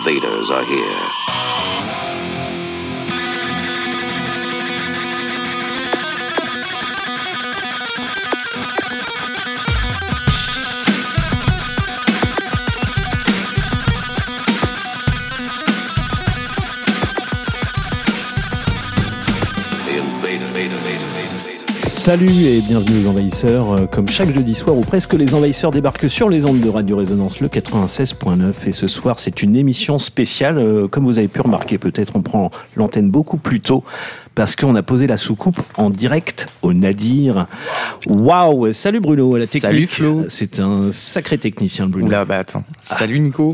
invaders are here. Salut et bienvenue aux Envahisseurs. Comme chaque jeudi soir ou presque, les Envahisseurs débarquent sur les ondes de Radio Résonance, le 96.9. Et ce soir, c'est une émission spéciale. Comme vous avez pu remarquer, peut-être on prend l'antenne beaucoup plus tôt parce qu'on a posé la soucoupe en direct au Nadir. Waouh! Salut Bruno à la technique. Salut Flo. C'est un sacré technicien, Bruno. Oula, bah attends. Salut Nico.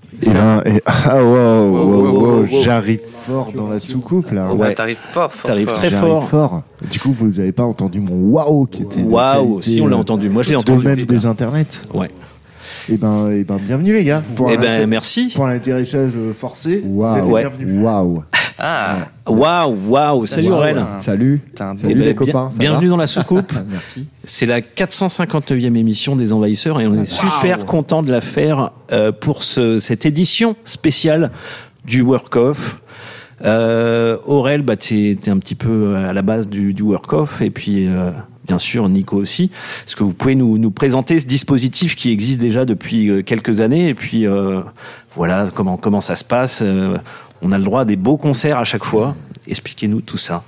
Wow, j'arrive fort dans la soucoupe là. Ouais, t'arrives fort. T'arrives très J'arrive fort. Du coup, vous avez pas entendu mon waouh qui était. Waouh, si on l'a entendu. Moi, je l'ai entendu. Domaine des internets. Ouais. Et ben, bienvenue les gars. Merci. Pour l'atterrissage forcé. Waouh. Ah. Waouh. Salut Aurel. Salut. Salut les copains. Bienvenue dans la soucoupe. Merci. C'est la 459e émission des Envahisseurs et on est super content de la faire pour cette édition spéciale du Work-Off. Aurel, t'es un petit peu à la base du Work-Off et puis bien sûr Nico aussi. Est-ce que vous pouvez nous présenter ce dispositif qui existe déjà depuis quelques années et puis voilà comment ça se passe. On a le droit à des beaux concerts à chaque fois. Expliquez-nous tout ça.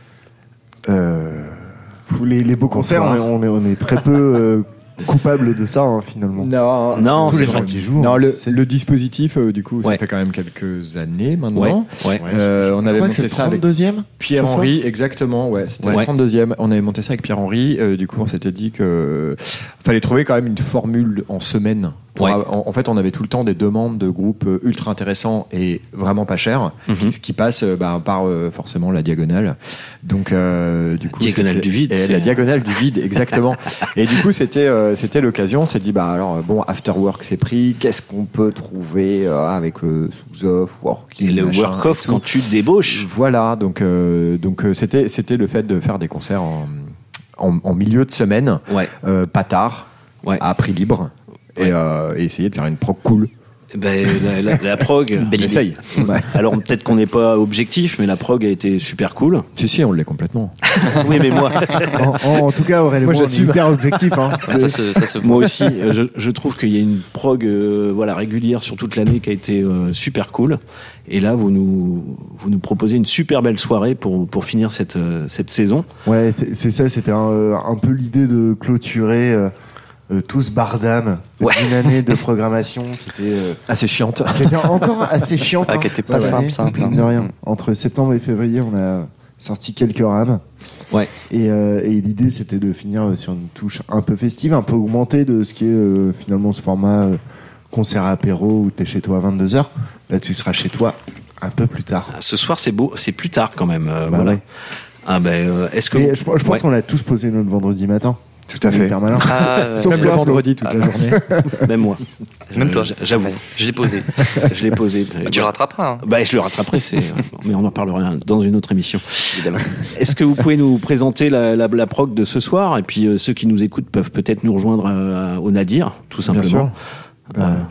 Les beaux concerts, on est très peu coupable de ça finalement. Non, tous c'est les gens vrai. qui jouent. Non, le dispositif, du coup, ça fait quand même quelques années maintenant. Ouais. On avait monté ça avec 32e Pierre-Henri, exactement. Ouais, c'était la 32e. On avait monté ça avec Pierre-Henri. Du coup, on s'était dit que fallait trouver quand même une formule en semaine. En fait, on avait tout le temps des demandes de groupes ultra intéressants et vraiment pas chers, qui passent par forcément la diagonale. Donc, du coup, diagonale du vide. La diagonale du vide, exactement. Et du coup, c'était l'occasion. On s'est dit, After Work, c'est pris. Qu'est-ce qu'on peut trouver avec le sous-off, et le work-off quand tu débauches. Voilà. Donc, c'était le fait de faire des concerts en milieu de semaine, pas tard, à prix libre. Et essayer de faire une prog cool. La prog, on essaye. Alors peut-être qu'on n'est pas objectif, mais la prog a été super cool. Si, on l'est complètement. Oui, mais moi. en tout cas, Aurélien, moi, j'assume hyper objectif. Ça se voit. Moi aussi, je trouve qu'il y a une prog régulière sur toute l'année qui a été super cool. Et là, vous nous proposez une super belle soirée pour finir cette saison. Ouais, c'est ça. C'était un peu l'idée de clôturer. Tous bardam d'une année de programmation qui était assez chiante, qui était encore assez chiante, qui était pas simple. De rien. Entre septembre et février, on a sorti quelques rames. Et l'idée, c'était de finir sur une touche un peu festive, un peu augmentée de ce qui est finalement ce format concert apéro où t'es chez toi à 22h. Là, tu seras chez toi un peu plus tard. Ce soir, c'est beau, c'est plus tard quand même. Ouais. Est-ce que je pense qu'on a tous posé notre vendredi matin. Tout à fait. Sauf même le vendredi toute la journée. Même moi. Même toi. J'avoue. Je l'ai posé. Tu le rattraperas. Je le rattraperai, mais on en parlera dans une autre émission. Évidemment. Est-ce que vous pouvez nous présenter la prog de ce soir? Et puis ceux qui nous écoutent peuvent peut-être nous rejoindre au Nadir, tout simplement. Bien sûr.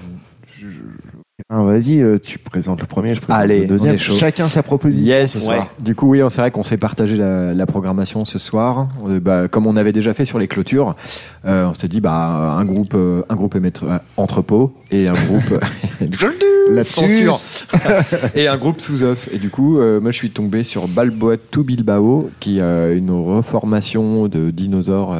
Vas-y, tu présentes le premier, je présente le deuxième. Chacun sa proposition. Yes. Ce soir. Du coup, c'est vrai qu'on s'est partagé la programmation ce soir. Comme on avait déjà fait sur les clôtures, on s'est dit un groupe émettre entrepôt et un groupe censure et un groupe sous-off. Et du coup, moi, je suis tombé sur Balboa to Bilbao, qui est une reformation de dinosaures.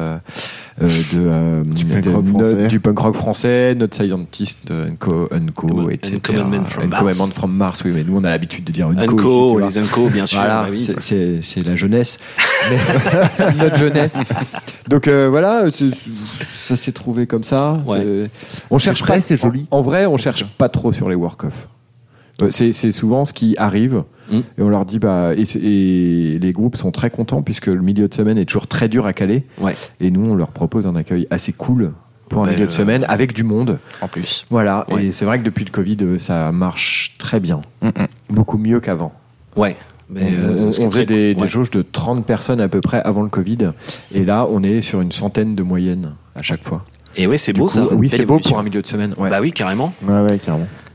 Du punk rock français, Not Scientist, Unco, etc. Commandment from Mars, oui, mais nous on a l'habitude de dire Unco, les Unco, bien sûr. Voilà, c'est la jeunesse. Notre jeunesse. Donc ça s'est trouvé comme ça. On cherche pas, c'est joli. En vrai, on cherche pas trop sur les work-off. C'est souvent ce qui arrive et on leur dit et les groupes sont très contents puisque le milieu de semaine est toujours très dur à caler et nous on leur propose un accueil assez cool pour un milieu de semaine avec du monde en plus. Voilà, et c'est vrai que depuis le Covid ça marche très bien, beaucoup mieux qu'avant. On faisait des jauges de 30 personnes à peu près avant le Covid et là on est sur une centaine de moyenne à chaque fois. Et c'est beau ça. Oui, c'est beau pour un milieu de semaine. Bah oui, carrément. Ouais, carrément.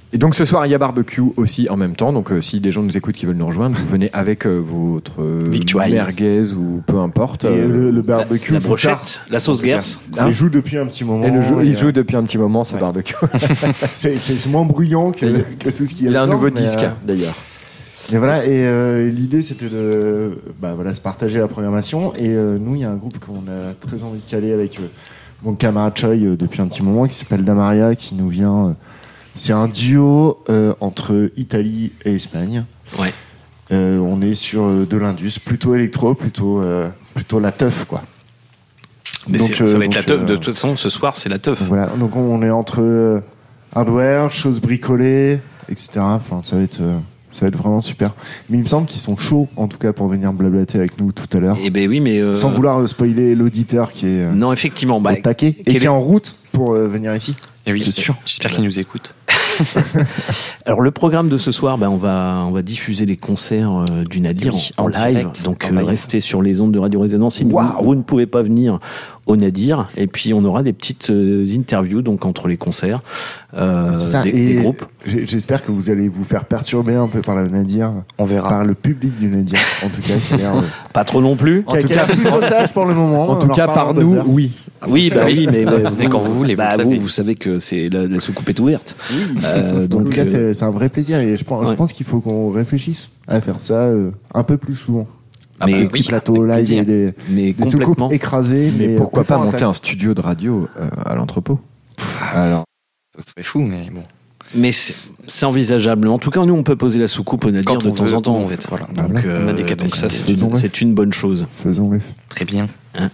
Et donc ce soir, il y a barbecue aussi en même temps. Donc si des gens nous écoutent qui veulent nous rejoindre, vous venez avec votre merguez ou peu importe. Et le barbecue. La brochette, la sauce Gers. Il joue depuis un petit moment. Il joue depuis un petit moment ce barbecue. C'est moins bruyant que tout ce qu'il y a. Il a un nouveau disque d'ailleurs. Et voilà, et l'idée c'était de se partager la programmation. Et nous, il y a un groupe qu'on a très envie de caler avec mon camarade Choi depuis un petit moment qui s'appelle Damaria, qui nous vient. C'est un duo entre Italie et Espagne. Ouais. On est sur de l'indus, plutôt électro, plutôt la teuf, quoi. Mais donc, ça va être la teuf. De toute façon, ce soir, c'est la teuf. Voilà. Donc on est entre hardware, choses bricolées, etc. Enfin, ça va être vraiment super. Mais il me semble qu'ils sont chauds, en tout cas, pour venir blablater avec nous tout à l'heure. Eh ben oui, mais sans vouloir spoiler l'auditeur qui est non, effectivement, au taquet et qui est en route pour venir ici. Et oui, c'est sûr. J'espère qu'il nous écoute. Alors le programme de ce soir, on va diffuser les concerts du Nadir en live. Direct, donc restez sur les ondes de Radio Résonance si vous ne pouvez pas venir au Nadir. Et puis on aura des petites interviews donc entre les concerts des groupes. J'espère que vous allez vous faire perturber un peu par le Nadir. On verra. Par le public du Nadir. En tout cas, pas trop non plus. En tout cas, plutôt sage pour le moment. En tout cas, par nous, oui. Oui, mais quand vous voulez. Vous savez que c'est la soucoupe est ouverte. Oui. Donc, en tout cas, c'est un vrai plaisir et je pense qu'il faut qu'on réfléchisse à faire ça un peu plus souvent. Mais des petits plateaux live et des soucoupes écrasées. Mais pourquoi pas monter un studio de radio à l'entrepôt? Alors, ça serait fou, mais bon. Mais c'est envisageable. En tout cas, nous, on peut poser la soucoupe au Nadir de temps en temps. En fait. Voilà. Donc, on a des capacités. Donc ça, c'est une bonne chose. Faisons-le. Très bien.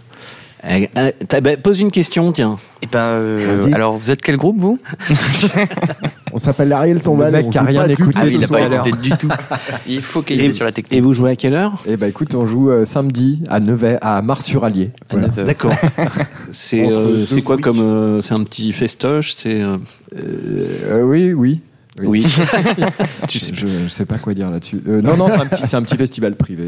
Pose une question, tiens. Alors, vous êtes quel groupe, vous? On s'appelle Ariel Tombal. Le mec qui a rien écouté. Il n'a pas écouté du tout. Il faut qu'il ait sur la technique. Et vous jouez à quelle heure? Écoute, on joue samedi à Nevers, à Mars-sur-Allier. Voilà. D'accord. C'est quoi comme c'est un petit festoche? Oui. Oui. Je sais pas quoi dire là-dessus. Non, c'est un petit festival privé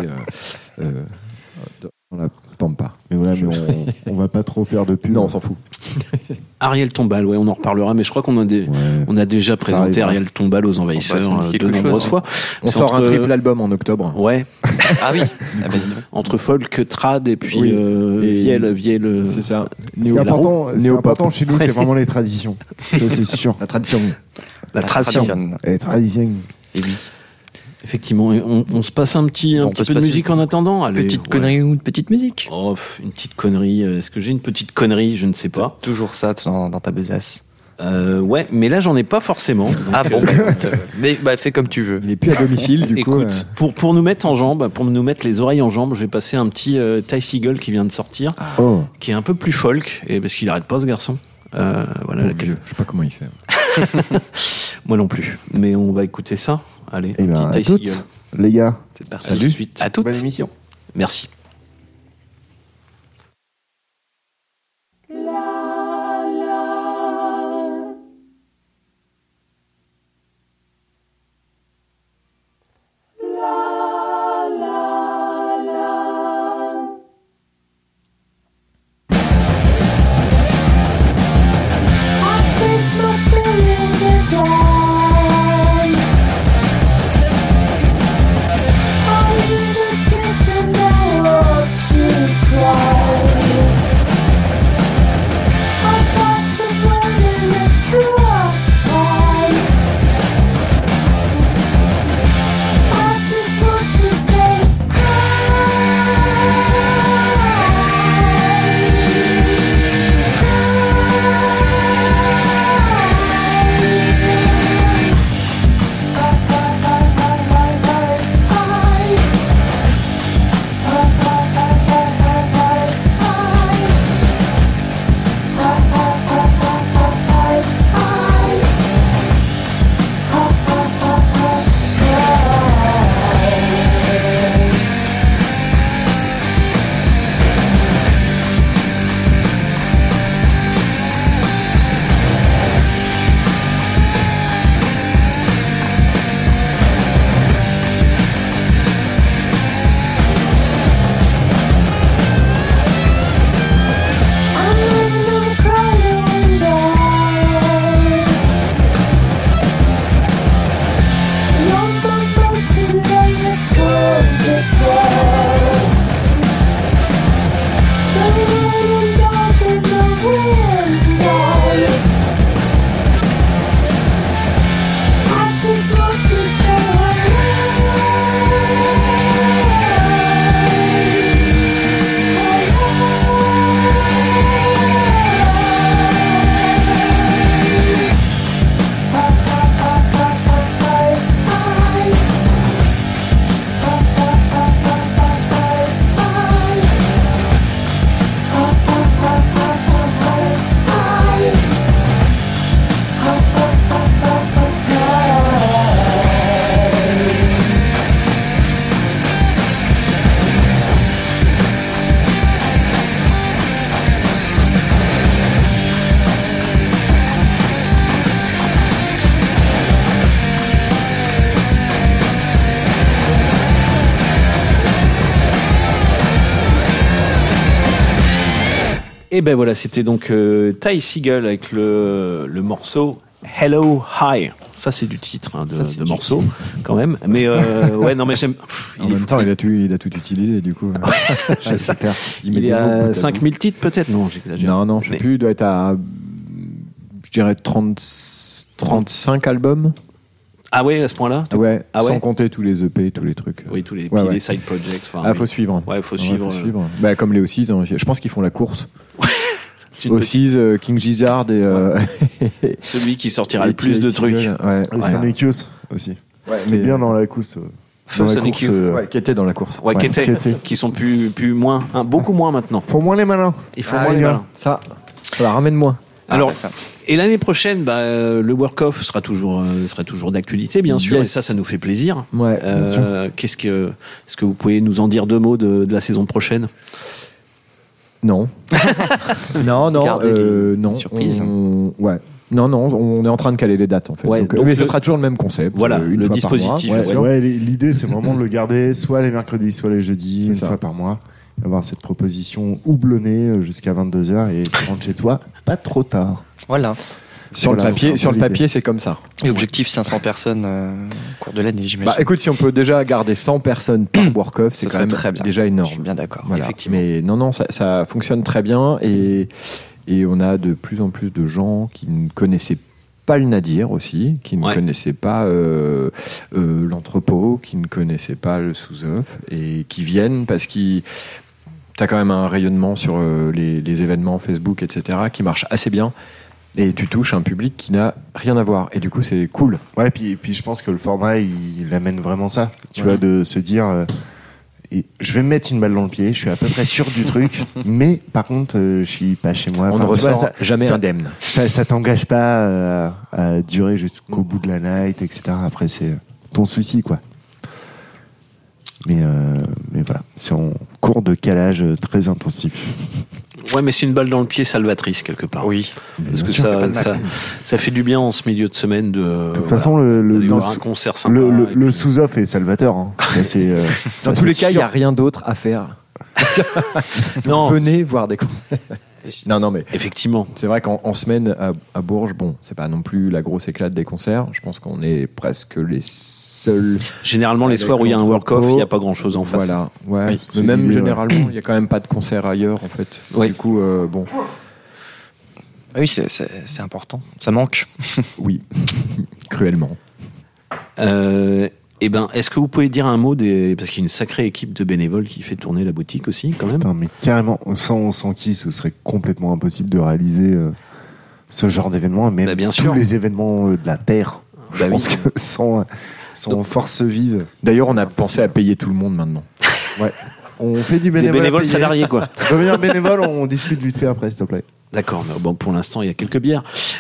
dans la Pampa. Mais voilà, on va pas trop faire de pub. Non, on s'en fout. Ariel Tombal, on en reparlera, mais je crois qu'on a déjà présenté Ariel Tombal aux Envahisseurs de nombreuses fois. On sort un triple album en octobre. Ouais. Ah oui. Entre folk, trad et puis Viel. C'est ça. Ce qui est important chez nous, c'est vraiment les traditions. Ça, c'est sûr. La tradition. La tradition. Les traditions. Et oui. Effectivement, on se passe un petit peu de musique en attendant. Allez, petite connerie ou une petite musique? Une petite connerie. Est-ce que j'ai une petite connerie? Je ne sais pas. Toujours ça dans ta besace. Ouais, mais là j'en ai pas forcément. Donc, mais fais comme tu veux. Il est plus à domicile du coup. Écoute, pour nous mettre en jambes, pour nous mettre les oreilles en jambes, je vais passer un petit Ty Segall qui vient de sortir, qui est un peu plus folk, et parce qu'il arrête pas ce garçon. Voilà. Vieux. Je sais pas comment il fait. Moi non plus. Mais on va écouter ça. Allez, petit Ty Segall. Les gars, c'est parti. Salut. À toutes. Bonne émission. Merci. I Et ben voilà, c'était donc Ty Segall avec le morceau Hello Hi. Ça c'est du titre de morceau quand même. Mais ouais, non mais j'aime. En même temps, il a tout utilisé du coup. C'est ça. Il est à 5000 titres peut-être. Non, j'exagère. Non, je sais plus. Il doit être à, je dirais 35 albums. Ah ouais, à ce point-là. Ouais. Sans compter tous les EP, tous les trucs. Oui, tous les les side projects. Faut suivre. Ouais, faut suivre. Bah, comme les Ossies, je pense qu'ils font la course. Ossies, King Gizzard et celui qui sortira le plus de trucs. Et Sonic aussi. Ouais, mais bien dans la course. Sonic Youth. Qui était dans la course. Ouais, qui sont plus moins, beaucoup moins maintenant. Faut moins les malins. Il faut moins les malins. Ça la ramène moins. Alors, et l'année prochaine, le Work-Off sera toujours d'actualité, bien sûr, et ça nous fait plaisir. Ouais. Est-ce que vous pouvez nous en dire 2 mots de la saison prochaine? Non. non. Surprise. Ouais. Non, on est en train de caler les dates en fait. Ouais, donc, mais ce sera toujours le même concept. Voilà, le dispositif. L'idée, c'est vraiment de le garder soit les mercredis, soit les jeudis, une fois par mois. Avoir cette proposition houblonnée jusqu'à 22h et tu rentres chez toi pas trop tard. Voilà. Sur le papier, c'est comme ça. Et objectif 500 personnes au cours de l'année, j'imagine. Bah écoute, si on peut déjà garder 100 personnes par Work-Off, c'est quand même très bien. déjà énorme. Je suis bien d'accord. Voilà. Effectivement. Mais non, ça fonctionne très bien et on a de plus en plus de gens qui ne connaissaient pas le Nadir aussi, qui ne connaissaient pas l'entrepôt, qui ne connaissaient pas le sous-off et qui viennent parce qu'ils... T'as quand même un rayonnement sur les événements Facebook, etc., qui marche assez bien. Et tu touches un public qui n'a rien à voir. Et du coup, c'est cool. Ouais, puis je pense que le format, il amène vraiment ça. Tu vois, de se dire, je vais me mettre une balle dans le pied, je suis à peu près sûr du truc, mais par contre, je suis pas chez moi. On ne ressort jamais indemne. Ça t'engage pas à durer jusqu'au bout de la night, etc. Après, c'est ton souci, quoi. Mais voilà, c'est en cours de calage très intensif. Ouais, mais c'est une balle dans le pied salvatrice quelque part. Oui. Parce que ça fait du bien en ce milieu de semaine de toute façon, voir un concert sympa. Le sous-off est salvateur. Hein. Dans tous les cas, il n'y a rien d'autre à faire. Non. Venez voir des concerts. Non, mais effectivement. C'est vrai qu'en semaine à Bourges, c'est pas non plus la grosse éclate des concerts. Je pense qu'on est presque les seuls. Généralement, les soirs où il y a un work-off, il n'y a pas grand-chose en face. Voilà. Ouais. Mais même généralement, il n'y a quand même pas de concert ailleurs, en fait. Ouais. Du coup, bon. Oui, c'est important. Ça manque. Oui, cruellement. Est-ce que vous pouvez dire un mot parce qu'il y a une sacrée équipe de bénévoles qui fait tourner la boutique aussi, quand même. Putain, mais carrément, sans qui ce serait complètement impossible de réaliser ce genre d'événement, même bien tous sûr. Les événements de la Terre. Je pense que sans force vive. D'ailleurs, on a pensé à payer tout le monde maintenant. Ouais. On fait du bénévole. Des bénévoles salariés, quoi. Devenir bénévole, on discute vite fait après, s'il te plaît. D'accord, bon, pour l'instant il y a quelques bières,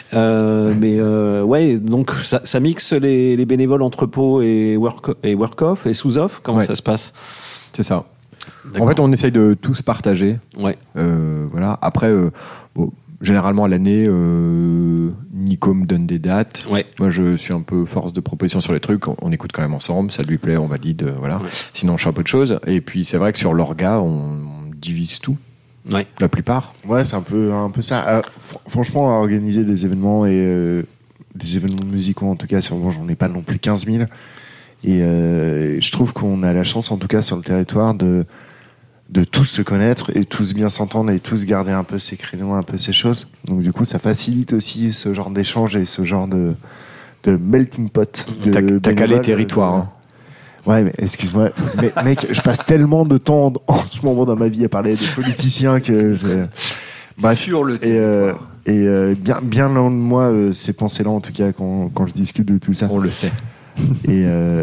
ouais, donc ça mixe les bénévoles entrepôt et work-off et sous-off. Comment ça se passe? C'est ça. En fait, on essaye de tous partager. Ouais. Voilà. Après, généralement à l'année, Nico me donne des dates. Ouais. Moi, je suis un peu force de proposition sur les trucs. On écoute quand même ensemble. Ça lui plaît, on valide. Voilà. Ouais. Sinon, je fais un peu de choses. Et puis, c'est vrai que sur l'orga, on divise tout. Ouais. La plupart. Ouais, c'est un peu ça. Franchement, organiser des événements et des événements musicaux, en tout cas, sûrement, j'en ai pas non plus 15 000. Et je trouve qu'on a la chance, en tout cas, sur le territoire, de tous se connaître et tous bien s'entendre et tous garder un peu ces créneaux, un peu ces choses. Donc, du coup, ça facilite aussi ce genre d'échange et ce genre de melting pot. T'as calé territoire. Hein. Ouais, mais excuse-moi, mais mec, je passe tellement de temps en ce moment dans ma vie à parler des politiciens que bref. Sur le territoire. Bien loin de moi ces pensées-là, en tout cas, quand je discute de tout ça. On le sait. Et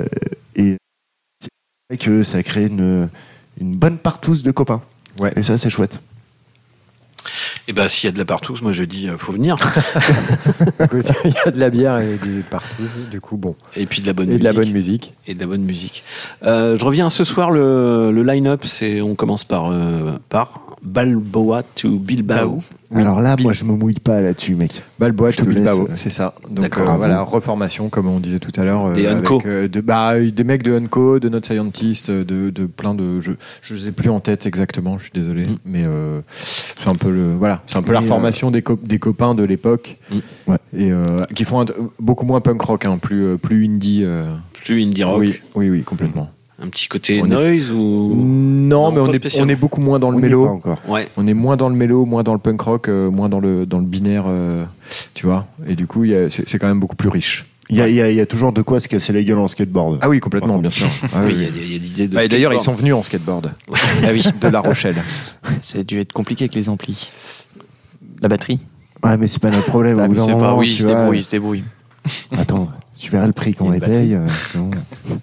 c'est vrai que ça crée une bonne partouze de copains. Ouais. Et ça, c'est chouette. Et s'il y a de la partouze, moi je dis faut venir. Il y a de la bière et des partouzes, du coup bon. Et puis de la bonne musique. Et de la bonne musique. Je reviens ce soir, le line-up, on commence par Balboa to Bilbao. Alors là, moi, je me mouille pas là-dessus, mec. Balboa to Bilbao, c'est ça. Donc voilà, reformation, comme on disait tout à l'heure. Des Unco. Des mecs de Unco, de Not Scientist, de plein de... Je ne sais plus en tête exactement, je suis désolé. Mais c'est un peu le... Voilà. Voilà, c'est un peu la reformation des copains de l'époque, et qui font beaucoup moins punk rock, hein, plus indie. Plus indie rock. Oui, complètement. Un petit côté noise ou non, mais on est beaucoup moins dans le mélo. Ouais. On est moins dans le mélo, moins dans le punk rock, moins dans le binaire, tu vois. Et du coup, c'est quand même beaucoup plus riche. Il y a toujours de quoi se casser la gueule en skateboard. Ah oui, complètement, bien sûr. Il y a l'idée de d'ailleurs, ils sont venus en skateboard. Ah oui, de La Rochelle. Ça a dû être compliqué avec les amplis. La batterie. Ouais, mais c'est pas notre problème. Je sais pas, oui, il se débrouille. Attends, tu verras le prix qu'on les paye. C'est bon.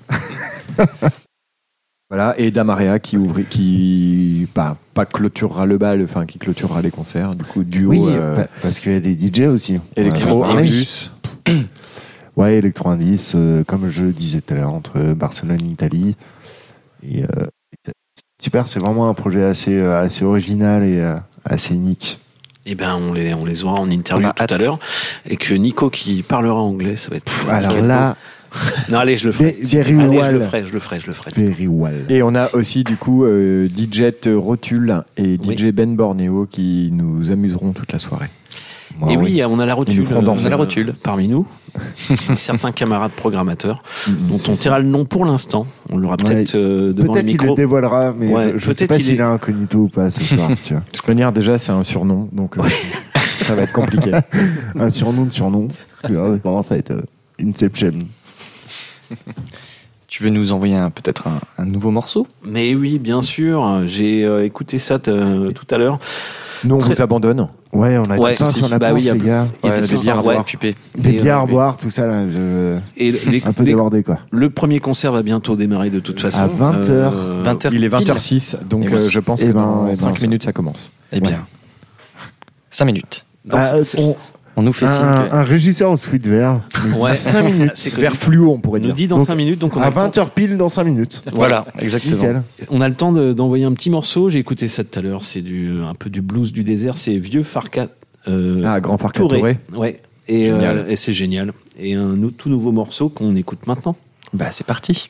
Voilà, et Damaria qui pas clôturera le bal, enfin qui clôturera les concerts, du coup duo. Oui, parce qu'il y a des DJ aussi. Electro Indus. Ouais, Electro Indus, comme je le disais tout à l'heure, entre Barcelone et Italie. Et super, c'est vraiment un projet assez original et assez unique. Eh ben, on les aura en interview tout à l'heure, et que Nico qui parlera anglais, ça va être. Alors là. Non, allez, je le ferai. Je le ferai. Very well. Et on a aussi, du coup, DJ Rotule et DJ Ben Borneo qui nous amuseront toute la soirée. Et oui, on a la Rotule. On a la Rotule parmi nous. Certains camarades programmateurs dont on taira le nom pour l'instant. On l'aura peut-être devant le micro. Peut-être qu'il le dévoilera, mais je ne sais pas s'il est incognito ou pas ce soir. Tu vois. De toute manière, déjà, c'est un surnom, donc ça va être compliqué. Un surnom de surnom. Vraiment, ça va être Inception. Tu veux nous envoyer peut-être un nouveau morceau ? Mais oui, bien sûr. J'ai écouté ça tout à l'heure. Nous, on vous abandonne. Ouais, on a tout ça sur la planche, les gars. Il y a des bières à boire. Des bières à boire, tout ça, là. Un peu débordé, quoi. Le premier concert va bientôt démarrer de toute façon. À 20h. Il est 20h06, donc je pense que dans 5 minutes, ça commence. Eh bien, 5 minutes. On nous fait signe. Un régisseur au sweat vert. 5 minutes. C'est vert fluo, on pourrait dire. Nous dit dans 5 minutes. Donc on à 20h pile dans 5 minutes. Voilà, exactement. Nickel. On a le temps d'envoyer un petit morceau. J'ai écouté ça tout à l'heure. C'est un peu du blues du désert. C'est Vieux Farka. Grand Farka Touré. Ouais. Et c'est génial. Et un tout nouveau morceau qu'on écoute maintenant. Bah, c'est parti.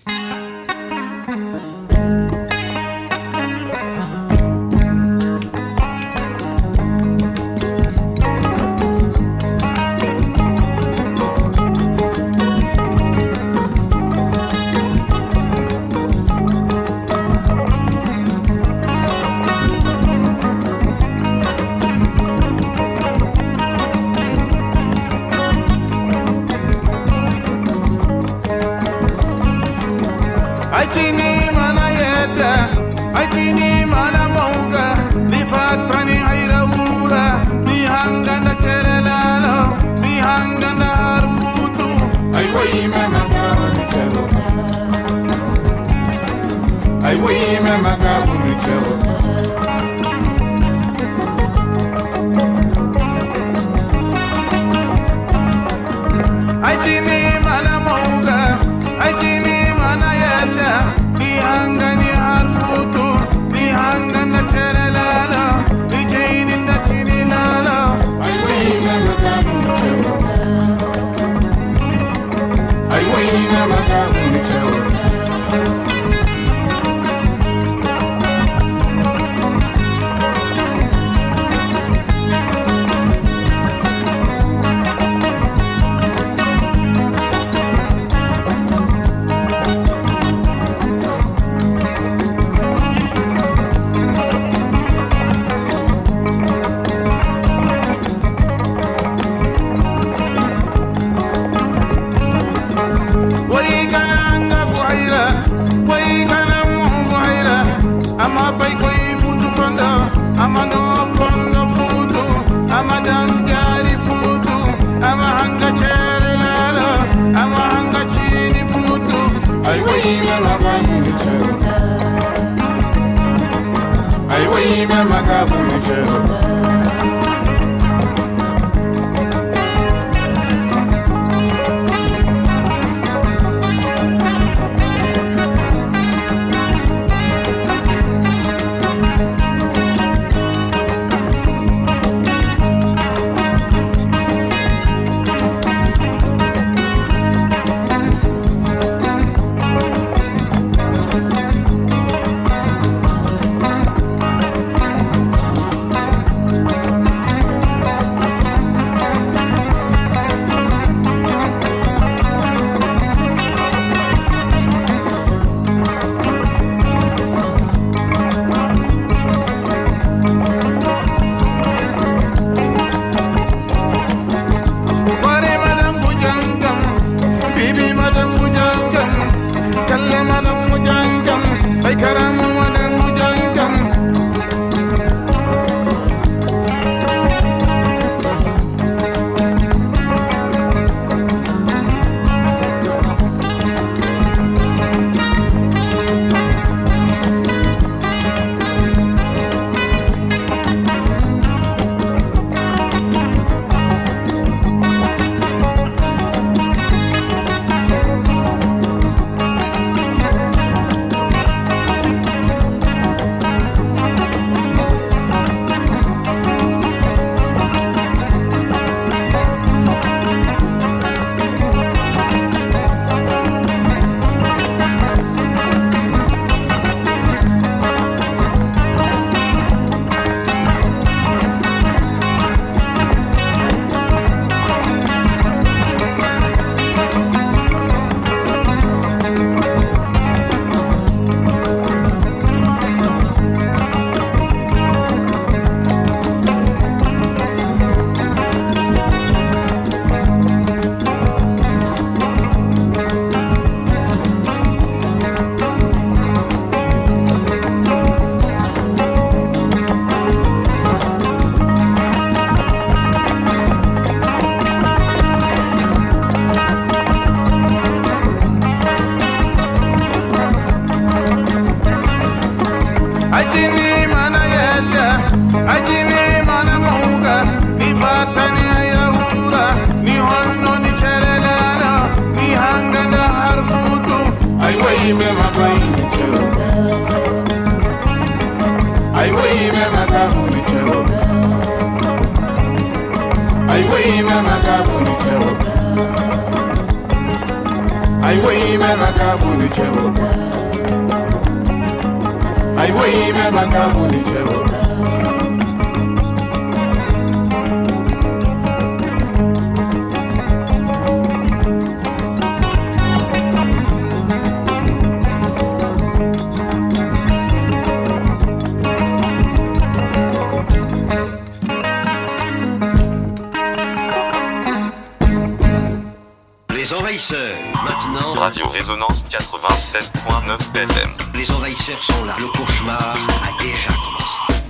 Les envahisseurs, maintenant. Radio Résonance 87.9 FM. Les envahisseurs sont là. Le cauchemar a déjà commencé.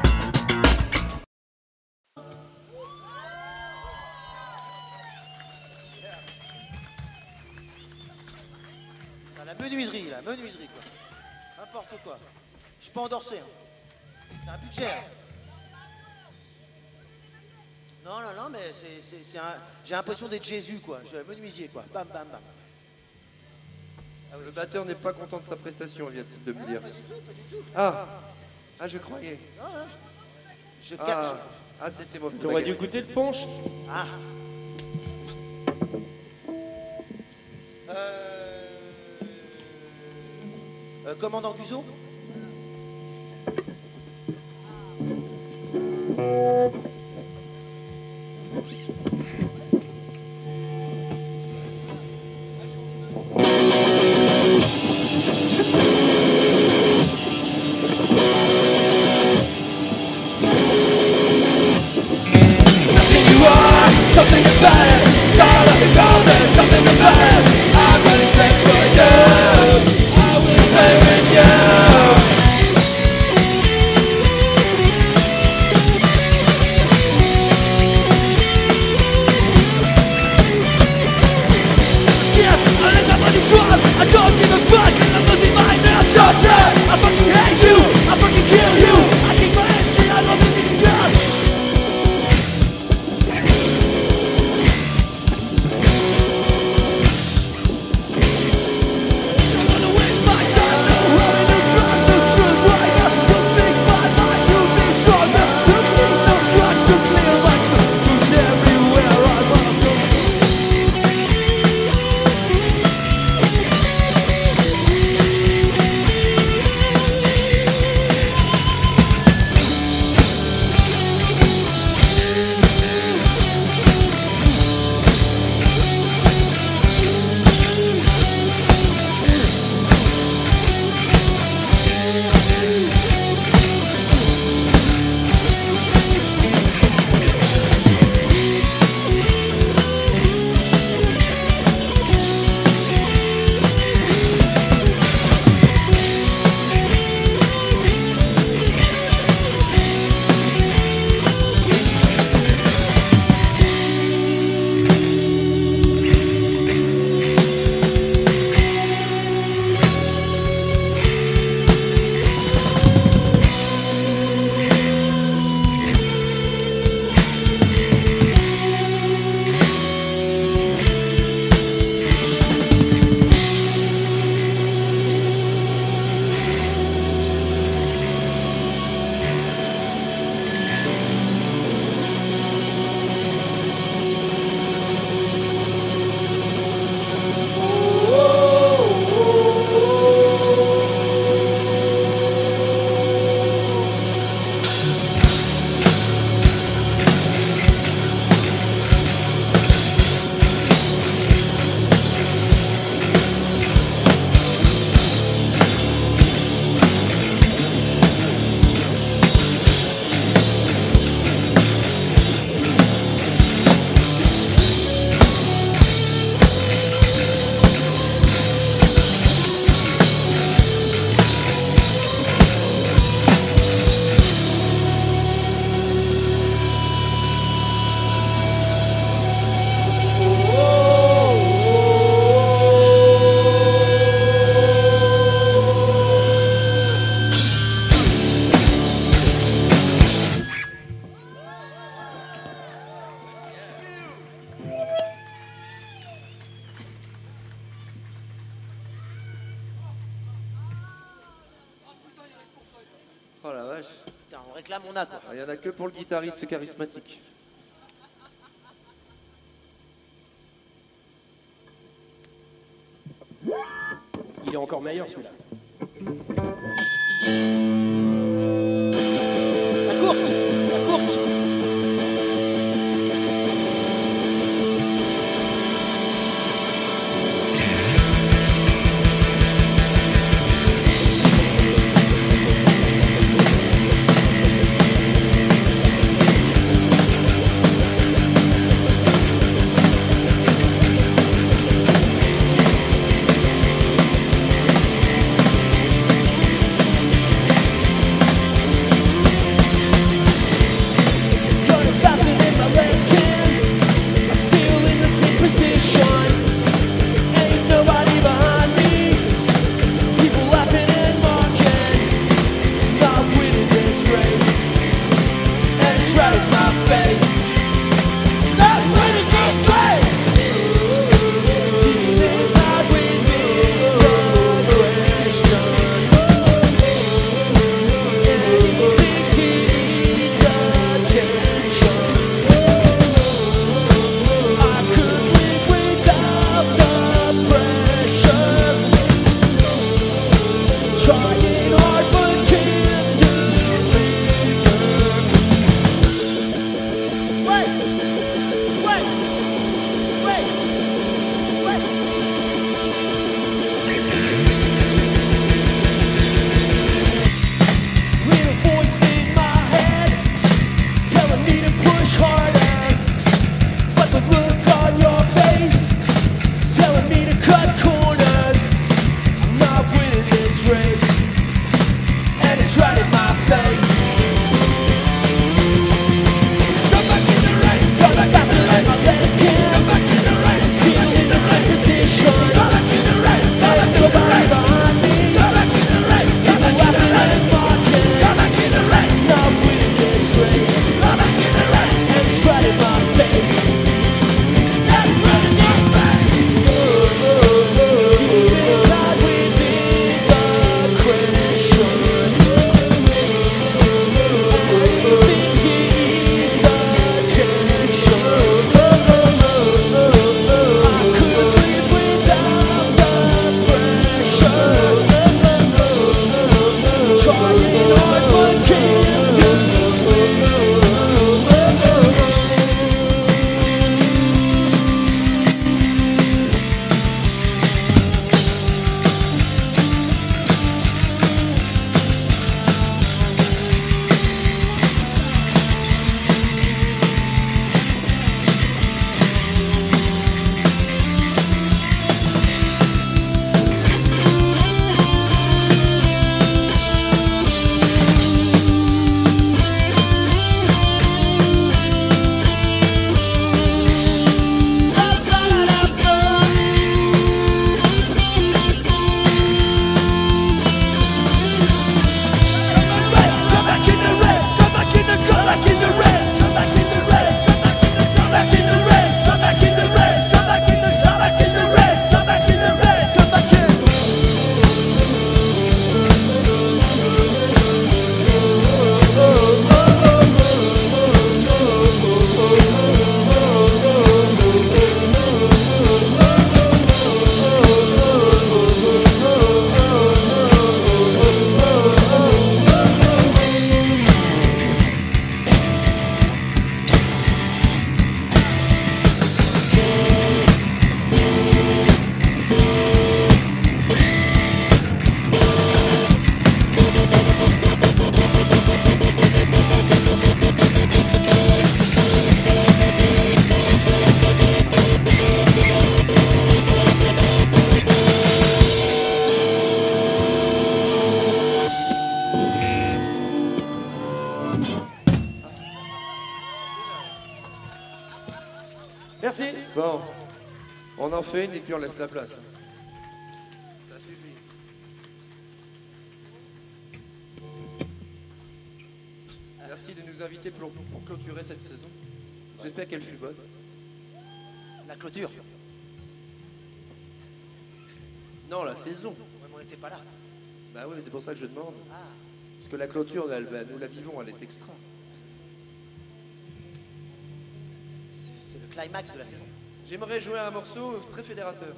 La menuiserie, quoi. N'importe quoi. Je suis pas endorsé, hein. C'est un budget, hein. Non, mais j'ai l'impression d'être Jésus, quoi. Je suis menuisier, quoi. Bam, bam, bam. Ah oui. Le batteur n'est pas content de sa prestation, vient-il de me dire. Pas du tout. Ah, je croyais. Non, je cache. C'est bon. T'aurais dû goûter le punch. Ah. Commandant Guzzo. Something bad, call up the golden, something bad. I'm running straight for you. I was playing you. Oh la vache. Putain, on réclame, on a quoi. Il y en a que pour le guitariste charismatique. Il est encore meilleur celui-là. La course. Merci. Bon, on en fait une et puis on laisse la place. Ça suffit. Merci de nous inviter pour clôturer cette saison. J'espère qu'elle fut bonne. La clôture. Non, la saison. Ouais, mais on n'était pas là. Bah oui, mais c'est pour ça que je demande. Ah. Parce que la clôture, nous la vivons, elle est extra. C'est le climax de la saison. J'aimerais jouer un morceau très fédérateur.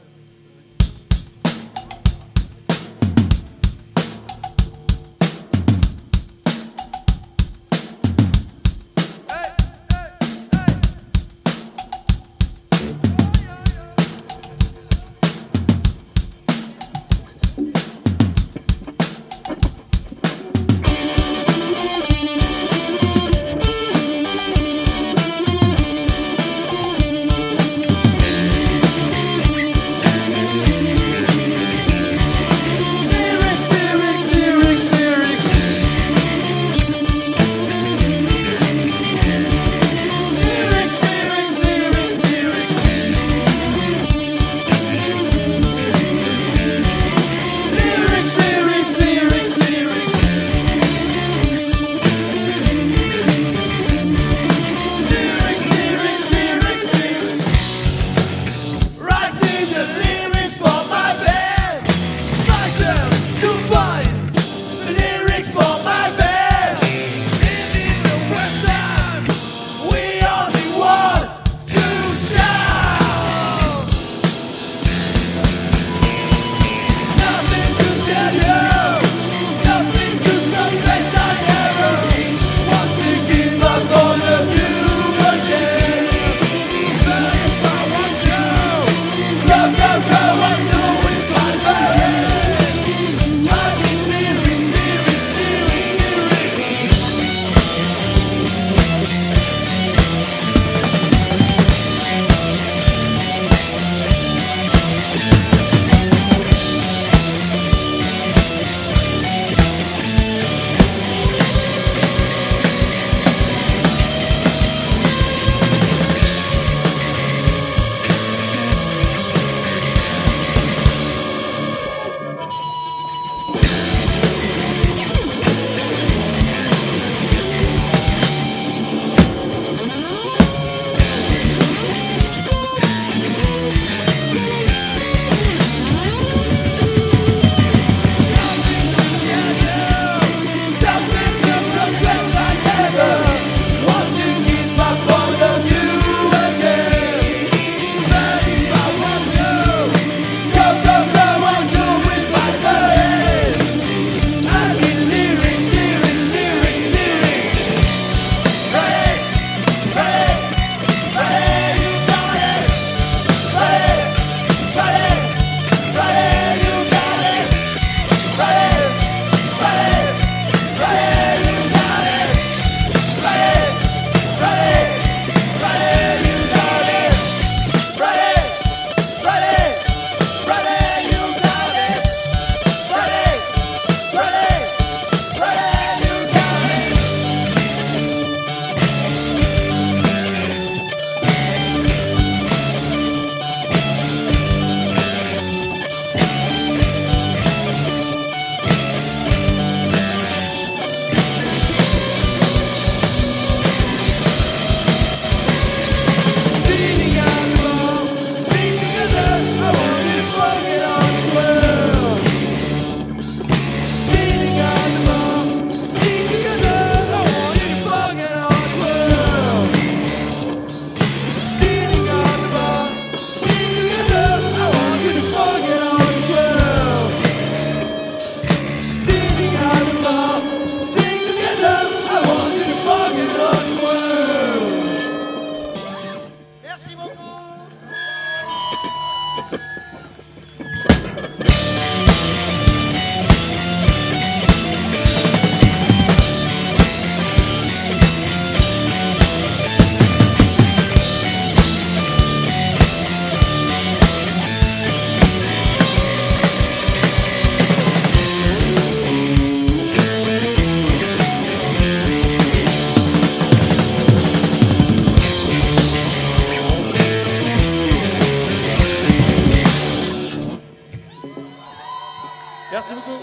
Merci beaucoup.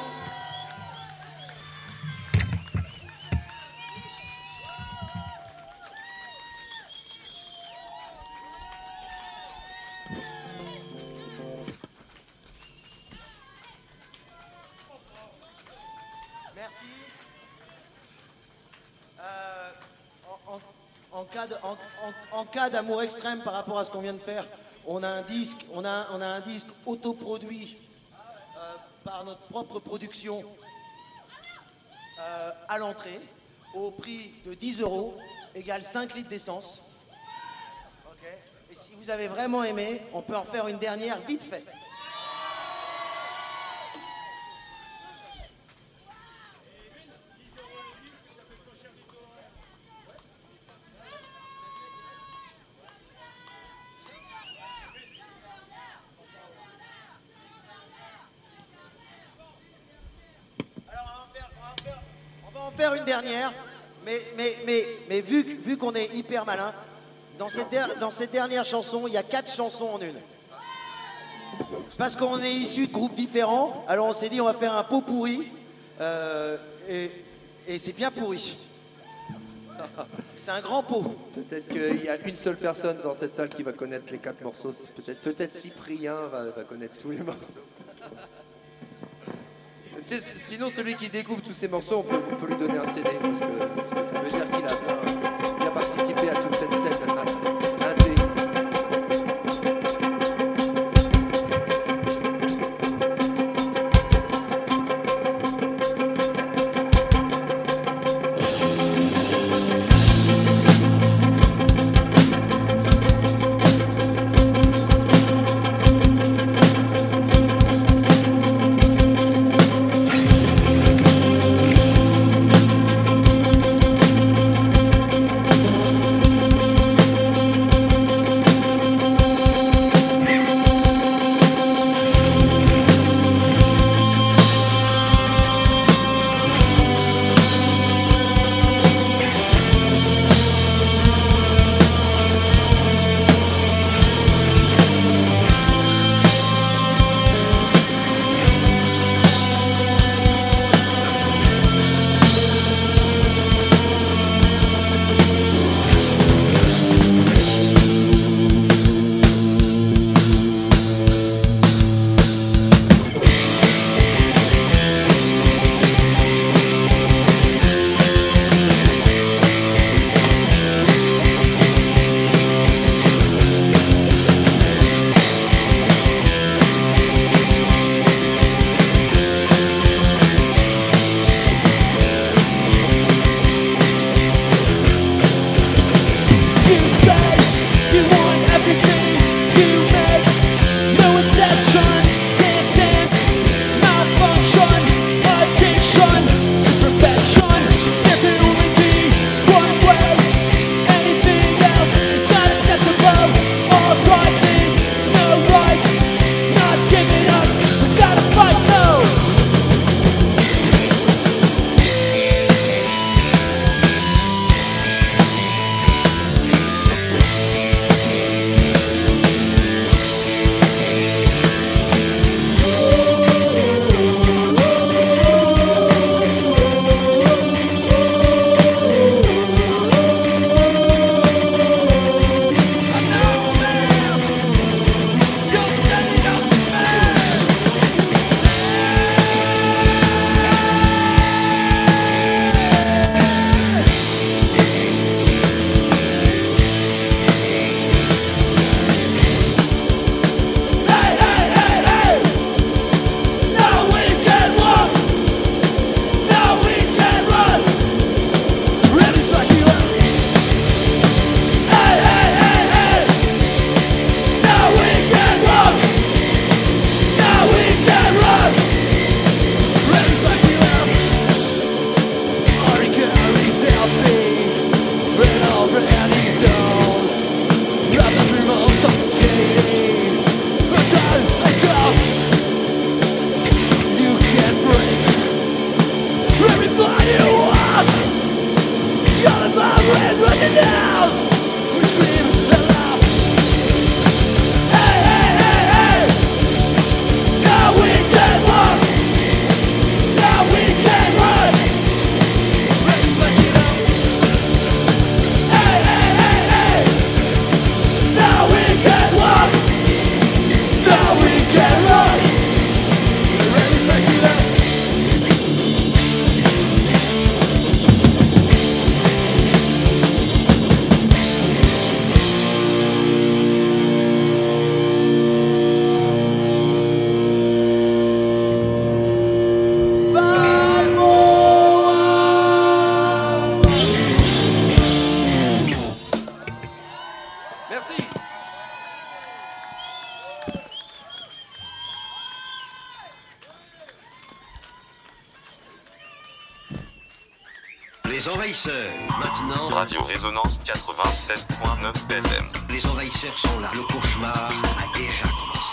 Merci. En cas d'amour extrême par rapport à ce qu'on vient de faire, on a un disque autoproduit par notre propre production à l'entrée au prix de 10 €, égale 5 litres d'essence. Okay. Et si vous avez vraiment aimé, on peut en faire une dernière vite fait. Faire une dernière, mais vu qu'on est hyper malin, dans cette dernière chanson, il y a 4 chansons en une. Parce qu'on est issus de groupes différents, alors on s'est dit on va faire un pot pourri, et c'est bien pourri. C'est un grand pot. Peut-être qu'il y a une seule personne dans cette salle qui va connaître les 4 morceaux. Peut-être Cyprien va connaître tous les morceaux. Sinon, celui qui découvre tous ces morceaux, on peut lui donner un CD parce que ça veut dire qu'il a bien participé à toute cette scène. Les envahisseurs, maintenant. Radio Résonance 87.9 FM. Les envahisseurs sont là. Le cauchemar a déjà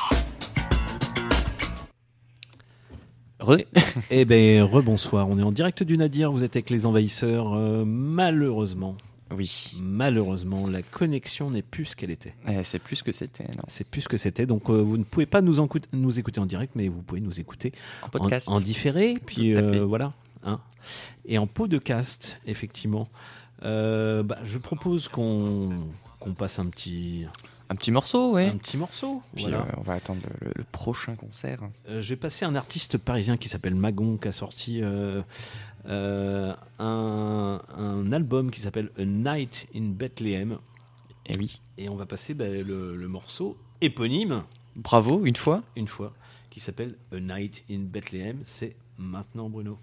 commencé. Eh ben, rebonsoir. On est en direct du Nadir. Vous êtes avec les envahisseurs. Malheureusement. Oui. Malheureusement, la connexion n'est plus ce qu'elle était. C'est plus ce que c'était. Non. C'est plus ce que c'était. Donc, vous ne pouvez pas nous écouter en direct, mais vous pouvez nous écouter en podcast, en différé. Puis voilà. Hein. Et en podcast, effectivement. Je propose qu'on passe un petit morceau, ouais. Un petit morceau. Puis voilà. On va attendre le prochain concert. Je vais passer un artiste parisien qui s'appelle Magon, qui a sorti un album qui s'appelle A Night in Bethlehem. Et oui. Et on va passer le morceau éponyme. Bravo, une fois, qui s'appelle A Night in Bethlehem. C'est maintenant, Bruno.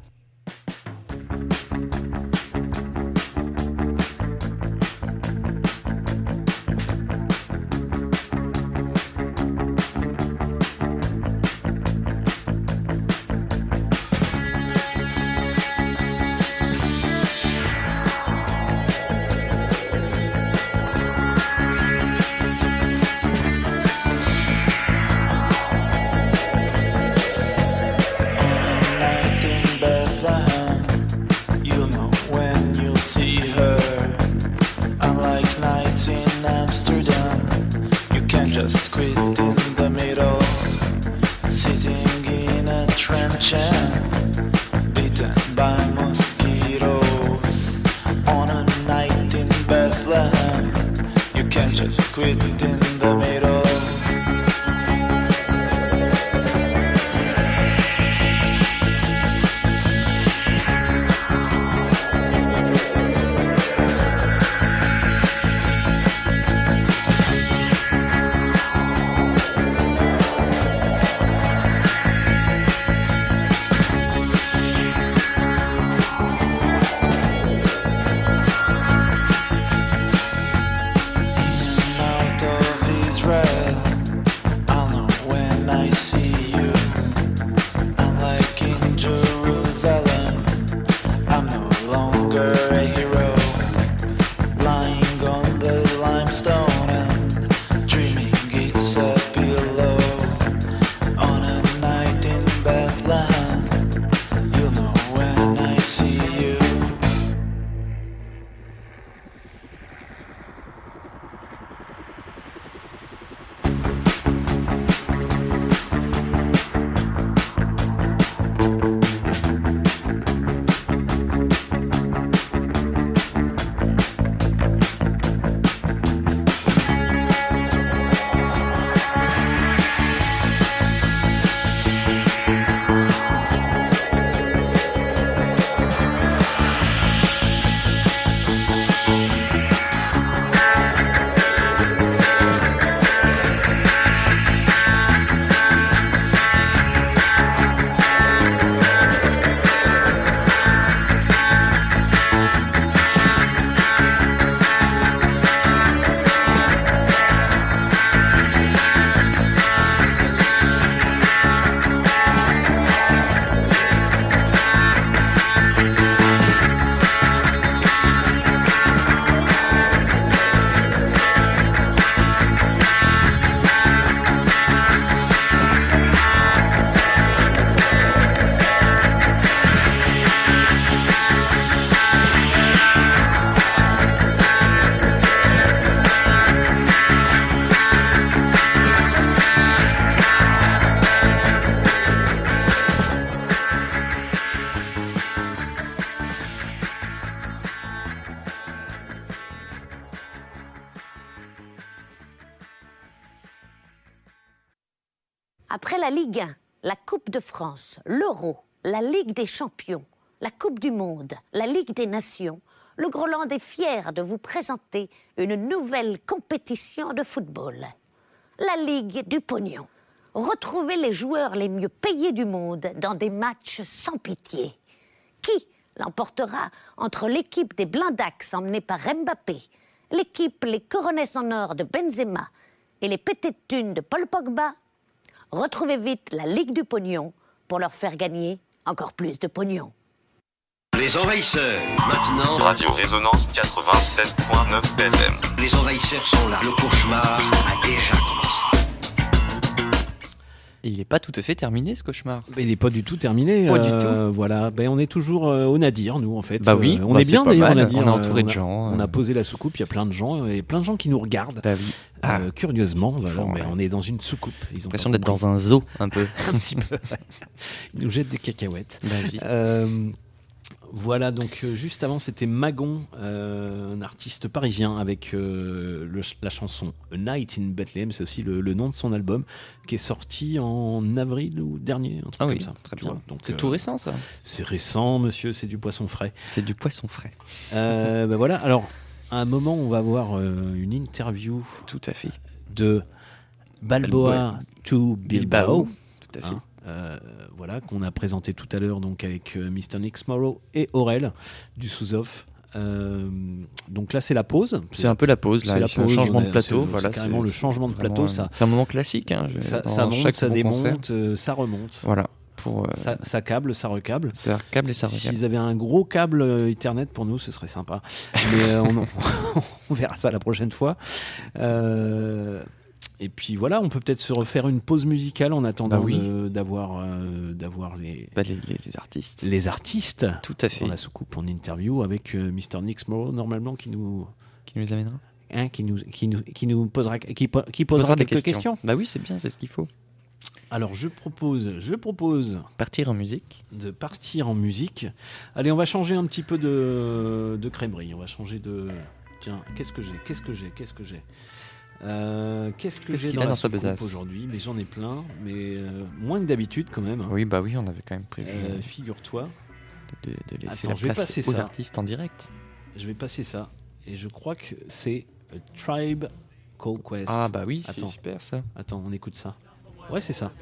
Après la Ligue 1, la Coupe de France, l'Euro, la Ligue des Champions, la Coupe du Monde, la Ligue des Nations, le Groland est fier de vous présenter une nouvelle compétition de football. La Ligue du Pognon. Retrouvez les joueurs les mieux payés du monde dans des matchs sans pitié. Qui l'emportera entre l'équipe des Blindax emmenée par Mbappé, l'équipe les Coronets en or de Benzema et les pétés de thunes de Paul Pogba? Retrouvez vite la Ligue du Pognon pour leur faire gagner encore plus de pognon. Les envahisseurs, maintenant. Radio Résonance 87.9 FM. Les envahisseurs sont là. Le cauchemar a déjà commencé. Et il n'est pas tout à fait terminé, ce cauchemar. Mais il n'est pas du tout terminé. Pas du tout. Voilà. On est toujours au Nadir, nous, en fait. Bah oui. On est bien, d'ailleurs, au Nadir. On est entouré de gens. On a posé la soucoupe, il y a plein de gens, et plein de gens qui nous regardent. Bah oui. Curieusement, voilà, mais on est dans une soucoupe. Ils ont l'impression d'être dans un zoo, un peu. Un petit peu. Ils nous jettent des cacahuètes. Bah oui. Voilà, donc juste avant, c'était Magon, un artiste parisien, avec la chanson A Night in Bethlehem. C'est aussi le nom de son album, qui est sorti en avril ou dernier, un truc comme ça. Très bien. Donc, c'est tout récent, ça. C'est récent, monsieur, c'est du poisson frais. C'est du poisson frais. Voilà, alors, à un moment, on va avoir une interview tout à fait. de Balboa to Bilbao. Tout à fait. Voilà, qu'on a présenté tout à l'heure, donc avec Mr. Nix Morrow et Aurel du Sous-Off. Donc là, c'est la pause. C'est un peu la pause, là. C'est un changement de plateau. C'est voilà, carrément le changement de plateau. Ça, c'est un moment classique. Hein, ça monte, ça démonte, ça remonte. Voilà. Ça câble, ça recâble. Ça câble et ça recâble. S'ils avaient un gros câble Ethernet pour nous, ce serait sympa. Mais on verra ça la prochaine fois. Et puis voilà, on peut peut-être se refaire une pause musicale en attendant d'avoir les artistes. Les artistes. Tout à fait. Dans la soucoupe en interview avec Mr. Nix Morrow, normalement, qui nous amènera. Qui nous posera quelques questions. Bah oui, c'est bien, c'est ce qu'il faut. Alors je propose partir en musique. De partir en musique. Allez, on va changer un petit peu de crèmerie. On va changer de. Tiens, qu'est-ce que j'ai dans la soucoupe aujourd'hui? Mais j'en ai plein, mais moins que d'habitude quand même. Oui, bah oui, on avait quand même prévu. Figure-toi. De laisser la place aux artistes en direct. Je vais passer ça, et je crois que c'est Tribe Called Quest. Ah bah oui, c'est super ça. Attends, on écoute ça. Ouais, c'est ça.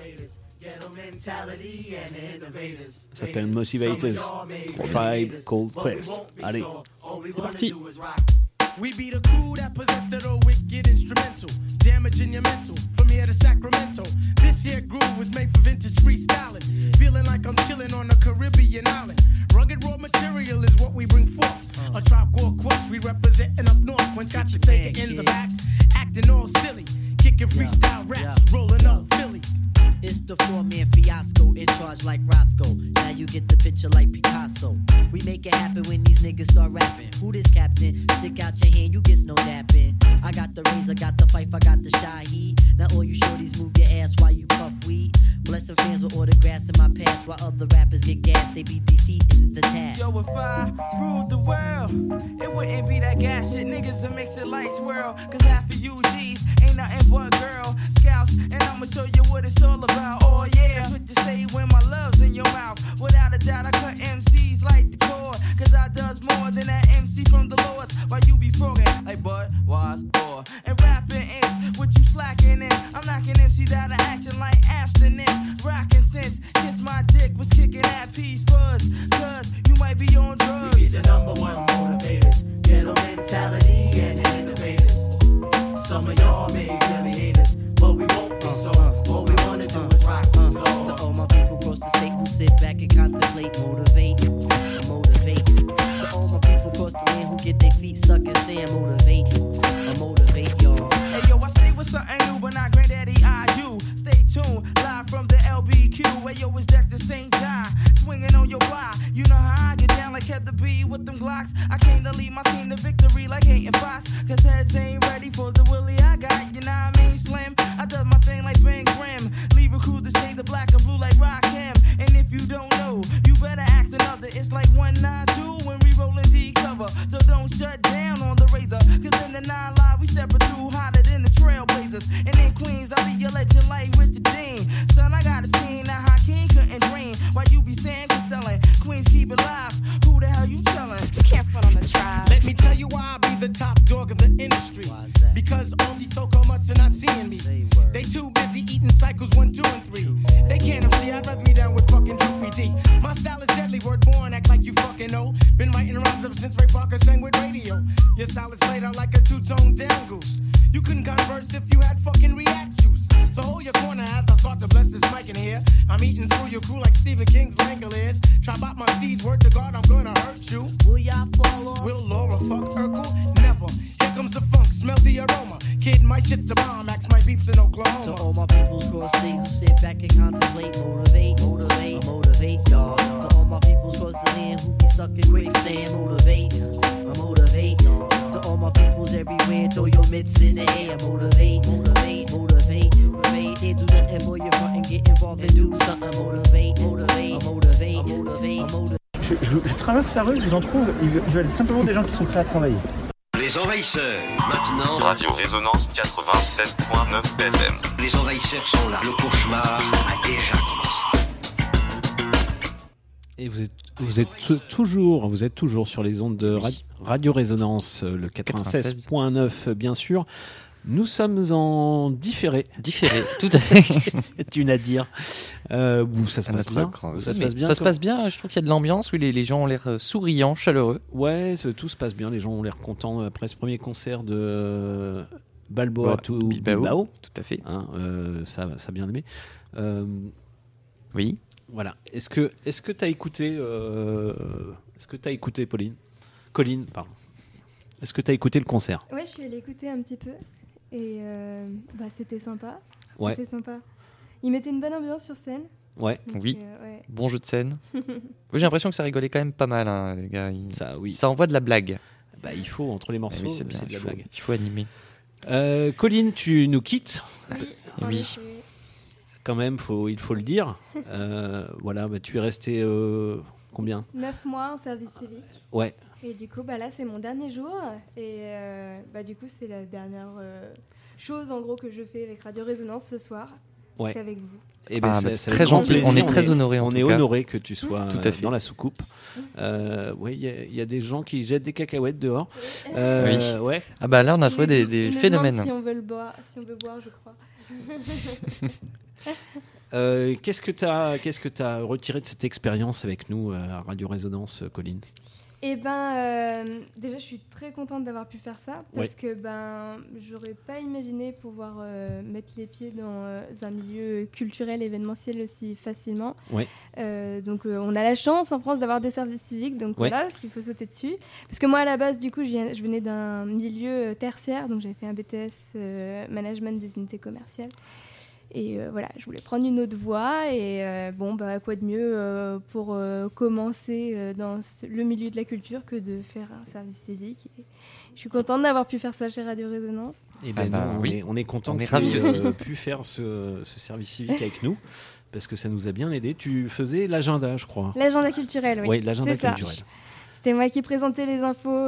Ça s'appelle Motivators. Tribe Called Quest. Allez, c'est parti. We be the crew that possess that old wicked instrumental, damaging your mental from here to Sacramento. This here groove was made for vintage freestyling, feeling like I'm chilling on a Caribbean island. Rugged raw material is what we bring forth. A Tribe Called Quest, we representing up north. When got your Sega in the back, acting all silly, kicking freestyle raps, rolling up Philly. It's the four-man fiasco, in charge like Roscoe. Now you get the picture like Picasso. We make it happen when these niggas start rapping. Who this captain? Stick out your hand, you get no dapping. I got the razor, got the fife, I got the shy heat. Now all you shorties move your ass while you puff weed. Blessing fans with autographs in my past. While other rappers get gassed, they be defeating the task. Yo, if I ruled the world, it wouldn't be that gas shit. Niggas will mix it like swirl. Cause half of you G's ain't nothing but girl scouts. And I'ma show you what it's all about. Oh yeah, that's what you say when my love's in your mouth. Without a doubt, I cut MCs like the cord. Cause I does more than that MC from the Lords. While you be frogging like Bud, was, or. And rapping is what you slacking in. I'm knocking MCs out of action like abstinence. Rockin' since kiss my dick was kicking that piece fuzz. Cause you might be on drugs. We be the number one motivators. Ghetto mentality and innovators. Some of y'all may really hate us, but we won't be so. All we wanna do is rock the floor. To all my people across the state who sit back and contemplate, motivate. To all my people across the land who get their feet stuck in sand, motivate, y'all. Hey yo, I stay with something new, but not granddaddy I do. Stay tuned, live from the LBQ, where yo is Dr. St. John, swinging on your block. You know how I get down like Heather B with them Glocks. I came to lead my team to victory like Hayden Fox. Cause heads ain't ready for the Willie I got, you know what I mean, Slim? I does my thing like Ben Grimm. Leave a crew to shade the black and blue like Rakim. And if you don't know, you better ask another. It's like 192 when we rollin' D cover. So don't shut down on the razor. Cause in the 9 Live we steppin' through hotter than the Trailblazers. And in Queens I be a legend like Richard Dean. Son, I got a team that Hakeem couldn't dream. While you be saying good selling, Queens keep it live. Who the hell you tellin'? You can't front on the Tribe. Let me tell you why I be the top dog of the industry. Because all these so-called mutts are not seeing me. They too busy eating cycles 1, 2, and 3. They can't MC, I'd rather be down with fucking Droopy D. My style is deadly, word born, act like you fucking know. Been writing rhymes ever since Ray Parker sang with radio. Your style is played out like a two-tone down goose. You couldn't converse if you had fucking React juice. So hold your corner as I start to bless this mic in here. I'm eating through your crew like like Stephen King's Langoliers. Chop out my steeds, word to God, I'm gonna hurt you. Will y'all fall off? Will Laura fuck Urkel? Never. Here comes the funk, smell the aroma. Kid, my shit's the bomb, axe my beeps in Oklahoma. To all my peoples cross state who sit back and contemplate, motivate, motivate, motivate, y'all. To all my peoples cross the land who be stuck in quicksand, motivate, motivate. To all my peoples everywhere, throw your mitts in the air, motivate, motivate, motivate, motivate. They do nothing for your front and get involved and do something, motivate, motivate, motivate, motivate, motivate. Je traverse la rue, je vous en trouve, ils veulent simplement des gens qui sont prêts à travailler. Les envahisseurs, maintenant. Radio Résonance 87.9 FM. Les envahisseurs sont là. Le cauchemar a déjà commencé. Et vous êtes toujours sur les ondes de Radio Résonance, le 96.9 bien sûr. Nous sommes en différé. Différé, tout à fait. Tu n'as à dire. Ça se passe bien. Ça se passe bien. Je trouve qu'il y a de l'ambiance où les gens ont l'air souriants, chaleureux. Ouais, tout se passe bien. Les gens ont l'air contents après ce premier concert de Balboa to Bilbao. Tout à fait. Hein, ça a bien aimé. Oui. Voilà. Est-ce que tu as écouté Colline, pardon. Est-ce que tu as écouté le concert? Ouais, je suis allée écouter un petit peu. Et c'était sympa. Ouais. C'était sympa. Ils mettaient une bonne ambiance sur scène. Ouais. Donc, oui. Ouais. Bon jeu de scène. J'ai l'impression que ça rigolait quand même pas mal, hein, les gars. Ça envoie de la blague. Bah, il faut, entre les morceaux, c'est bien, c'est de la blague. Il faut animer. Colline, tu nous quittes. Oui. Quand même, il faut le dire. Voilà, tu es resté combien? 9 mois en service civique. Ouais. Et du coup, là, c'est mon dernier jour. Et du coup, c'est la dernière chose, en gros, que je fais avec Radio Résonance ce soir. Ouais. C'est avec vous. Et c'est très gentil. On est très honorés. On est honorés que tu sois dans la soucoupe. Oui, il y a des gens qui jettent des cacahuètes dehors. Oui. Ouais. Ah bah là, on a trouvé des phénomènes. Si on veut boire, je crois. Qu'est-ce que t'as retiré de cette expérience avec nous à Radio Résonance, Colline? Eh déjà, je suis très contente d'avoir pu faire ça parce que j'aurais pas imaginé pouvoir mettre les pieds dans un milieu culturel, événementiel aussi facilement. Ouais. Donc, on a la chance en France d'avoir des services civiques, donc voilà, il faut sauter dessus. Parce que moi, à la base, du coup, je venais d'un milieu tertiaire, donc j'avais fait un BTS Management des unités commerciales. Et voilà, je voulais prendre une autre voie et quoi de mieux pour commencer dans le milieu de la culture que de faire un service civique. Et je suis contente d'avoir pu faire ça chez Radio Résonance. Et on est content que tu aies pu faire ce service civique avec nous parce que ça nous a bien aidé. Tu faisais l'agenda, je crois. L'agenda culturel, oui. Oui, l'agenda culturel. C'était moi qui présentais les infos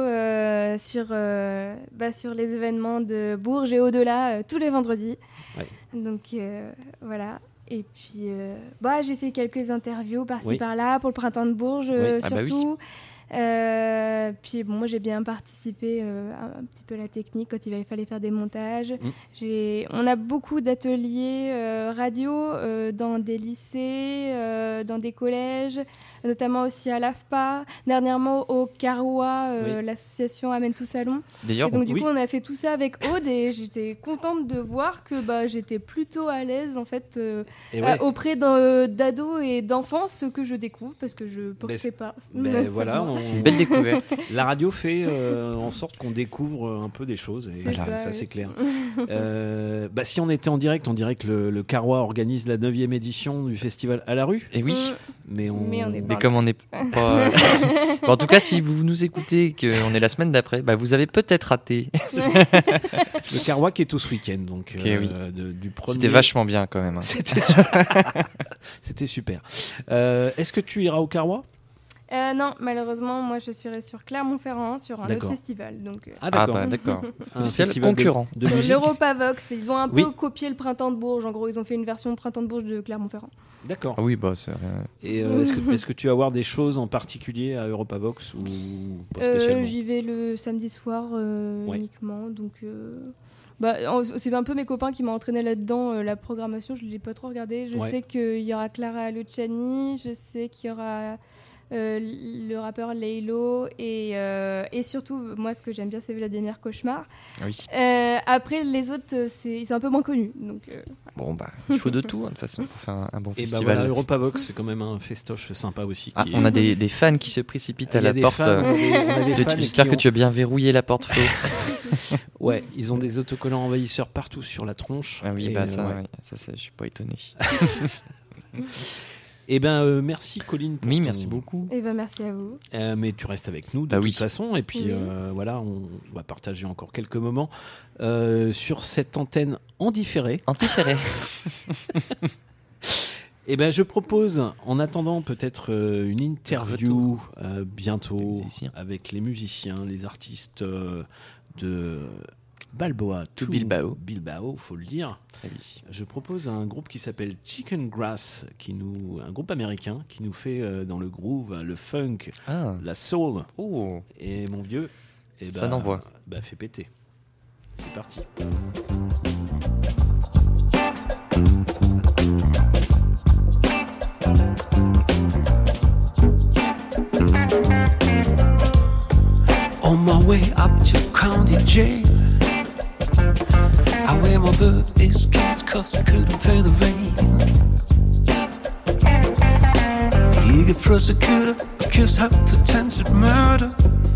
sur les événements de Bourges et au-delà tous les vendredis. Ouais. Donc voilà. Et puis j'ai fait quelques interviews par-ci par-là pour le printemps de Bourges surtout. Puis moi j'ai bien participé un petit peu à la technique quand il fallait faire des montages. On a beaucoup d'ateliers radio dans des lycées, dans des collèges, notamment aussi à l'AFPA, dernièrement au Carrois, l'association Amène tout Salon. D'ailleurs, et donc du coup on a fait tout ça avec Aude et j'étais contente de voir que j'étais plutôt à l'aise en fait auprès d'ados et d'enfants, ce que je découvre parce que je pensais pas. Voilà. C'est une belle découverte. La radio fait en sorte qu'on découvre un peu des choses. Et ça c'est clair. Si on était en direct, on dirait que le Carrois organise la 9e édition du festival à la rue. Et oui. Mais comme on n'est pas... en tout cas, si vous nous écoutez, qu'on est la semaine d'après, vous avez peut-être raté. Le Carrois qui est tout ce week-end. Donc, du premier... C'était vachement bien quand même. Hein. C'était super. Est-ce que tu iras au Carrois? Non, malheureusement, moi je suis sur Clermont-Ferrand sur un autre festival. Donc, d'accord. Un festival concurrent. De musique. L'Europavox. Ils ont un peu copié le Printemps de Bourges. En gros, ils ont fait une version Printemps de Bourges de Clermont-Ferrand. D'accord. Ah oui, c'est rien. Et est-ce que tu vas voir des choses en particulier à Europavox ou pas spécialement? J'y vais le samedi soir uniquement. Donc. C'est un peu mes copains qui m'ont entraîné là-dedans. La programmation, je ne l'ai pas trop regardée. Je sais qu'il y aura Clara Luciani, je sais qu'il y aura le rappeur Laylo et surtout, moi, ce que j'aime bien, c'est Vladimir Cauchemar. Oui. Après, les autres, ils sont un peu moins connus. Donc, bon, bah, il faut de tout, de toute façon, pour faire un bon festival. Et bah voilà, Europavox, c'est quand même un festoche sympa aussi. On a des fans qui se précipitent à la porte. J'espère que tu as bien verrouillé la porte, Flo. Ouais, ils ont des autocollants envahisseurs partout sur la tronche. Ah oui, bah ça, je suis pas étonné. Eh ben, merci Colline. Oui, merci beaucoup. Eh ben, merci à vous. Mais tu restes avec nous de toute façon. Et puis voilà, on va partager encore quelques moments sur cette antenne en différé. En différé. Eh ben, je propose, en attendant peut-être une interview bientôt avec les musiciens, les artistes de Balboa to Bilbao, faut le dire. Je propose un groupe qui s'appelle Chicken Grass, un groupe américain qui nous fait dans le groove, le funk, la soul. Oh. Et mon vieux, ça n'envoie. Fait péter. C'est parti. On my way up to county jail, I wear my birthday skates 'cause I couldn't feel the rain. He got prosecuted, accused her of attempted murder.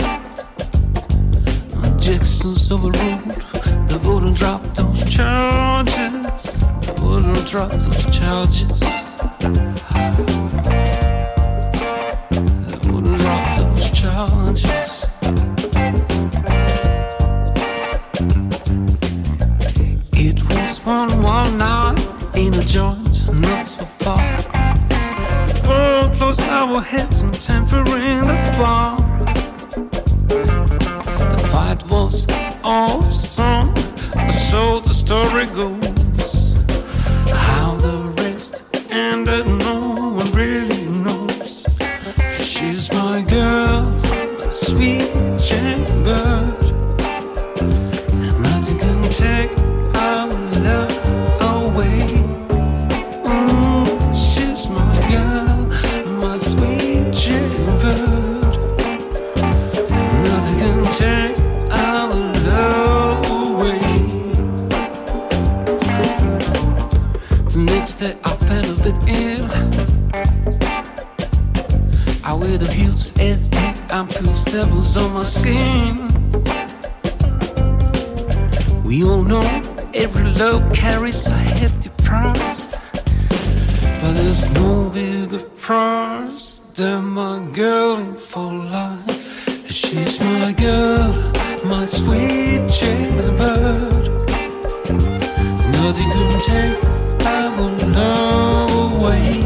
Jackson's overruled, they wouldn't drop those charges. They wouldn't drop those charges. They wouldn't drop those charges. It was one night in a joint, not so far. Both close our heads and tempering the bar. The fight was awesome, so the story goes. How the rest ended, no one really knows. She's my girl, a sweet jailbird, and nothing can take our love away. She's my girl, my sweet jailbird, and nothing can take our love away. The next day I felt a bit ill. I wear the huge headache, I'm few devils on my skin. We all know every love carries a hefty price, but there's no bigger price than my girl for life. She's my girl, my sweet jailbird. Nothing can take our love away.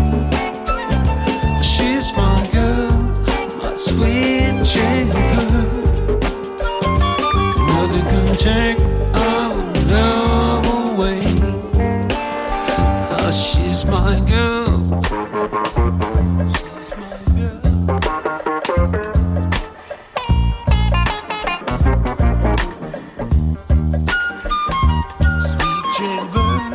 She's my girl, my sweet jailbird. Nothing can take our love away. She's my girl. She's my girl. Sweet jailbird.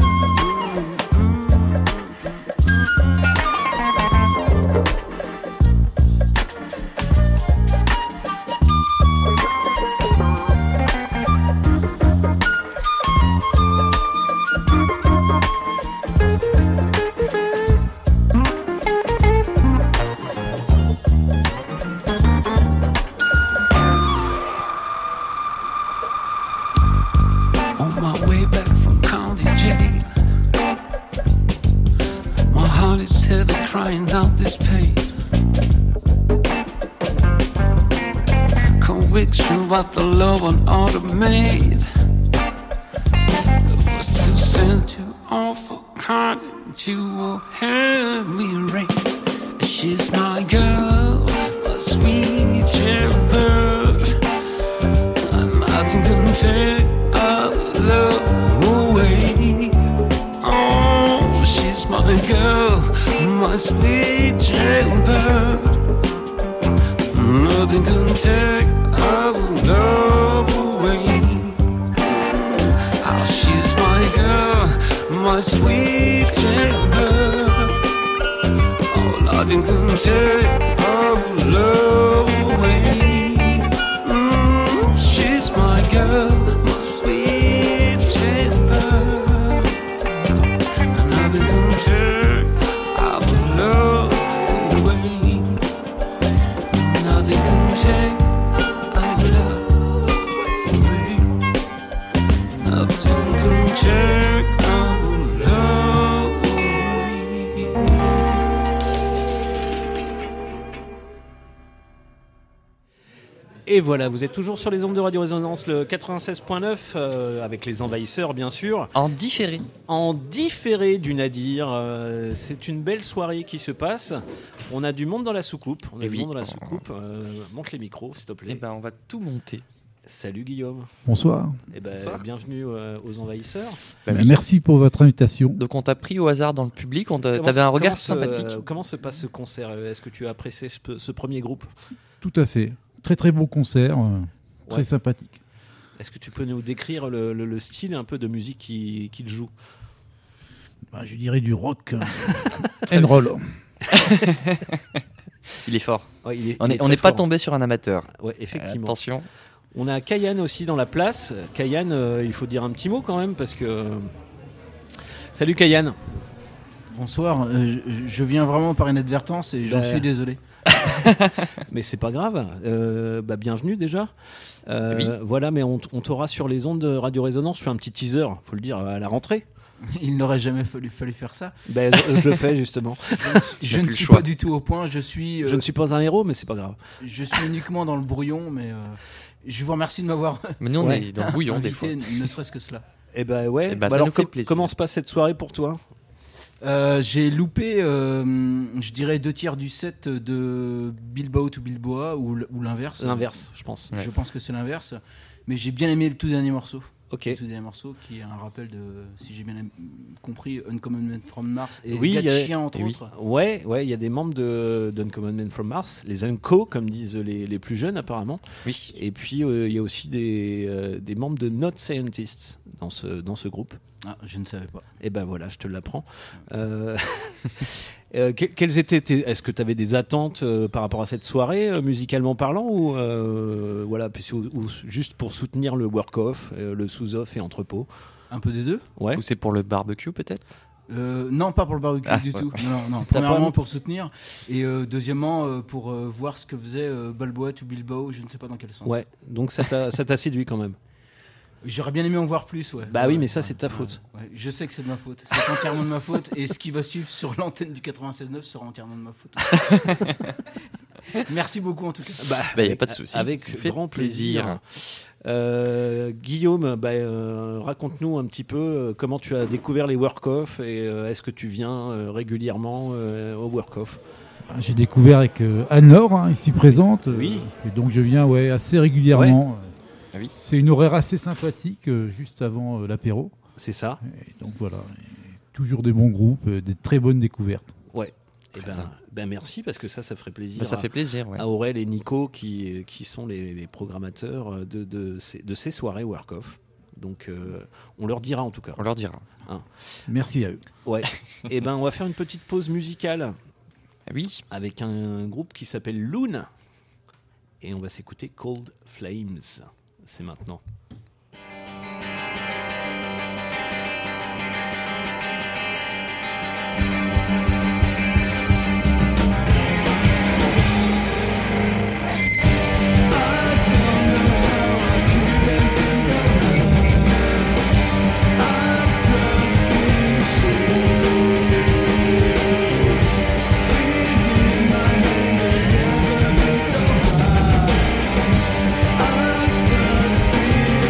On my way back from county jail, my heart is heavy, crying out this pain. Conviction, what the love on order made. It was to send you off a kind into a heavy rain. She's my girl, my sweet jailbird, and nothing can take our love away. Oh, she's my girl, my sweet jailbird. Nothing can take our love away. Oh, she's my girl, my sweet jailbird. Oh, nothing can take Et voilà, vous êtes toujours sur les ondes de Radio Résonance, le 96.9, avec les envahisseurs, bien sûr. En différé. En différé du Nadir. C'est une belle soirée qui se passe. On a du monde dans la soucoupe. Monte les micros, s'il te plaît. Eh ben, on va tout monter. Salut Guillaume. Bonsoir. Bonsoir. Bienvenue aux envahisseurs. Merci pour votre invitation. Donc on t'a pris au hasard dans le public, t'avais un regard sympathique. Comment se passe ce concert ? Est-ce que tu as apprécié ce premier groupe ? Tout à fait. Très très beau concert, très sympathique. Est-ce que tu peux nous décrire le style un peu de musique qu'il joue ? Je dirais du rock and roll. Il est fort. Ouais, on n'est pas tombé sur un amateur. Ouais, effectivement. Attention. On a Kayan aussi dans la place. Kayan, il faut dire un petit mot quand même parce que... Salut Kayan. Bonsoir, je viens vraiment par inadvertance et j'en suis désolé. Mais c'est pas grave. Bienvenue déjà. Oui. Voilà, mais on t'aura sur les ondes de Radio Résonance. Je fais un petit teaser, faut le dire, à la rentrée. Il n'aurait jamais fallu faire ça. Je le fais justement. Je ne suis pas du tout au point. Je ne suis pas un héros, mais c'est pas grave. Je suis uniquement dans le brouillon, mais je vous remercie de m'avoir. Mais nous, on est dans le bouillon des fois. Ne serait-ce que cela. Ça nous fait plaisir. Comment se passe cette soirée pour toi ? J'ai loupé, je dirais, 2/3 du set de Bilbao to Bilboa ou l'inverse. L'inverse, je pense. Je pense que c'est l'inverse. Mais j'ai bien aimé le tout dernier morceau. Ok. Le tout dernier morceau qui est un rappel de, si j'ai bien compris, Uncommon Men from Mars et oui, Gatchien entre autres. Ouais, il y a des membres d'Uncommon Men from Mars, les Unco comme disent les plus jeunes apparemment. Oui. Et puis il y a aussi des membres de Not Scientists dans ce groupe. Ah, je ne savais pas. Et ben voilà, je te l'apprends. Quelles étaient est-ce que tu avais des attentes par rapport à cette soirée, musicalement parlant, ou juste pour soutenir le work-off, le sous-off et entrepôt ? Un peu des deux. Ouais. Ou c'est pour le barbecue peut-être ? Non, pas pour le barbecue du tout. Non. Premièrement pour soutenir et deuxièmement pour voir ce que faisait Balboa to Bilbao, je ne sais pas dans quel sens. Ouais, donc ça t'a séduit quand même. J'aurais bien aimé en voir plus, ouais. Oui, mais ça, c'est ta faute. Ouais. Je sais que c'est de ma faute. C'est entièrement de ma faute. Et ce qui va suivre sur l'antenne du 96.9 sera entièrement de ma faute. Merci beaucoup, en tout cas. Il n'y a pas de souci. Avec grand plaisir. Guillaume, raconte-nous un petit peu comment tu as découvert les work-off et est-ce que tu viens régulièrement au work-off ? J'ai découvert avec Anne-Laure, ici présente. Oui. Et donc, je viens assez régulièrement. Ouais. Ah oui. C'est une horaire assez sympathique juste avant l'apéro. C'est ça. Et donc voilà, toujours des bons groupes, des très bonnes découvertes. Ouais. Et merci parce que ça ferait plaisir. Ça fait plaisir, ouais. À Aurel et Nico qui sont les programmateurs de ces soirées work-off. Donc on leur dira en tout cas. On leur dira. Hein. Merci à eux. Ouais. Et on va faire une petite pause musicale. Oui. Avec un groupe qui s'appelle Loon. Et on va s'écouter Cold Flames. C'est maintenant. So high, I still feel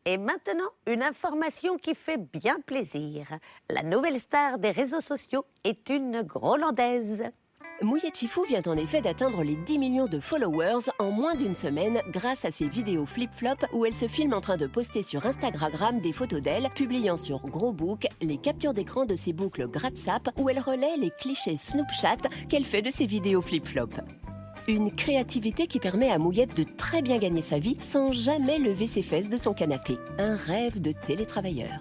Et maintenant, une information qui fait bien plaisir. La nouvelle star des réseaux sociaux est une Grolandaise. Mouillette Chifou vient en effet d'atteindre les 10 millions de followers en moins d'une semaine grâce à ses vidéos flip-flop où elle se filme en train de poster sur Instagram des photos d'elle, publiant sur Gros Book les captures d'écran de ses boucles gratte-sap où elle relaie les clichés Snapchat qu'elle fait de ses vidéos flip-flop. Une créativité qui permet à Mouillette de très bien gagner sa vie sans jamais lever ses fesses de son canapé. Un rêve de télétravailleur.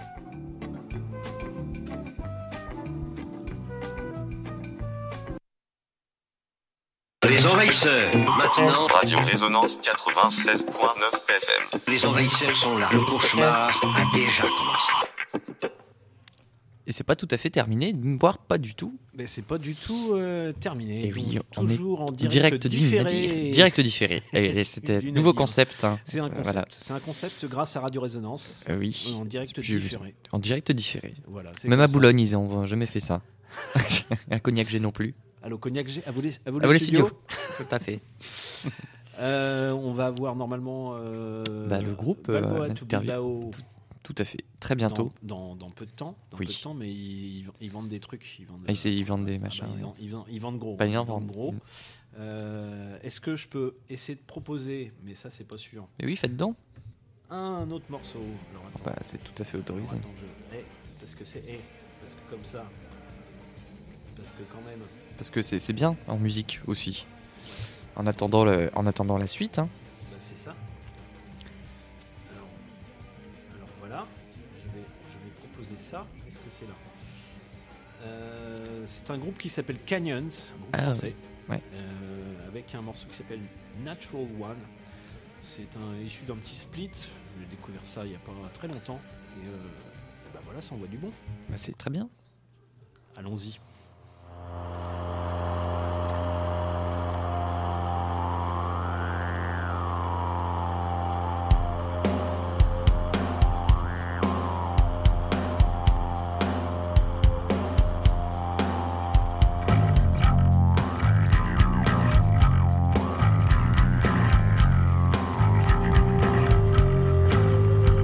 Les envahisseurs, maintenant. Radio Résonance 96.9 FM. Les envahisseurs sont là. Le cauchemar a déjà commencé. Et c'est pas tout à fait terminé, voire pas du tout. Mais c'est pas du tout terminé. Et oui, on toujours est en direct différé. Direct différé. C'était un nouveau concept. Hein. C'est un concept. Voilà. C'est un concept grâce à Radio Résonance. Oui. En direct différé. En direct différé. Voilà, même à Boulogne, ils n'ont jamais fait ça. À Cognac G non plus. Allô Cognac G, à vous les studios. Tout à fait. On va avoir normalement le groupe Bilbao. Tout à fait. Très bientôt. Dans peu de temps. Peu de temps, mais ils vendent des trucs. Ils vendent des machins. Ils vendent gros. Ils vendent gros. Est-ce que je peux essayer de proposer, mais ça c'est pas sûr. Et oui, faites donc. Un autre morceau. Alors, c'est tout à fait autorisé. Alors, parce que c'est parce que comme ça. Parce que quand même. Parce que c'est bien en musique aussi. En attendant la suite. Hein. C'est ça. Alors voilà, je vais proposer ça. Est-ce que c'est là c'est un groupe qui s'appelle Canyons, un groupe français, avec un morceau qui s'appelle Natural One. C'est issu d'un petit split. J'ai découvert ça il n'y a pas très longtemps. Et voilà, ça envoie du bon. C'est très bien. Allons-y.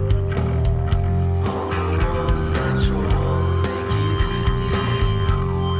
Natural, make it easy.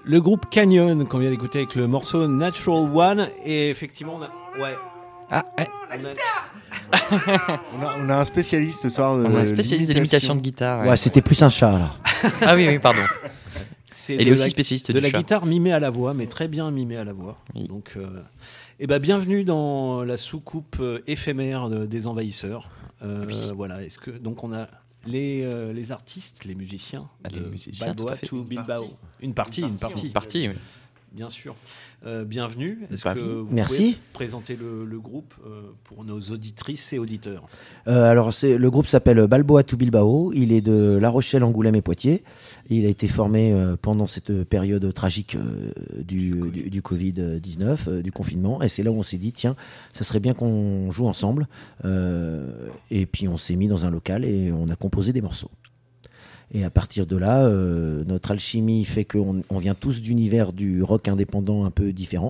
Le groupe Canyon qu'on vient d'écouter avec le morceau Natural One. Et effectivement, on a un spécialiste ce soir. On a un spécialiste de l'imitation de guitare. Ouais, c'était plus un chat là. Ah oui, pardon. Il est aussi spécialiste de la guitare mimée à la voix, mais très bien mimée à la voix. Oui. Donc, bienvenue dans la soucoupe éphémère des envahisseurs. Voilà. Donc on a les artistes, les musiciens, Balboa to Bilbao. Une partie. Oui. Bien sûr. Bienvenue. Est-ce que vous pouvez présenter le groupe pour nos auditrices et auditeurs? Alors, le groupe s'appelle Balboa to Bilbao. Il est de La Rochelle, Angoulême et Poitiers. Il a été formé pendant cette période tragique du Covid-19, du confinement. Et c'est là où on s'est dit, tiens, ça serait bien qu'on joue ensemble. Et puis, on s'est mis dans un local et on a composé des morceaux. Et à partir de là, notre alchimie fait qu'on vient tous d'univers du rock indépendant un peu différent.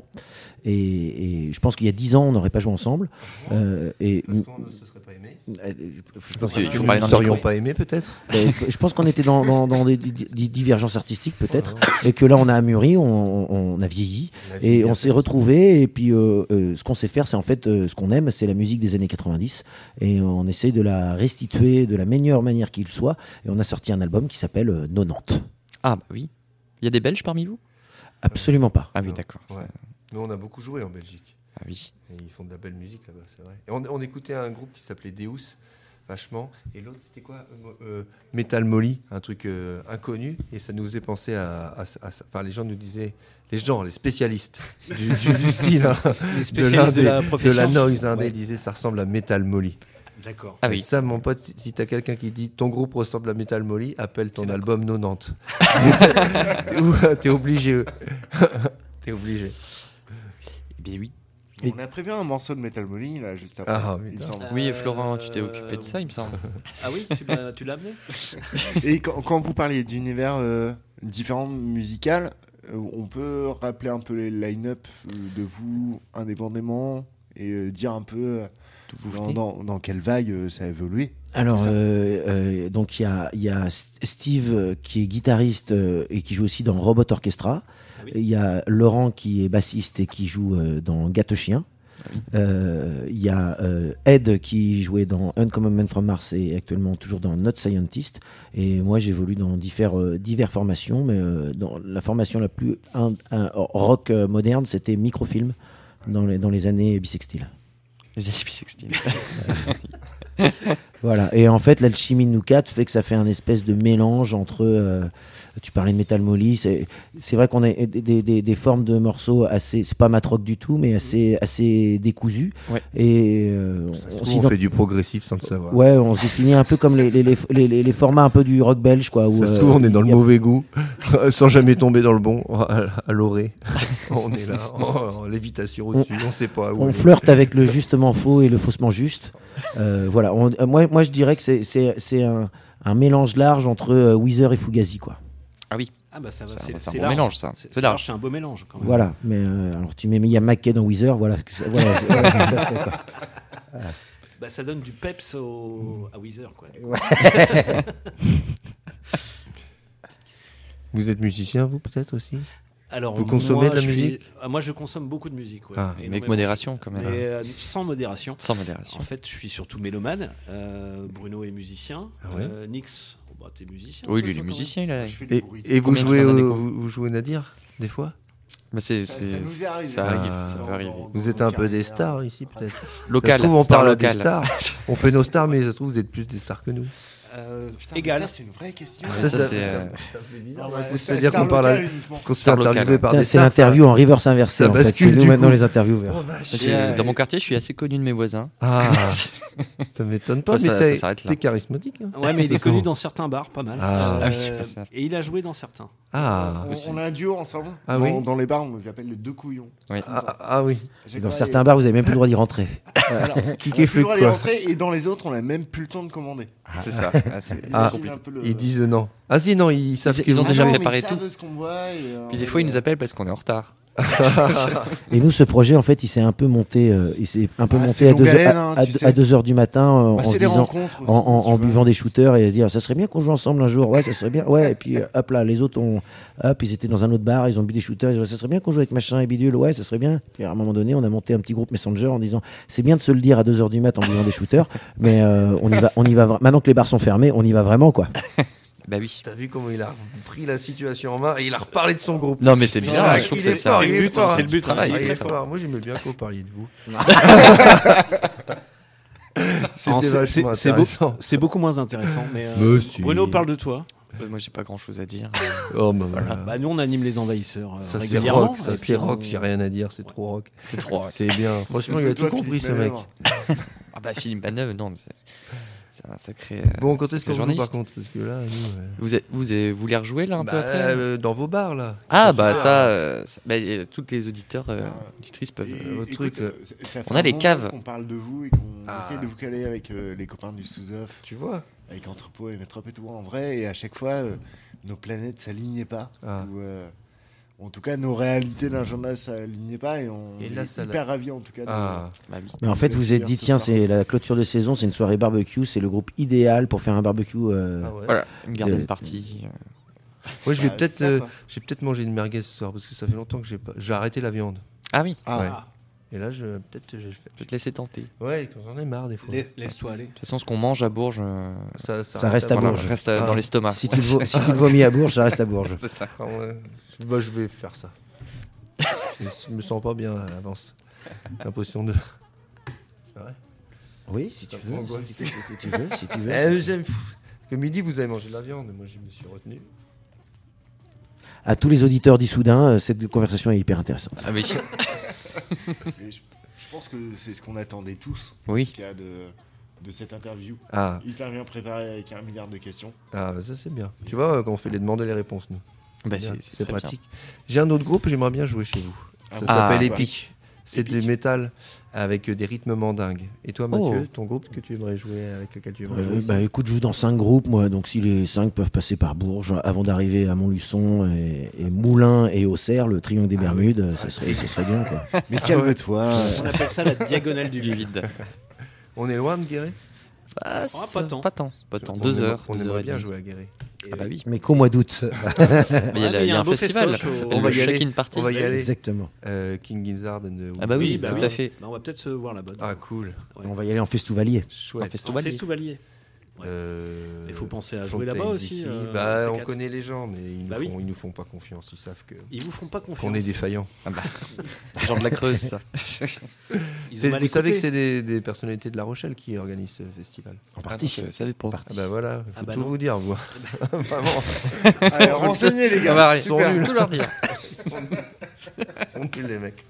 Et je pense qu'il y a 10 ans, on n'aurait pas joué ensemble. Parce qu'on ne se serait pas aimé. Je pense que nous ne serions pas aimés, peut-être. Je pense qu'on était dans des divergences artistiques, peut-être. Et que là, on a amûri, on a vieilli. Et on s'est retrouvés. Et puis, ce qu'on sait faire, c'est en fait ce qu'on aime, c'est la musique des années 90. Et on essaye de la restituer de la meilleure manière qu'il soit. Et on a sorti un album qui s'appelle 90. Ah, bah oui. Il y a des Belges parmi vous? Absolument pas. Ah oui, d'accord. Ouais. Nous, on a beaucoup joué en Belgique. Ah oui. Et ils font de la belle musique là-bas, c'est vrai. Et on écoutait un groupe qui s'appelait Deus, vachement. Et l'autre, c'était quoi? Metal Molly, un truc inconnu. Et ça nous faisait penser enfin, les gens nous disaient, les spécialistes du style, hein, les spécialistes de la noise indé, disaient ça ressemble à Metal Molly. D'accord. Ah oui. Ça, mon pote, si t'as quelqu'un qui dit ton groupe ressemble à Metal Molly, appelle ton album 90. T'es obligé. T'es obligé. Eh oui. On a prévu un morceau de Metal Molly là juste après. Il me semble. Oui, Florent, tu t'es occupé de ça, il me semble. Ah oui, tu l'as amené. Et quand vous parliez d'univers différents musical, on peut rappeler un peu les line-up de vous indépendamment et dire un peu dans quelle vague ça a évolué. Alors, donc il y a Steve qui est guitariste et qui joue aussi dans Robot Orchestra. Il y a Laurent qui est bassiste et qui joue dans Gâte Chien. Il y a Ed qui jouait dans Uncommon Man from Mars et actuellement toujours dans Not Scientist. Et moi j'évolue dans diverses formations, mais dans la formation la plus rock moderne, c'était Microfilm dans les années bissextiles. Les années bissextiles. Voilà. Et en fait, l'alchimie de nous quatre fait que ça fait un espèce de mélange entre. Tu parlais de Metal Molly, c'est vrai qu'on a des formes de morceaux assez, c'est pas mat rock du tout, mais assez décousues. Ouais. Et on fait du progressif sans le savoir. Ouais, on se définit un peu comme les formats un peu du rock belge, quoi. Ça se trouve, on est dans le mauvais goût, sans jamais tomber dans le bon, à l'orée. On est là, en lévitation au-dessus, on sait pas où. On flirte avec le justement faux et le faussement juste. Voilà. Moi, je dirais que c'est un mélange large entre Weezer et Fugazi, quoi. Ah oui. Ah bah c'est un bon mélange, ça. C'est large, c'est un beau mélange quand même. Voilà, mais alors tu mets Mia McKay dans Weezer, voilà ce que ça fait, quoi. Bah ça donne du peps à Weezer, quoi. Ouais. Vous êtes musicien, vous, peut-être aussi? Alors, vous consommez de la musique? Moi, je consomme beaucoup de musique. Ouais. Mais avec modération, quand même. Mais sans modération. Sans modération. En fait, je suis surtout mélomane. Bruno est musicien. Ouais. Nix, t'es musicien. Oui, lui, il est musicien. Il a... Et vous jouez Nadir, des fois? Bah ça nous est arrivé. Ça peut arriver. Vous êtes un peu des stars ici, peut-être. Local. Ça se trouve, on parle des stars. On fait nos stars, mais ça se trouve, vous êtes plus des stars que nous. Égal. Ça, c'est une vraie question. Ça fait bizarre. C'est-à-dire qu'on parle qu'on se fait interviewer par des stars. C'est l'interview en reverse inversé. En fait. C'est nous maintenant les intervieweurs. Dans mon quartier, je suis assez connu de mes voisins. Ah, ça m'étonne pas, mais t'es charismatique. Ouais, mais il est connu dans certains bars, pas mal. Et il a joué dans certains. On a un duo ensemble. Dans les bars, on nous appelle les deux couillons. Ah oui. Dans certains bars, vous avez même plus le droit d'y rentrer. Qui est flûte, quoi. Et dans les autres, on a même plus le temps de commander. C'est ça. Ils disent non. Ah si, non, ils savent qu'ils ont déjà préparé tout. Ils savent ce qu'on voit. Puis des fois, ils nous appellent parce qu'on est en retard. Et nous, ce projet, en fait, il s'est un peu monté, à 2h du matin en se disant, en buvant des shooters et se dire, ça serait bien qu'on joue ensemble un jour. Ouais, ça serait bien. Ouais, et puis hop là, les autres ils étaient dans un autre bar, ils ont bu des shooters. Ils disaient, ça serait bien qu'on joue avec machin et bidule. Ouais, ça serait bien. Puis à un moment donné, on a monté un petit groupe Messenger en disant, c'est bien de se le dire à 2h du mat en buvant des shooters, mais on y va. Maintenant que les bars sont fermés, on y va vraiment, quoi. Bah oui. T'as vu comment il a pris la situation en main et il a reparlé de son groupe. Non mais c'est bien. Je trouve que c'est le but. C'est le but. Travail. Il est fort. Moi j'aimais bien que vous parliez de vous. C'est beaucoup moins intéressant. Mais Bruno, parle de toi. Moi j'ai pas grand chose à dire. Oh voilà. Bah nous on anime les envahisseurs. Ça c'est rock. Ça c'est rock. J'ai rien à dire. C'est trop rock. C'est trop rock. C'est bien. Franchement il a tout compris ce mec. Ah bah Philippe Manœuvre non. C'est un sacré. Bon, quand est-ce qu'on joue par contre? Parce que là, nous, vous les rejouez là un peu après dans vos bars là. Ah bah ça, toutes les auditeurs, auditrices peuvent. On a les caves. On parle de vous et qu'on essaie de vous caler avec les copains du sous-off. Tu vois. Avec Entrepôt et Métropole et tout en vrai. Et à chaque fois, nos planètes s'alignaient pas. En tout cas, nos réalités d'un journal s'alignaient pas et on est hyper ravis en tout cas. Mais en fait, vous êtes dit, tiens, c'est la clôture de saison, c'est une soirée barbecue, c'est le groupe idéal pour faire un barbecue. Voilà, une garden party. Moi, je vais peut-être manger une merguez ce soir parce que ça fait longtemps que j'ai arrêté la viande. Ah oui. Ouais. Et là, je vais te laisser tenter. Ouais, quand j'en ai marre des fois. Laisse-toi aller. De toute façon, ce qu'on mange à Bourges, ça reste à Bourges. Reste dans l'estomac. Si tu le vomis à Bourges, ça reste à Bourges. C'est ça. Bah, je vais faire ça. Je me sens pas bien à l'avance. J'ai l'impression de. C'est vrai? Oui, si tu veux. Si tu veux. J'aime. Que midi, vous avez mangé de la viande. Moi, je me suis retenu. À tous les auditeurs d'Issoudun, cette conversation est hyper intéressante. Ah oui. Je pense que c'est ce qu'on attendait tous. Oui. En tout cas de cette interview. Hyper bien préparée avec 1 milliard de questions. Ah, ça c'est bien. Tu vois, quand on fait les demandes et les réponses, nous. Bah, c'est pratique. J'ai un autre groupe, j'aimerais bien jouer chez vous. Ça s'appelle Epic. C'est du métal avec des rythmes mandingues. Et toi, Mathieu, ton groupe que tu aimerais jouer, avec lequel tu aimerais jouer? Bah, écoute, je joue dans 5 groupes, moi. Donc, si les 5 peuvent passer par Bourges avant d'arriver à Montluçon et Moulins et Auxerre, le triangle des Bermudes, ça serait bien, quoi. Mais calme-toi. On appelle ça la diagonale du vide. On est loin de Guéret? Pas tant. 2 heures. On aimerait bien jouer à Guéret. Ah bah oui. Mais qu'au mois d'août. Il y a un festival. On va y aller. Party. On va y aller. Exactement. King Gizzard and Ah bah oui, tout à fait. On va peut-être se voir là-bas. Ah cool. On va y aller en Festouvalier. En Festouvalier. Il faut penser à jouer là-bas aussi. On connaît les gens, mais ils nous font pas confiance. Ils savent que. Ils vous font pas confiance. Qu'on est défaillant. Les gens de la Creuse, ça. Vous savez que c'est des personnalités de La Rochelle qui organisent ce festival. En partie. Je savais pas. Ah bah voilà, il faut tout vous dire, vous. Vraiment. Allez, renseignez les gars. Ils sont nuls. Tout leur dire. Ils sont nuls les mecs.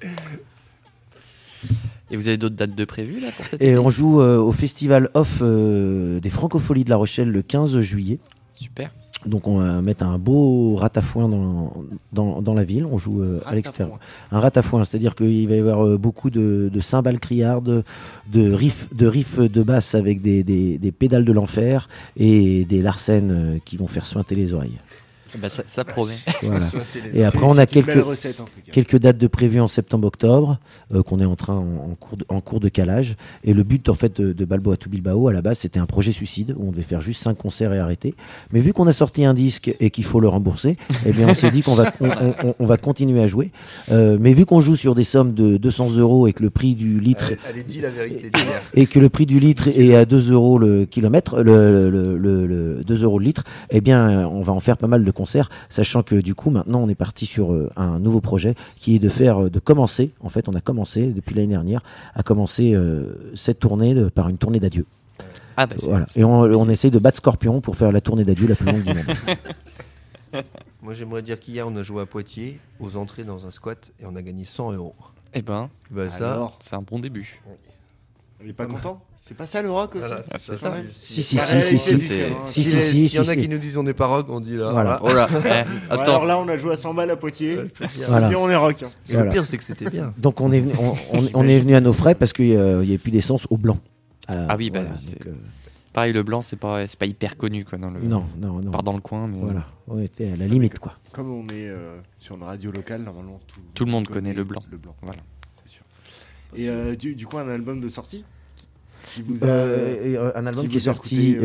Et vous avez d'autres dates de prévues là pour cette Et été on joue au festival off des Francopholies de La Rochelle le 15 juillet. Super. Donc on va mettre un beau ratafouin dans la ville. On joue à l'extérieur. Un ratafouin, c'est-à-dire qu'il va y avoir beaucoup de cymbales criardes, de riffs de basse avec des pédales de l'enfer et des larcènes qui vont faire suinter les oreilles. Bah ça promet. Voilà. Et après on a quelques dates de prévues en septembre-octobre qu'on est en cours de calage. Et le but en fait de Balboa to Bilbao à la base c'était un projet suicide où on devait faire juste 5 concerts et arrêter. Mais vu qu'on a sorti un disque et qu'il faut le rembourser, eh bien on s'est dit qu'on va continuer à jouer. Mais vu qu'on joue sur des sommes de 200 € et que le prix du litre allez, dis la vérité, et que le prix du litre est à 2 € le kilomètre, le 2 € le litre, eh bien on va en faire pas mal de concerts, sachant que du coup maintenant on est parti sur un nouveau projet qui est de commencer, en fait on a commencé depuis l'année dernière à commencer cette tournée par une tournée d'adieu. Ah bah voilà. Et on essaye de battre Scorpion pour faire la tournée d'adieu la plus longue du monde. Moi j'aimerais dire qu'hier on a joué à Poitiers aux entrées dans un squat et on a gagné 100 €. Eh ben ça c'est un bon début. On est pas content? C'est pas ça le rock aussi? Voilà, c'est ça. Si. S'il y en a qui nous disent on n'est pas rock, on dit là. Voilà. Oh là. Attends. Alors là, on a joué à 100 balles à Poitiers. Voilà. Et on est rock. Et le pire, c'est que c'était bien. Donc on est venu à nos frais parce qu'il n'y avait plus d'essence au blanc. Ah oui, voilà, Pareil, le blanc, c'est pas hyper connu quoi. Non. Part dans le coin, mais voilà, on était à la limite quoi. Comme on est sur une radio locale, normalement tout le monde connaît le blanc. Voilà, c'est sûr. Et du coup, un album de sortie qui vous un album qui est sorti,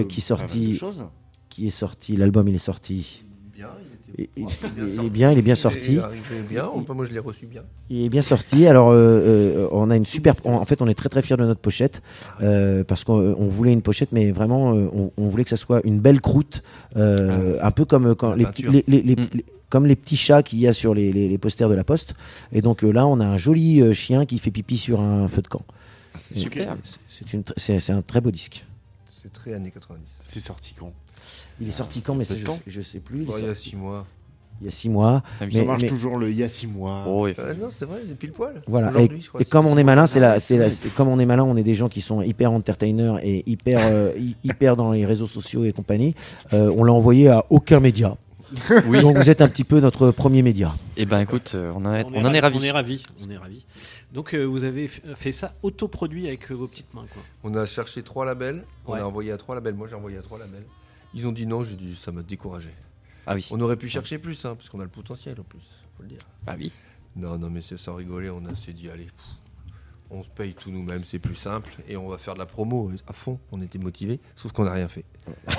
l'album il est sorti. Il est bien sorti. Enfin, moi je l'ai reçu bien. Il est bien sorti. Alors, on a une super. En fait, on est très très fiers de notre pochette parce qu'on voulait une pochette, mais vraiment, on voulait que ça soit une belle croûte, un peu comme quand comme les petits chats qu'il y a sur les posters de la Poste. Et donc là, on a un joli chien qui fait pipi sur un feu de camp. C'est super. C'est un très beau disque. C'est très années 90. C'est sorti quand? Il est sorti quand, mais je sais plus. Il y a 6 mois. Il y a 6 mois. Ça marche toujours le il y a 6 mois. Non, c'est vrai, c'est pile poil. Voilà. Et comme on est malin, comme on est malin, on est des gens qui sont hyper entertainers et hyper dans les réseaux sociaux et compagnie. On l'a envoyé à aucun média. Oui. Donc vous êtes un petit peu notre premier média. Eh ben écoute, on en est ravis. On est ravis. Donc vous avez fait ça autoproduit avec vos petites mains quoi. On a cherché 3 labels, on a envoyé à 3 labels. Moi j'ai envoyé à 3 labels. Ils ont dit non, j'ai dit ça m'a découragé. Ah oui. On aurait pu chercher plus, parce qu'on a le potentiel en plus, faut le dire. Ah oui. Non, mais c'est sans rigoler, on s'est dit allez, on se paye tout nous-mêmes, c'est plus simple et on va faire de la promo à fond. On était motivés, sauf qu'on n'a rien fait.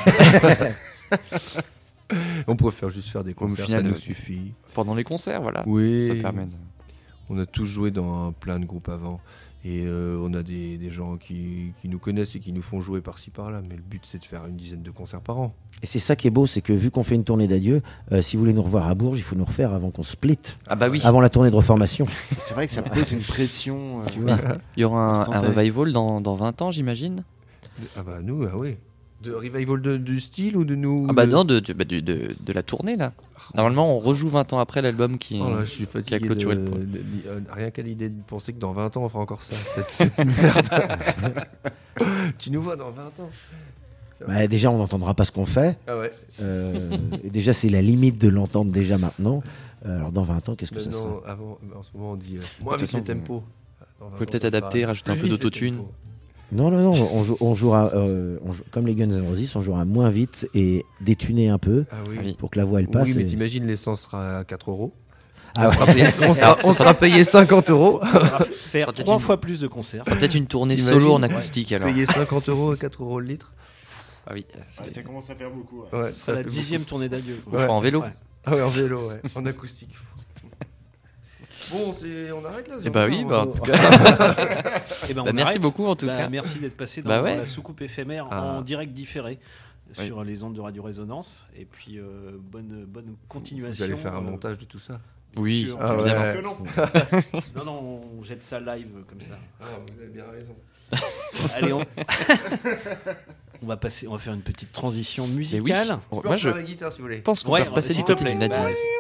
On préfère juste faire des concerts, ça nous suffit. Pendant les concerts, voilà. Oui. Ça permet. On a tous joué dans plein de groupes avant. Et on a des gens qui nous connaissent et qui nous font jouer par-ci par-là. Mais le but, c'est de faire une dizaine de concerts par an. Et c'est ça qui est beau, c'est que vu qu'on fait une tournée d'adieu, si vous voulez nous revoir à Bourges, il faut nous refaire avant qu'on split. Ah bah oui. Avant la tournée de reformation. C'est vrai que ça pose une pression. Tu vois. Il y aura un revival dans 20 ans, j'imagine. Ah bah nous, ah oui. De revival du style ou de nous? Ah bah non, de la tournée là. Normalement, on rejoue 20 ans après l'album qui je suis fatigué a clôturé le rien qu'à l'idée de penser que dans 20 ans on fera encore ça, cette merde. Tu nous vois dans 20 ans. Bah, déjà, on n'entendra pas ce qu'on fait. Ah ouais. Et déjà, c'est la limite de l'entendre déjà maintenant. Alors dans 20 ans, qu'est-ce que ça sera? En ce moment, on dit moins vite les tempos. Vous pouvez peut-être adapter, rajouter un peu d'autotune. Non, on jouera comme les Guns N' Roses, on jouera moins vite et détuner un peu pour que la voix elle passe. Oui, mais t'imagines, l'essence sera à 4 €. Ah on sera payé 50 €. On va faire 3 fois plus de concerts. Ça sera peut-être une tournée solo en acoustique alors. Payer 50 € à 4 € le litre. Ah oui. Ça commence à faire beaucoup. Ouais, c'est la 10e tournée d'adieu. En vélo. Ah ouais, en vélo, en acoustique. Bon, on arrête là. Et bah oui, en tout cas. Merci beaucoup en tout cas. Merci d'être passé dans la soucoupe éphémère en direct différé sur les ondes de Radio Résonance. Et puis bonne continuation. Vous allez faire un montage de tout ça? Oui, évidemment. Non, on jette ça live comme ça. Ah, vous avez bien raison. Allez, on va faire une petite transition musicale. Moi, je la guitare si vous voulez. pense qu'on peut repasser du Top Nadine.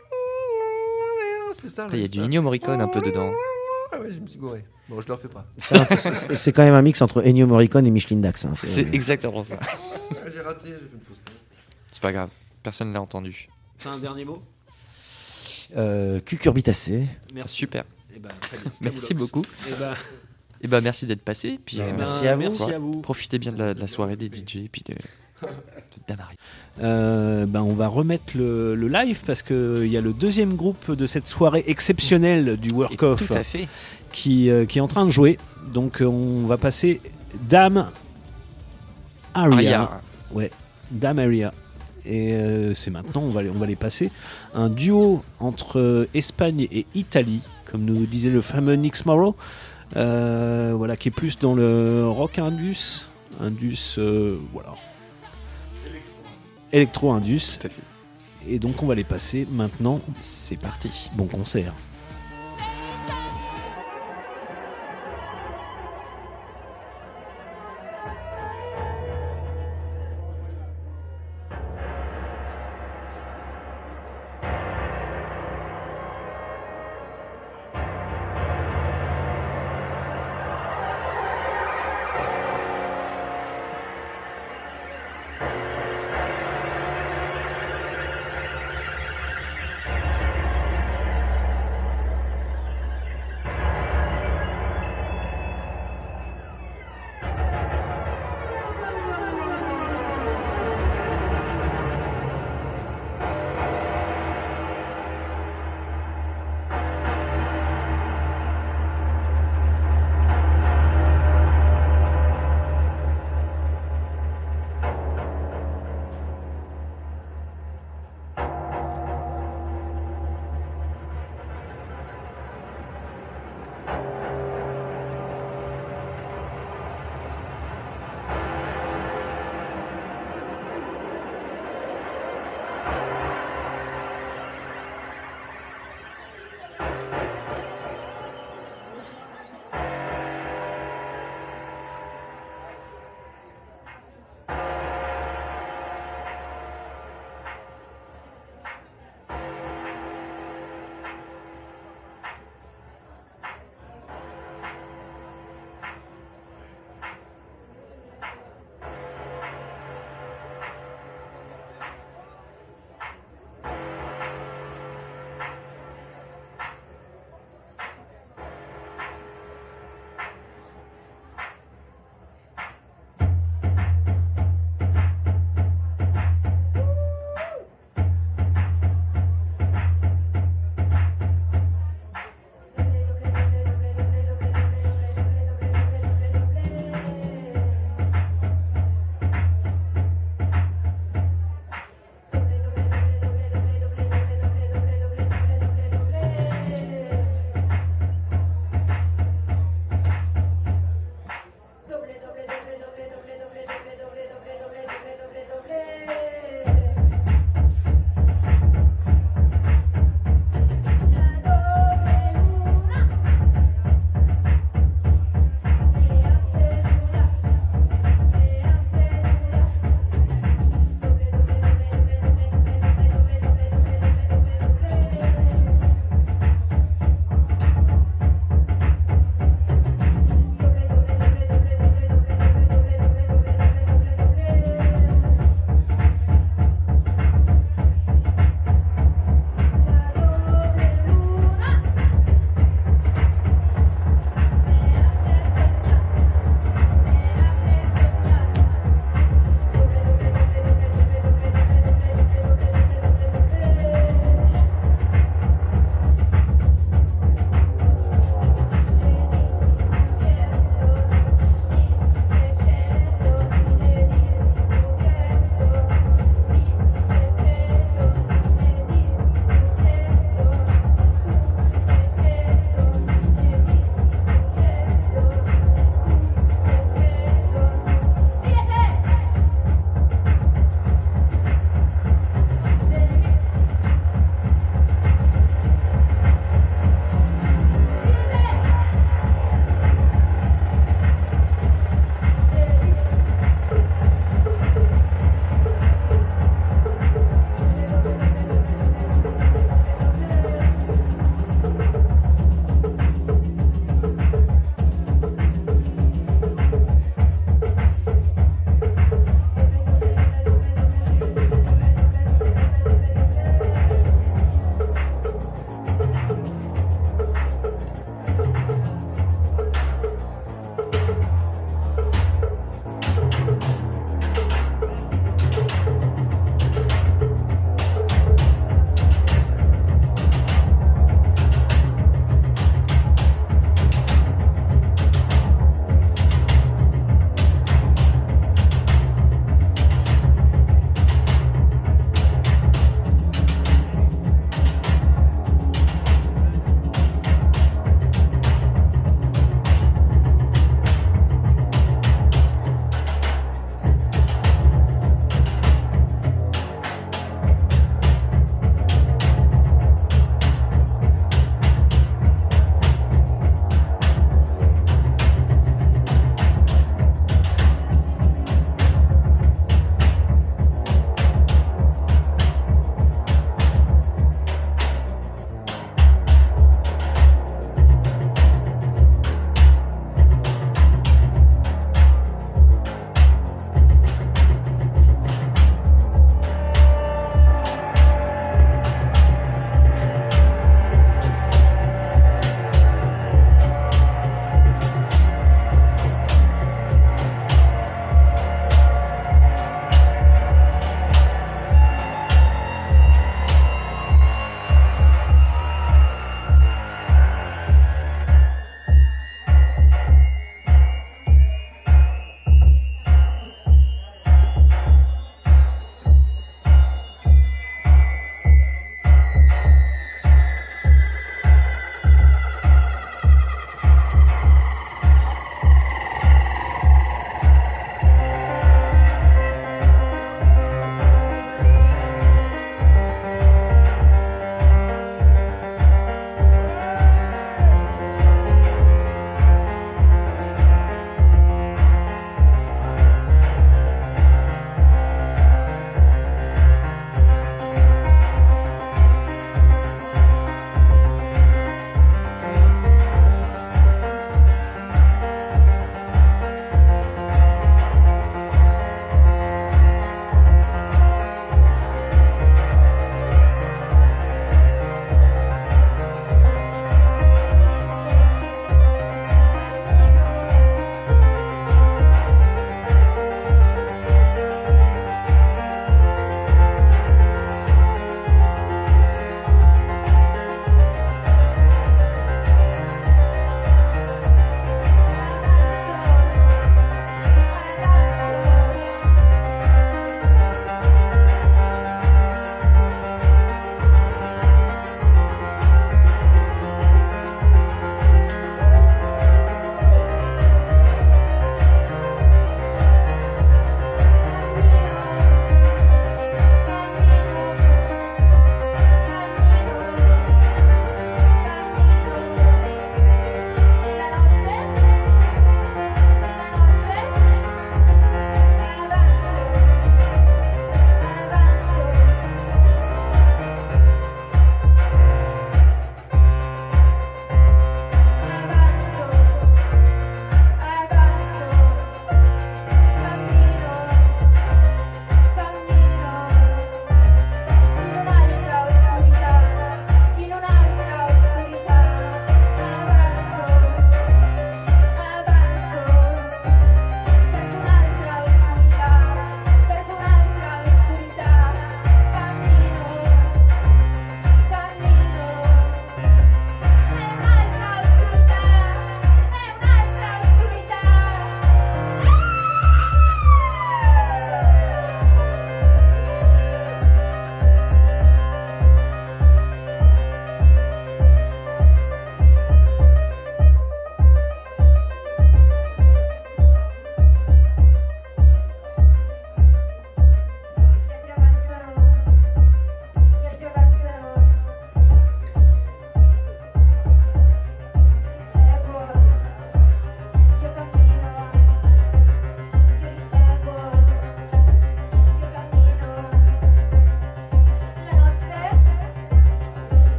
Il y a du Ennio Morricone un peu dedans. Ah ouais, je me suis gouré. Bon, je le refais pas. C'est quand même un mix entre Ennio Morricone et Micheline Dax. Hein. C'est exactement ça. J'ai raté, j'ai fait une fausse note. C'est pas grave, personne ne l'a entendu. T'as un dernier mot? Cucurbitacé. Merci. Super. Très bien. Merci beaucoup. Et merci d'être passé. Puis, merci à vous. Profitez bien de la soirée des DJ et puis de Damari. On va remettre le live parce qu'il y a le deuxième groupe de cette soirée exceptionnelle du Work-Off qui est en train de jouer. Donc on va passer Dame Aria. Ouais, Dame Aria. Et c'est maintenant, on va les passer. Un duo entre Espagne et Italie, comme nous disait le fameux Nick Morrow. Qui est plus dans le rock indus, électro-indus. Et donc on va les passer maintenant. C'est parti. Bon concert.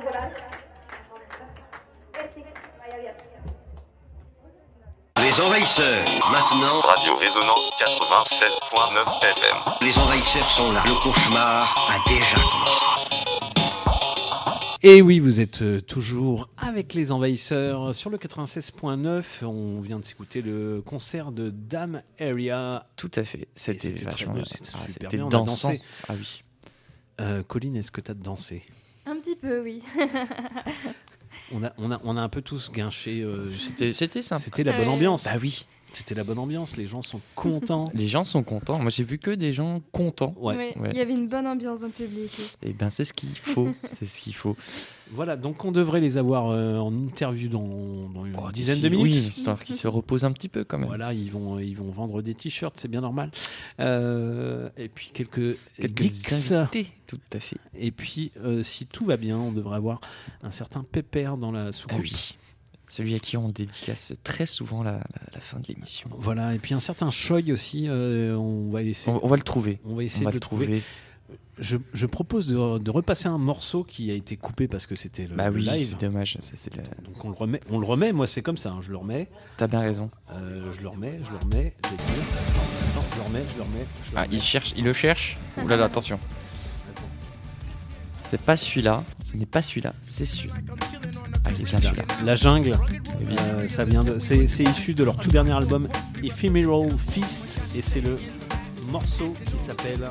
Les envahisseurs, maintenant. Radio Résonance 96.9 FM. Les envahisseurs sont là. Le cauchemar a déjà commencé. Et oui, vous êtes toujours avec les envahisseurs sur le 96.9. On vient de s'écouter le concert de Damn Area. Tout à fait. C'était vachement super bien. Dansant. On a dansé. Ah oui. Colline, est-ce que tu as dansé ? Un petit peu, oui. On a un peu tous guinché. C'était sympa. C'était la bonne ambiance. Bah oui. C'était la bonne ambiance. Les gens sont contents. Les gens sont contents. Moi, j'ai vu que des gens contents. Ouais. Il y avait une bonne ambiance dans le public. Et ben, c'est ce qu'il faut. C'est ce qu'il faut. Voilà, donc on devrait les avoir en interview dans une dizaine de minutes. Oui, histoire qu'ils se reposent un petit peu quand même. Voilà, ils vont vendre des t-shirts, c'est bien normal. Et puis quelques invités, tout à fait. Et puis, si tout va bien, on devrait avoir un certain Pépère dans la soucoupe. Ah oui. Celui à qui on dédicace très souvent la fin de l'émission. Voilà, et puis un certain Choi aussi, on va essayer. On va le trouver. On va essayer de le trouver. Je propose de repasser un morceau qui a été coupé parce que c'était le live. C'est dommage. Donc on le remet. Moi c'est comme ça, je le remets. T'as bien raison. Je le remets. Attends, je le remets. Il le cherche. Ouh là là, attention. C'est pas celui-là. Ce n'est pas celui-là. C'est celui-là. Ah, c'est bien celui-là. La jungle. Ça vient c'est issu de leur tout dernier album Ephemeral Feast et c'est le morceau qui s'appelle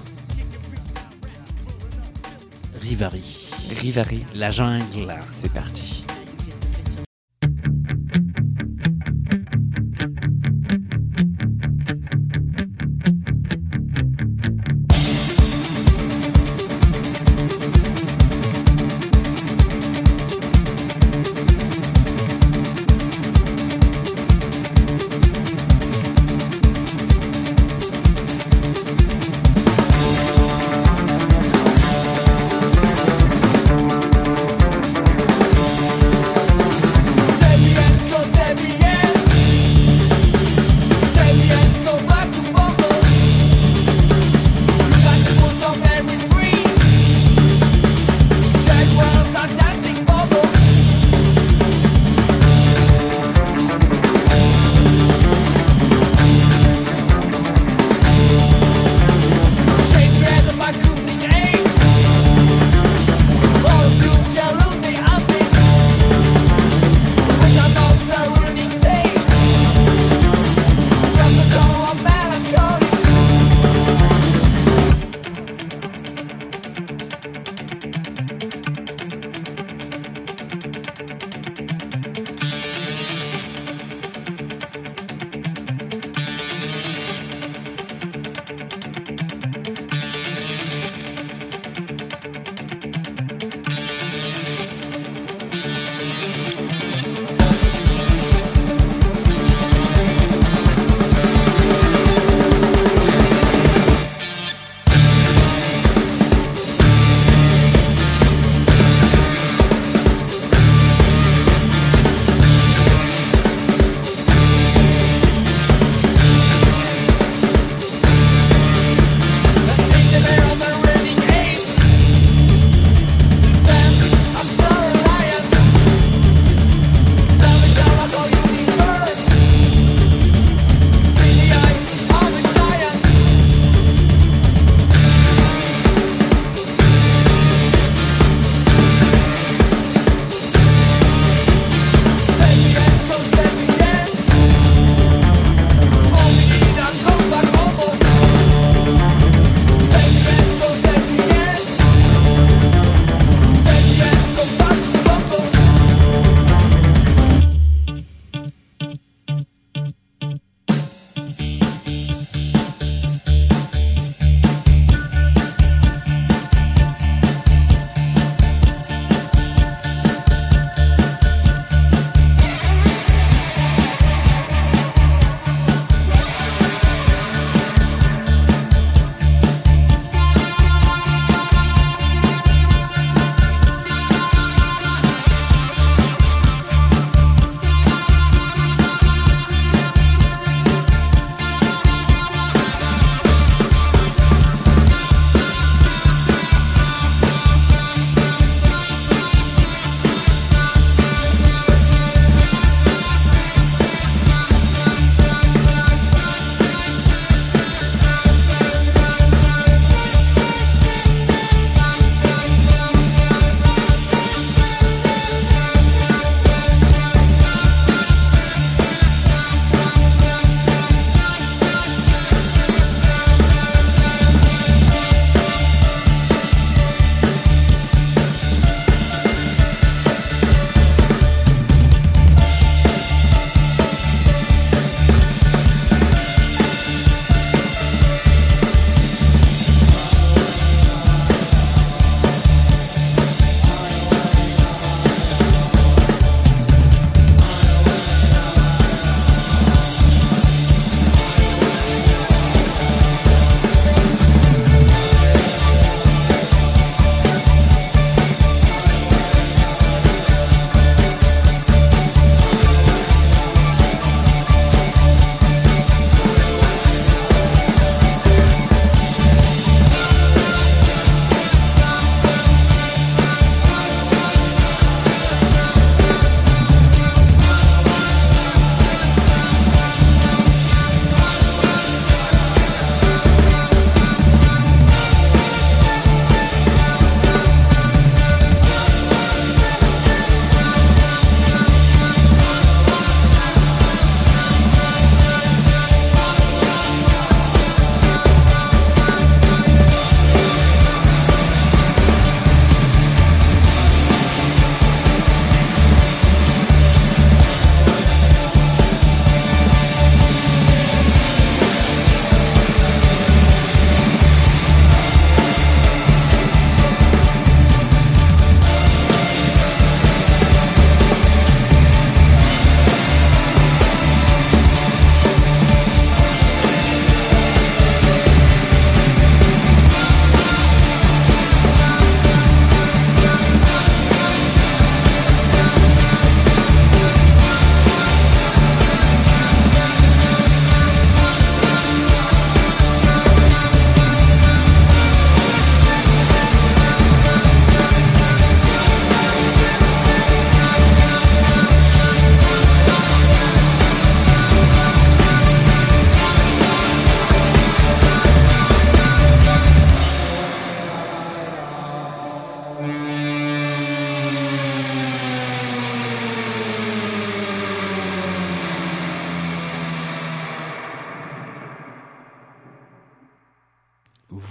Rivary. La jungle. C'est parti.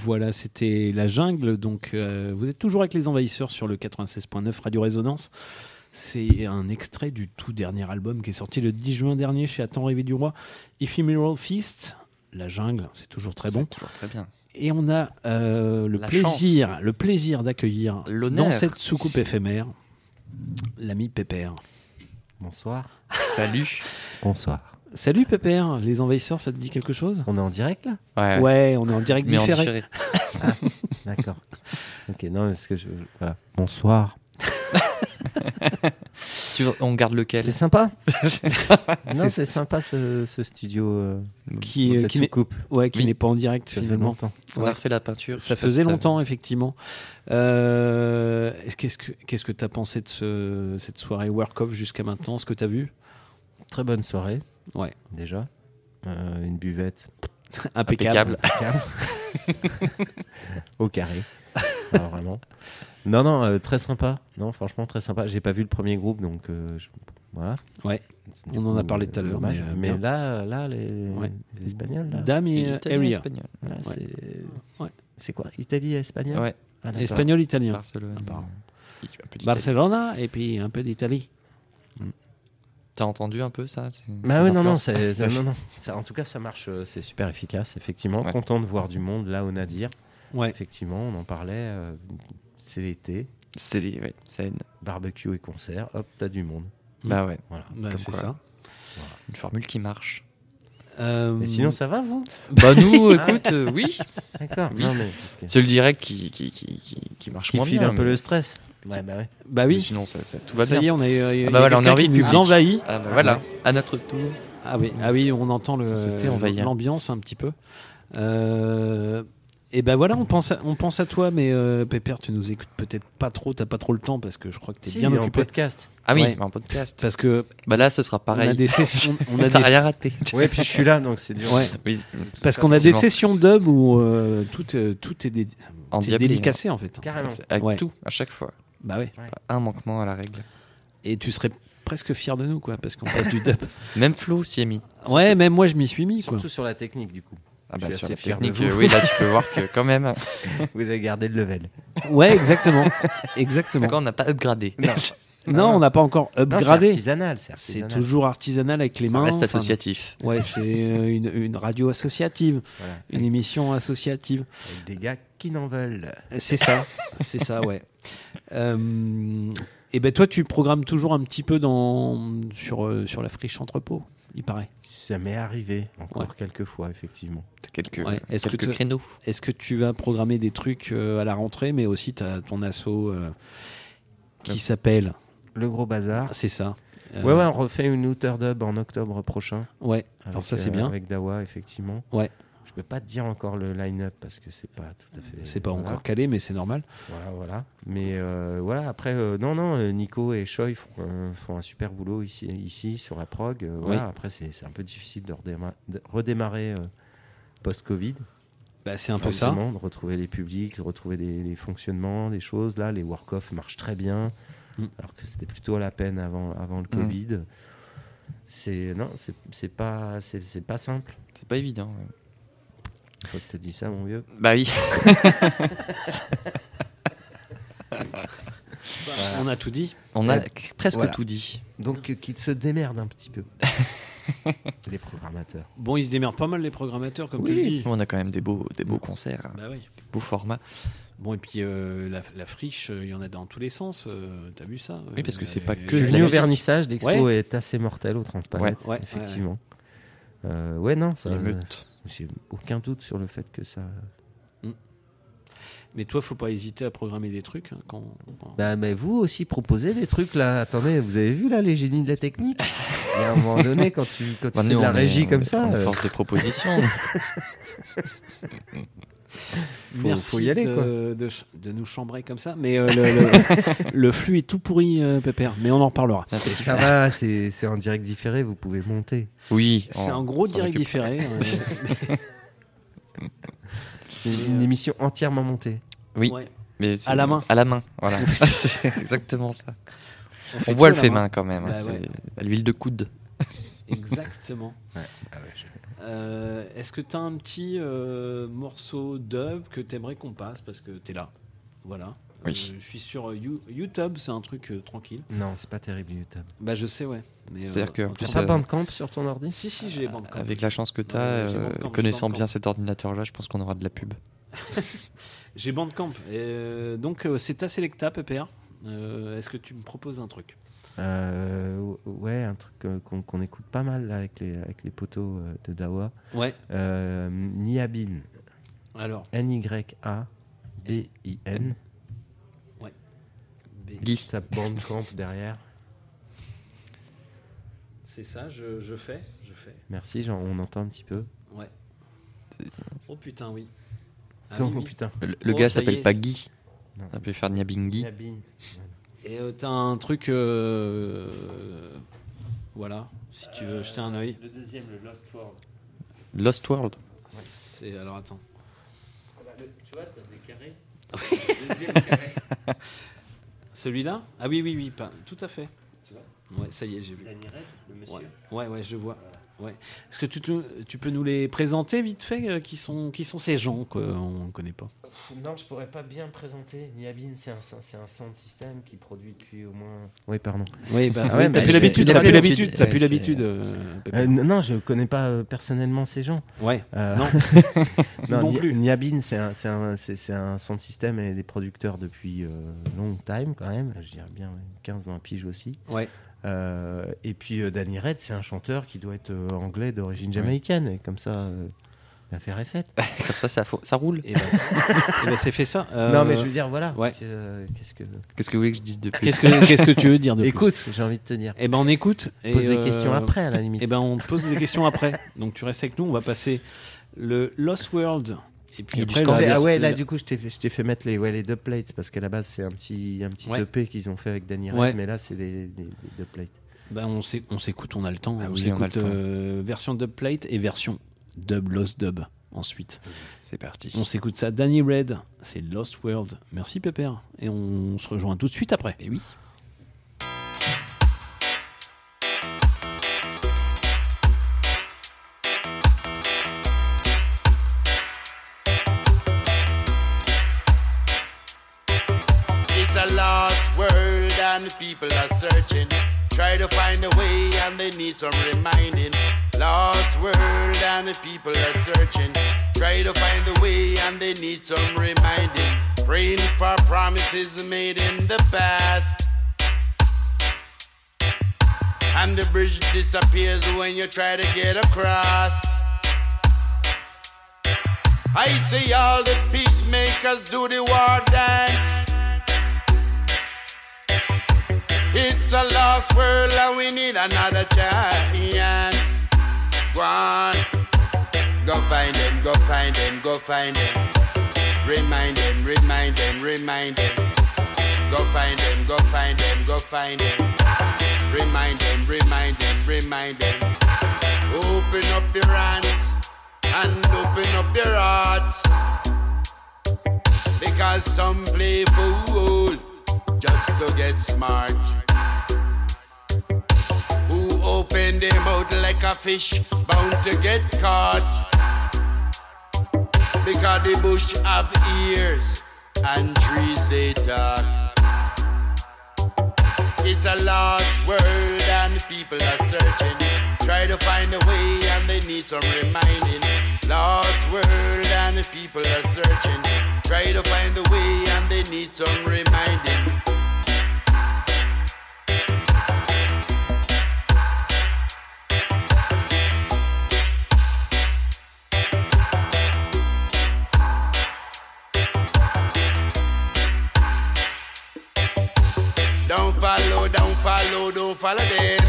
Voilà, c'était La Jungle. Donc, vous êtes toujours avec les Envahisseurs sur le 96.9 Radio Résonance. C'est un extrait du tout dernier album qui est sorti le 10 juin dernier chez À Temps Rêver du Roi. Ephemeral Feast, La Jungle, c'est toujours très bon. C'est toujours très bien. Et on a le plaisir d'accueillir dans cette soucoupe éphémère l'ami Pépère. Bonsoir. Salut. Bonsoir. Salut Pépère, les Envahisseurs, ça te dit quelque chose ? On est en direct là ? Ouais, on est en direct différé. Ah, d'accord. Ok, non, parce que voilà. Bonsoir. On garde lequel ? C'est sympa. Non, c'est sympa ce studio qui n'est pas en direct finalement. On a refait la peinture. Ça faisait longtemps effectivement. Qu'est-ce que tu as pensé de cette soirée Work-Off jusqu'à maintenant ? Ce que tu as vu ? Très bonne soirée. Ouais. Déjà. Une buvette. Impeccable. Au carré. Alors, vraiment. Non, très sympa. Non, franchement, très sympa. J'ai pas vu le premier groupe, donc voilà. Ouais. On en a parlé tout à l'heure. Mais là, les Espagnols. Là. Dame et Area. Là, c'est quoi ? Italie et Espagnol ? Ouais. Espagnol, italien. Barcelone. Et puis un peu d'Italie. T'as entendu un peu ça ? Bah oui, non. Ça, en tout cas, ça marche. C'est super efficace, effectivement. Ouais. Content de voir du monde là au Nadir. Ouais. Effectivement, on en parlait. C'est l'été. C'est barbecue et concert. Hop, t'as du monde. Bah ouais. Voilà. C'est ça. Voilà. Une formule qui marche. Mais sinon, ça va, vous ? Bah nous, écoute, oui. D'accord. Oui. Non, mais c'est le direct qui marche moins bien. Qui file un peu le stress. Ouais. Bah oui. Mais sinon, ça tout va bien. Ça y est, on a on a envie qui nous envahit. Ah bah voilà, à notre tour. Ah oui, on entend l'ambiance un petit peu. Et ben voilà, on pense à toi, mais Pépère, tu nous écoutes peut-être pas trop, t'as pas trop le temps parce que je crois que t'es bien occupé. En podcast. Ah oui, en podcast. Parce que là, ce sera pareil. On a des sessions, t'as rien raté. Ouais, puis je suis là, donc c'est dur. Ouais. Oui. Parce qu'on a des sessions dub où tout est dédicacé en fait. Carrément. Avec tout, à chaque fois. Bah oui. Pas un manquement à la règle. Et tu serais presque fier de nous, quoi, parce qu'on passe du dub. Même Flo s'y est mis. Ouais, même moi je m'y suis mis. Surtout sur la technique, du coup. Ah bah sur la technique, oui, là tu peux voir que quand même. Vous avez gardé le level. Ouais, exactement. Encore, on n'a pas upgradé. Non, on n'a pas encore upgradé. C'est artisanal. C'est toujours artisanal avec les mains. Ça reste associatif. Ouais, c'est une radio associative, voilà. Une émission associative. Avec des gars qui n'en veulent. C'est ça, ouais. Et ben toi, tu programmes toujours un petit peu sur la friche entrepôt, il paraît. Ça m'est arrivé encore quelques fois, effectivement. Quelques créneaux. Est-ce que tu vas programmer des trucs à la rentrée, mais aussi tu as ton asso qui s'appelle Le Gros Bazar. C'est ça. Ouais, on refait une Outer Dub en octobre prochain. Ouais, alors ça c'est bien. Avec Dawa, effectivement. Ouais. Je peux pas te dire encore le line-up parce que c'est pas tout à fait. C'est pas encore calé, mais c'est normal. Voilà. Mais voilà, après, Nico et Choi font un super boulot ici sur la prog. Voilà, après, c'est un peu difficile de redémarrer post-Covid. Bah, c'est un peu ça. De retrouver les publics, de retrouver des fonctionnements, des choses. Là, les work-off marchent très bien, alors que c'était plutôt à la peine avant le Covid. C'est pas simple. C'est pas évident. Ouais. Une fois que t'as dit ça, mon vieux. Bah oui. On a tout dit. On a presque tout dit. Donc qu'ils se démerdent un petit peu. Les programmateurs. Bon, ils se démerdent pas mal, les programmateurs, comme tu le dis. On a quand même des beaux concerts. Bah oui. Des beaux formats. Bon, et puis la friche, il y en a dans tous les sens. T'as vu ça ? Oui, parce que c'est pas que. Je suis venu au vernissage. L'expo est assez mortelle au Transpalette, effectivement. Non, ça. J'ai aucun doute sur le fait que ça. Mais toi, faut pas hésiter à programmer des trucs. Bah, mais vous aussi proposez des trucs là. Attendez, vous avez vu là les génies de la technique ? Il y a un moment donné, quand tu fais de la régie comme ça. Force de proposition. Merci faut y aller, de nous chambrer comme ça. Mais le flux est tout pourri, Pépère. Mais on en reparlera. Ça va, c'est en direct différé. Vous pouvez monter. Oui. C'est un gros direct différé. C'est une émission entièrement montée. Oui. Ouais. Mais à la main. À la main, voilà. C'est exactement ça. On voit le fait main quand même. Bah, c'est à l'huile de coude. Exactement. Est-ce que tu as un petit morceau dub que tu aimerais qu'on passe parce que tu es là? Voilà. Oui. Je suis sur YouTube, c'est un truc tranquille. Non, c'est pas terrible YouTube. Bah je sais, ouais. C'est-à-dire que tu as pas Bandcamp sur ton ordi? Si, j'ai Bandcamp. Avec la chance que tu as, connaissant bien cet ordinateur-là, je pense qu'on aura de la pub. J'ai Bandcamp. Donc c'est ta Selecta, Pépère. Est-ce que tu me proposes un truc? Ouais, un truc qu'on écoute pas mal là, avec les poteaux de Dawa. Ouais. Nyabin. Alors. N-Y-A-B-I-N. Ouais. Guy. Tape Bandcamp derrière. C'est ça, je fais. Merci, on entend un petit peu. Ouais. Oh putain, oui. Oh putain. Le gars s'appelle pas Guy. Non. Ça peut faire Nyabin Guy. Et t'as un truc, voilà, si tu veux jeter un œil. Le deuxième, le Lost World. Lost World. Ouais. C'est alors attends. Tu vois, t'as des carrés. Le deuxième carré. Celui-là? Ah oui, pas, tout à fait. Tu vois? Ouais, ça y est, j'ai vu. Danny Red, le monsieur. Ouais, je vois. Ouais. Est-ce que tu peux nous les présenter vite fait, qui sont ces gens qu'on ne connaît pas? Non, je pourrais pas bien présenter. Nyabin, c'est un sound system qui produit depuis au moins. Oui, pardon. Oui, bah, t'as plus l'habitude. Non, je connais pas personnellement ces gens. Ouais. Non plus. Nyabin, c'est un sound system et des producteurs depuis long time quand même. Je dirais bien 15-20 piges aussi. Ouais. Et puis Danny Red, c'est un chanteur qui doit être anglais d'origine jamaïcaine. Et comme ça, l'affaire est faite. Comme ça roule. Et ben c'est fait ça. Non, mais je veux dire, voilà. Ouais. Qu'est-ce que vous voulez que je dise de plus? Qu'est-ce que tu veux dire de plus? Écoute, j'ai envie de te dire. Eh ben on écoute. Pose des questions après, à la limite. Eh ben on pose des questions après. Donc tu restes avec nous. On va passer le Lost World. Et puis après, là du coup je t'ai fait mettre les dubplates parce qu'à la base c'est un petit EP qu'ils ont fait avec Danny Red, mais là c'est les dubplates. Ben on s'écoute, on a le temps. Ah on oui, s'écoute on a le temps. Version dubplate et version dub Lost Dub ensuite. C'est parti. On s'écoute ça. Danny Red, c'est Lost World. Merci Pépère. Et on se rejoint tout de suite après. Et oui. And the people are searching, try to find a way and they need some reminding. Lost world and the people are searching, try to find a way and they need some reminding. Praying for promises made in the past, and the bridge disappears when you try to get across. I say all the peacemakers do the war dance. It's a lost world and we need another chance. Go on, go find them, go find them, go find them. Remind them, remind them, remind them. Go find them, go find them, go find them. Remind them, remind them, remind them. Open up your hands and open up your hearts, because some play fool just to get smart. Who open their mouth like a fish bound to get caught, because the bush have ears and trees they talk. It's a lost world and people are searching, try to find a way and they need some reminding. Lost world and the people are searching, try to find a way and they need some reminding. Don't follow them.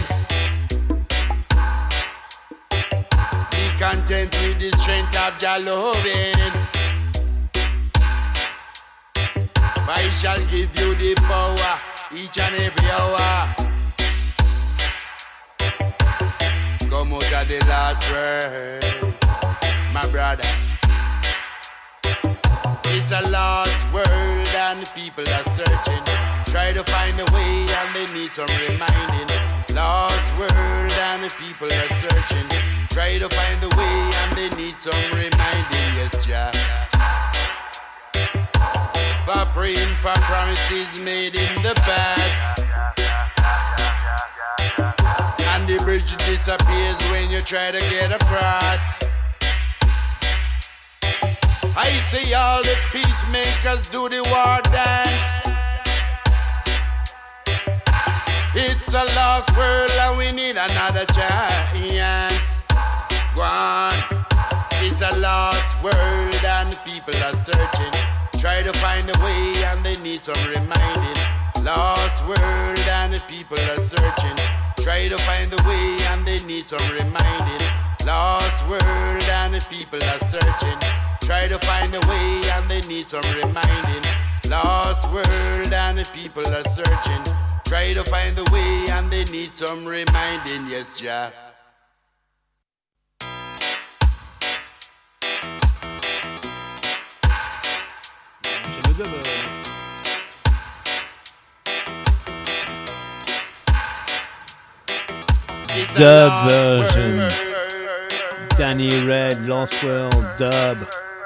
Be content with the strength of Jah loving. I shall give you the power each and every hour. Come out of the last word, my brother. It's a lost world and the people are searching, try to find a way and they need some reminding. Lost world and the people are searching, Try to find the way and they need some reminding, yes, Jah. For praying for promises made in the past. And the bridge disappears when you try to get across. I see all the peacemakers do the war dance. It's a lost world and we need another chance. Go on. It's a lost world and people are searching. Try to find a way and they need some reminding. Lost world and the people are searching. Try to find a way and they need some reminding. Lost world and the people are searching. Try to find a way and they need some reminding. Lost world and the people are searching. Try to find a way and they need some reminding. Yes, Jah. Dub version. Danny Red, Lost World, dub.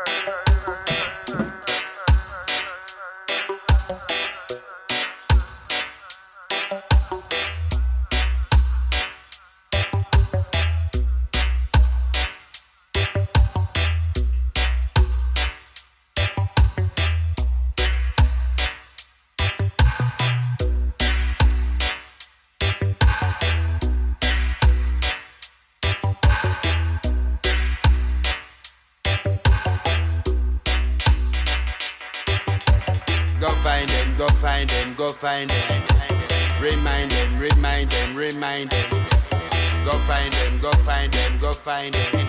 Go find them. Remind them. Go find them.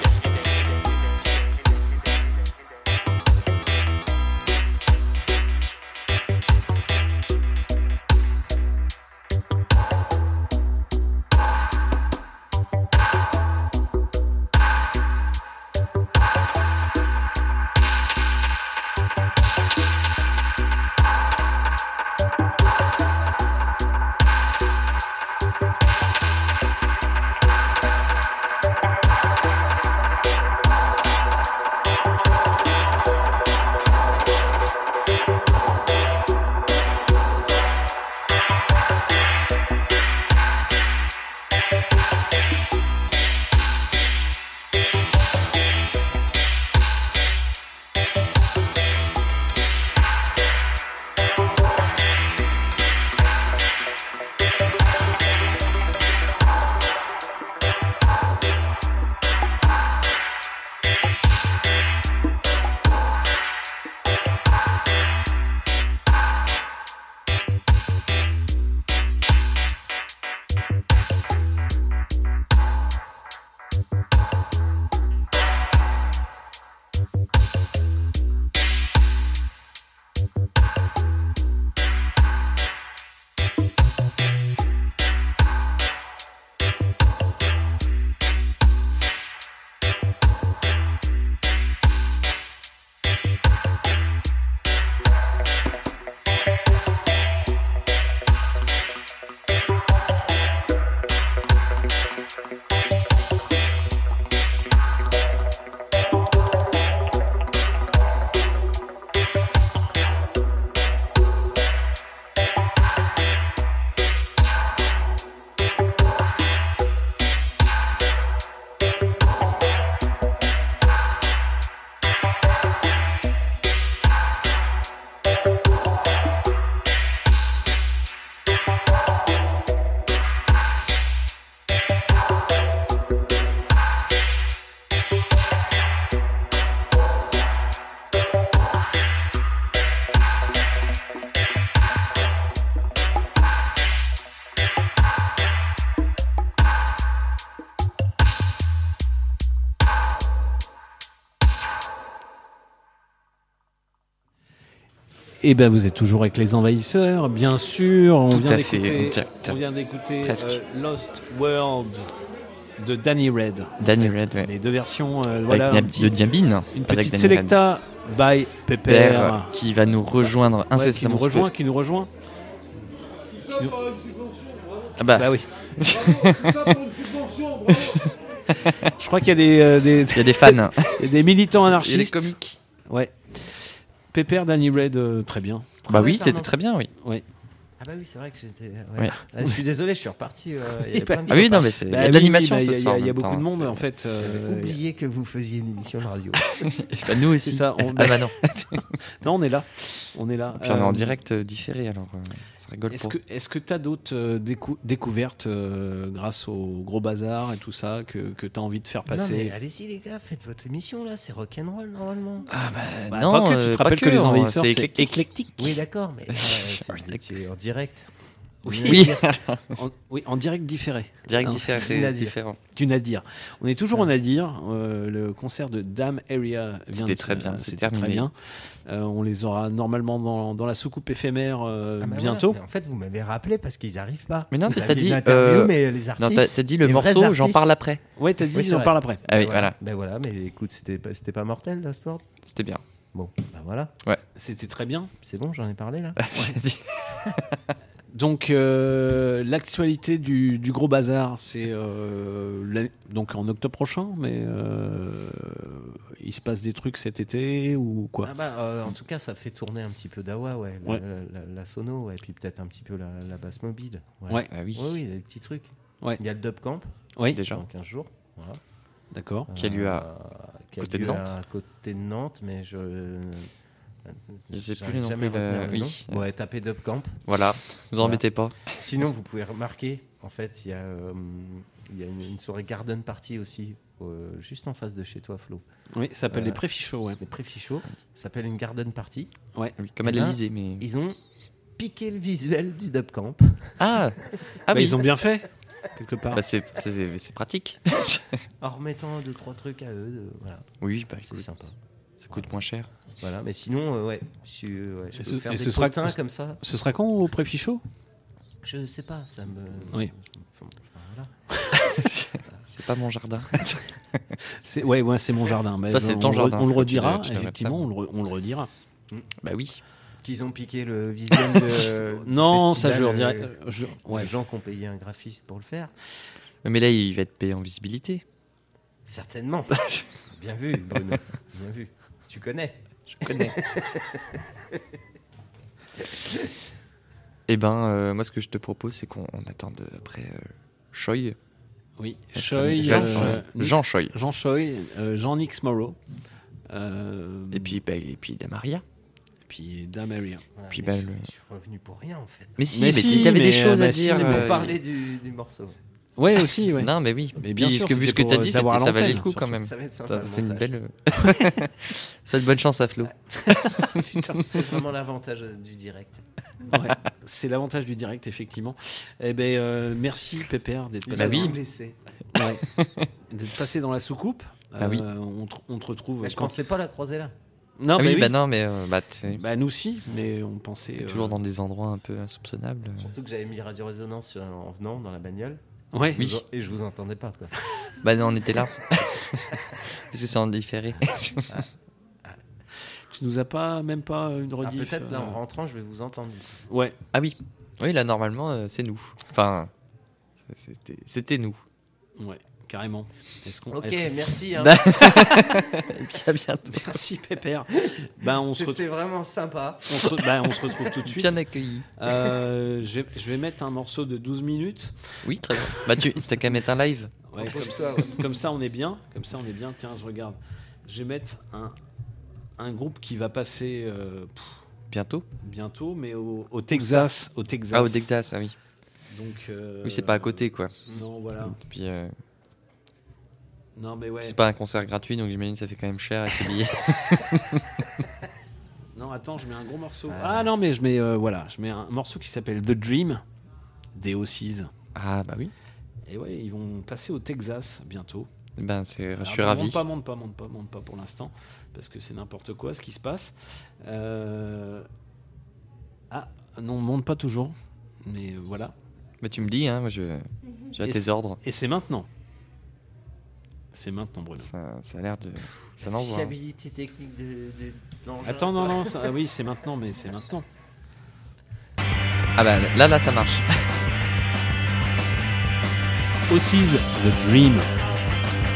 Et ben vous êtes toujours avec les Envahisseurs, bien sûr. On Tout vient à d'écouter, fait. on vient d'écouter Lost World de Danny Red. Danny Red, ouais. Les deux versions, avec voilà. de Diabine. Une avec petite Danny Selecta by Pepper. Qui va nous rejoindre incessamment. Qui nous rejoint. Ah bah oui. Je crois qu'il y a des il y a des fans. Il y a des militants anarchistes. Il y a des comiques. Ouais. Pépère, Danny Red, très bien. Bah oui, c'était très bien, oui. Ouais. Ah bah oui, c'est vrai que j'étais... Ouais. Je suis désolé, je suis reparti. Ah oui, non, mais c'est... il y a de l'animation ce soir. Il y a beaucoup de monde, en fait. J'avais oublié que vous faisiez une émission de radio. Bah, nous aussi. C'est ça. Ah bah non. Non, on est là. On est là. Et puis on est en direct différé, alors ça rigole pas. Est-ce que tu as d'autres découvertes grâce au Gros Bazar et tout ça que tu as envie de faire passer? Non mais allez-y les gars, faites votre émission là, c'est rock'n'roll normalement. Ah bah non, pas que, tu te rappelles que les envahisseurs c'est éclectique. Oui d'accord, mais vous étiez en direct. Oui. En direct différé. Direct différé, c'est différent. Du Nadir. On est toujours au Nadir. Le concert de Dam Area vient C'était très bien. C'était très bien. On les aura normalement dans la soucoupe éphémère bientôt. Voilà. En fait, vous m'avez rappelé parce qu'ils n'arrivent pas. Mais non, vous c'est t'as dit. Mais les artistes. Non, t'as dit le morceau, j'en parle après. Ouais, t'as dit, j'en parle après. Ah oui, voilà. Ben voilà, mais écoute, c'était pas mortel, Last Word. C'était bien. Bon, ben voilà. Ouais. C'était très bien. C'est bon, j'en ai parlé là. Donc l'actualité du Gros Bazar, c'est donc en octobre prochain, mais il se passe des trucs cet été ou quoi? En tout cas, ça fait tourner un petit peu d'Awa, la sono, et puis peut-être un petit peu la basse mobile. Ouais. Ah oui. Oui, des petits trucs. Ouais. Il y a le Dub Camp. Oui. Déjà. Dans 15 jours. Voilà. D'accord. Qui a lieu à côté de Nantes, mais je sais plus non plus. Oui. Ouais, tapez Dub Camp. Voilà, vous embêtez pas. Sinon, vous pouvez remarquer, en fait, il y a une soirée garden party aussi, juste en face de chez toi, Flo. Oui, ça s'appelle les Préfichaux. Ouais. Les Préfichaux. Ça s'appelle une garden party. Ouais. Oui, comme à l'Elysée, mais ils ont piqué le visuel du Dub Camp. Oui. Ils ont bien fait. Quelque part. C'est pratique. En remettant 2-3 trucs à eux. Voilà. Oui, c'est sympa. Ça coûte moins cher. Voilà, mais sinon, je peux faire des potins comme ça. Ce sera quand au Préfichaux? Je sais pas, ça me... Oui. Voilà. C'est pas mon jardin. C'est mon jardin. Ça, c'est ton jardin. On le redira, effectivement, on le redira. Bah oui. Qu'ils ont piqué le visuel de non, ça je leur dirais. Les gens qui ont payé un graphiste pour le faire. Mais là, il va être payé en visibilité. Certainement. Bien vu, Bruno. Bien vu. Tu connais. Je connais. Eh ben, moi, ce que je te propose, c'est qu'on attende après Choi. Oui, Choi. Jean Choi. Jean Choi, Jean-Nix Morrow. Et puis Damaria. Puis Damaria. Voilà, puis je suis revenu pour rien en fait. Mais si t'avais des choses à dire. C'était pour parler du morceau. Ouais, aussi, ouais. Non, mais oui. Mais bien sûr, vu ce que t'as dit, ça valait le coup quand même. Ça va être sympa. Ça fait une belle. Ça fait bonne chance à Flo. Putain, c'est vraiment l'avantage du direct. Ouais, c'est l'avantage du direct, effectivement. Eh ben, merci Pépère d'être passé. D'être passé dans la soucoupe. Oui. On te retrouve. Je pensais pas la croiser là. Non, mais nous aussi, mais on pensait toujours dans des endroits un peu insoupçonnables. Surtout que j'avais mis Radio Résonance en venant dans la bagnole. Ouais. Oui. Et je vous entendais pas quoi. Bah non, on était là. Parce que c'est en différé. Tu nous as même pas une rediff. Peut-être là en rentrant, je vais vous entendre. Ouais. Ah oui. Oui, là normalement c'est nous. C'était nous. Ouais. Carrément. Merci. Hein. Et puis à bientôt. Merci Pépère. C'était vraiment sympa. On se retrouve tout de suite. Bien accueilli. Je vais mettre un morceau de 12 minutes. Oui, très bien. Bah t'as qu'à mettre un live. Ouais, comme ça on est bien. Tiens, je regarde. Je vais mettre un groupe qui va passer bientôt, mais au Texas. Au Texas. Ah, au Texas, ah oui. Donc. Oui, c'est pas à côté, quoi. Non, voilà. Puis. Non, mais ouais. C'est pas un concert gratuit, donc j'imagine que ça fait quand même cher avec les billets. Non, attends, je mets un gros morceau. Ah non, mais je mets un morceau qui s'appelle The Dream des O6. Ah bah oui. Et ouais, ils vont passer au Texas bientôt. Ben je suis ravi. Monte pas pour l'instant, parce que c'est n'importe quoi ce qui se passe. Ah non, monte pas toujours, mais voilà. Bah tu me dis, hein, moi j'ai à tes ordres. Et c'est maintenant. C'est maintenant, Bruno. Ça a l'air de. Ça n'envoie. Fiabilité technique de l'engin. Attends, non, oui, c'est maintenant, mais c'est maintenant. Ah bah là, ça marche. O6, The Dream.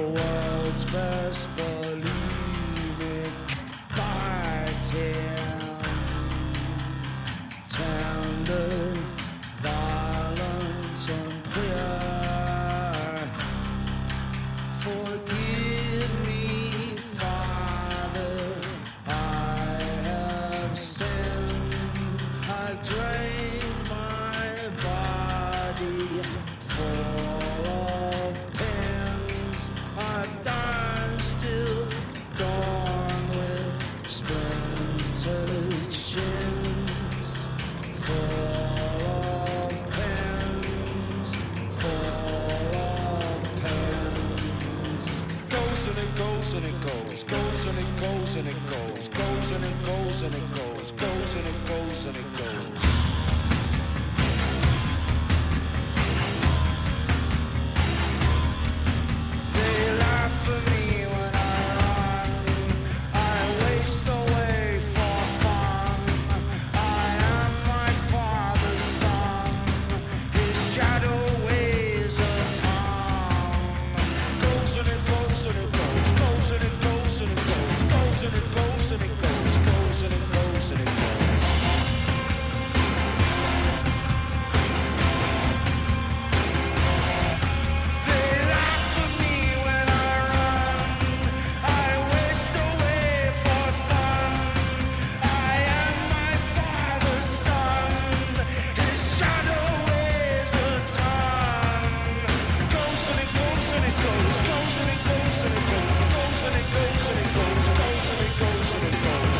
world's best bulimic bartend. Tender, violent, and queer. Forgive me, Father, I have sinned. I've drained my body full of pins. I've danced till dawn with splintered shins. Full of pins, full of pins. Goes and it goes and it goes, goes and it goes and it goes, goes and it goes and it goes, goes and it goes and it goes. They laugh at me when I run. I waste away for fun. I am my father's son. His shadow weighs a ton. Goes and it goes and it goes, goes and it goes and it goes, goes and it goes and it goes, goes and it goes and it goes. They laugh at me when I run. I waste away for fun. I am my father's son. His shadow weighs a ton. Goes and it goes and it goes, goes and it goes and it goes, goes and it goes and it goes, goes and it goes and it goes.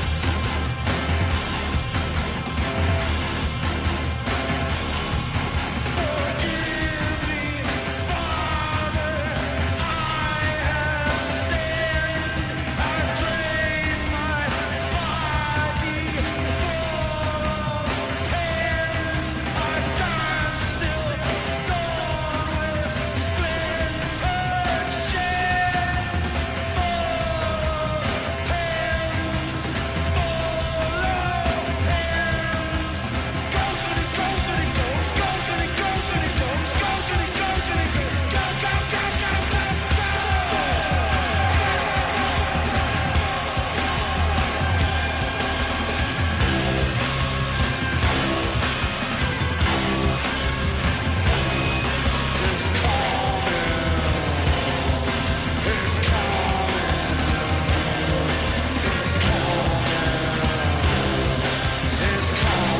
Forgive me, Father, I have sinned. I drained my body full of pins. I've danced till dawn with splintered shins. Full of pins, full of pins. Goes and it goes and it goes, goes and it goes and it goes, goes and it goes and it goes. Go, go, go, go, go, go. It's coming, it's coming, it's coming, it's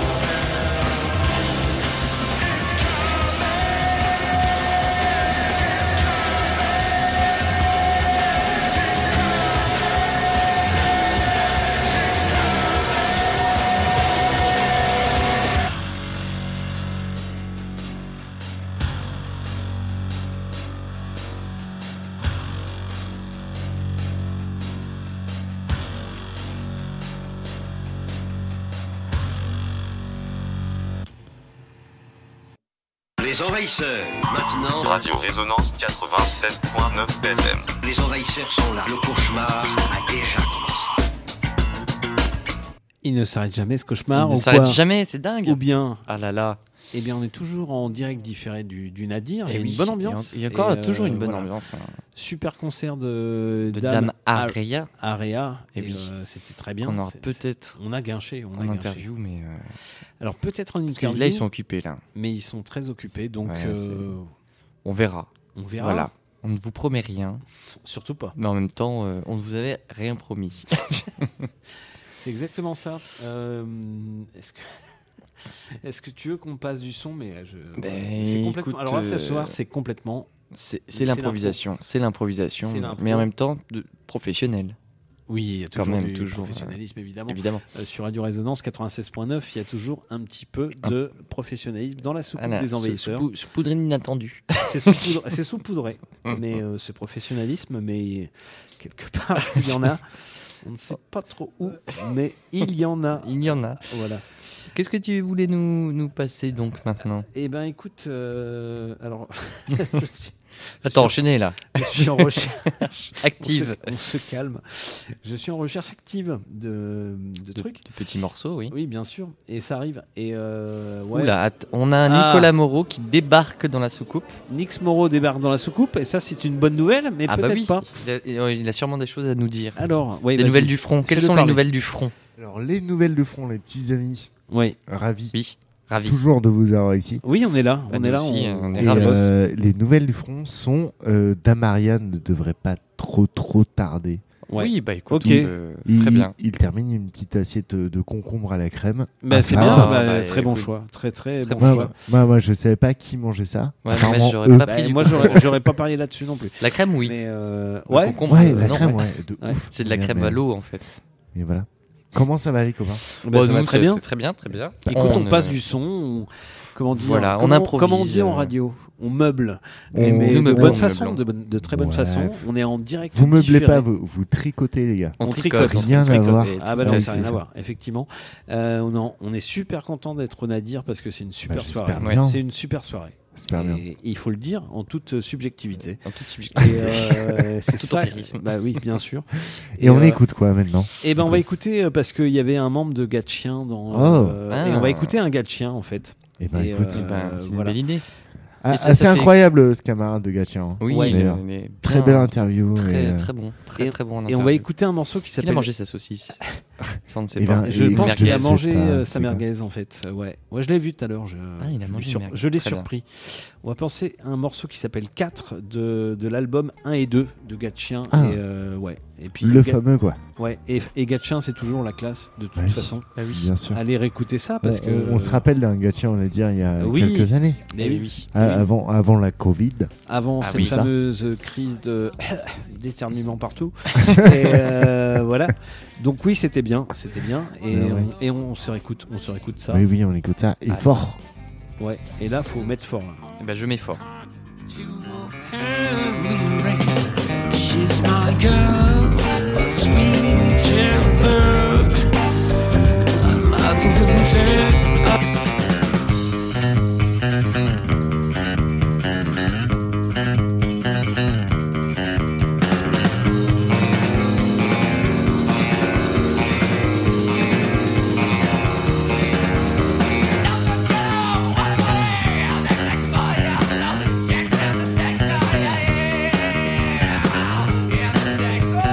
Les envahisseurs, maintenant. Radio Résonance 87.9 FM. Les envahisseurs sont là. Le cauchemar a déjà commencé. Il ne s'arrête jamais ce cauchemar. Il ne s'arrête jamais, c'est dingue. Ou bien. Ah là là. Eh bien, on est toujours en direct différé du Nadir. Et il y a oui, une bonne ambiance. Il y a encore toujours une bonne ambiance. Hein. Super concert de Dame Area. Et oui. C'était très bien. On aura peut-être. On a guinché. On a interview, mais. Alors peut-être en Parce interview. que là, ils sont occupés là. Mais ils sont très occupés, donc. Ouais, on verra. On verra. Voilà. On ne vous promet rien. Surtout pas. Mais en même temps, on ne vous avait rien promis. C'est exactement ça. Est-ce que tu veux qu'on passe du son? Mais c'est complètement. Écoute, alors là, ce soir, c'est complètement. C'est l'improvisation. C'est l'improvisation. Mais en même temps, professionnel. Oui, il y a toujours quand même, du toujours, professionnalisme, évidemment. Évidemment. Sur Radio Résonance 96.9, il y a toujours un petit peu de professionnalisme dans la soucoupe des envahisseurs. Saupoudré inattendu. C'est saupoudré. Mais ce professionnalisme, mais quelque part, il y en a. On ne sait pas trop où, mais il y en a. Il y en a. Voilà. Qu'est-ce que tu voulais nous passer donc maintenant? Eh ben, écoute, alors, Attends, enchaîné là. Je suis en recherche active. On se calme. Je suis en recherche active de trucs. De petits morceaux, oui. Oui, bien sûr. Et ça arrive. Et Oula, on a un Nicolas Moreau qui débarque dans la soucoupe. Nix Moreau débarque dans la soucoupe. Et ça, c'est une bonne nouvelle, mais peut-être pas. Il a sûrement des choses à nous dire. Alors, des nouvelles du front. Quelles sont les nouvelles du front? Alors, les nouvelles du front, les petits amis. Oui. Ravi. Oui. Ravi. Toujours de vous avoir ici. Oui, on est là. Bah, on est là. Aussi, on est et, les nouvelles du front sont Damarian ne devrait pas trop tarder. Ouais. Oui, bah écoute, okay. Très bien. Il termine une petite assiette de concombre à la crème. Bah, c'est bien, très bon choix. Très bon choix. Moi, je savais pas qui mangeait ça. Ouais, mais j'aurais pas pris moi, j'aurais pas parié là-dessus non plus. La crème, oui. Mais ouais, la crème, ouais. C'est de la crème à l'eau, en fait. Et voilà. Comment ça va, les copains? Ça va très bien. C'est très bien, très bien. Écoute, on passe du son. Comment dire? Voilà, on improvise. Comment on dit en radio? On meuble. Mais de bonne façon, de très bonne façon. On est en direct. Vous meublez pas, vous tricotez, les gars. On tricote. Rien à voir. Ah bah non, ça n'a rien à voir, effectivement. On est super content d'être au Nadir parce que c'est une super soirée. C'est une super soirée. Et il faut le dire en toute subjectivité. En toute subjectivité. C'est ça. Bah oui, bien sûr. Et on écoute quoi maintenant? Et ben on va écouter parce qu'il y avait un membre de Gatchien dans. Et on va écouter un Gatchien en fait. Et ben écoute, c'est une belle idée. C'est incroyable ce camarade de Gatchien. Oui, mais très belle interview. Très bon. Très bon. Et on va écouter un morceau qui s'appelle. Il a mangé sa saucisse. Ça, on ne sait pas. Je pense qu'il a mangé sa merguez en fait. Ouais, je l'ai vu tout à l'heure. Il a mangé je l'ai surpris. On va penser à un morceau qui s'appelle 4 de l'album 1 et 2 de Gatchien. Et puis le fameux quoi. Ouais, et Gatchien c'est toujours la classe de toute façon. Ah oui, bien sûr. Allez réécouter ça parce que on se rappelle d'un Gatchien, on va dire il y a quelques années. Avant la Covid. Avant cette fameuse crise d'éternuement partout. Et voilà. Donc oui, c'était bien. Et on se réécoute ça. Oui, on écoute ça et fort. Ouais. Et là, faut mettre fort. Et ben je mets fort. She's my girl, a sweet shepherd. I'm not to pretend. Yeah.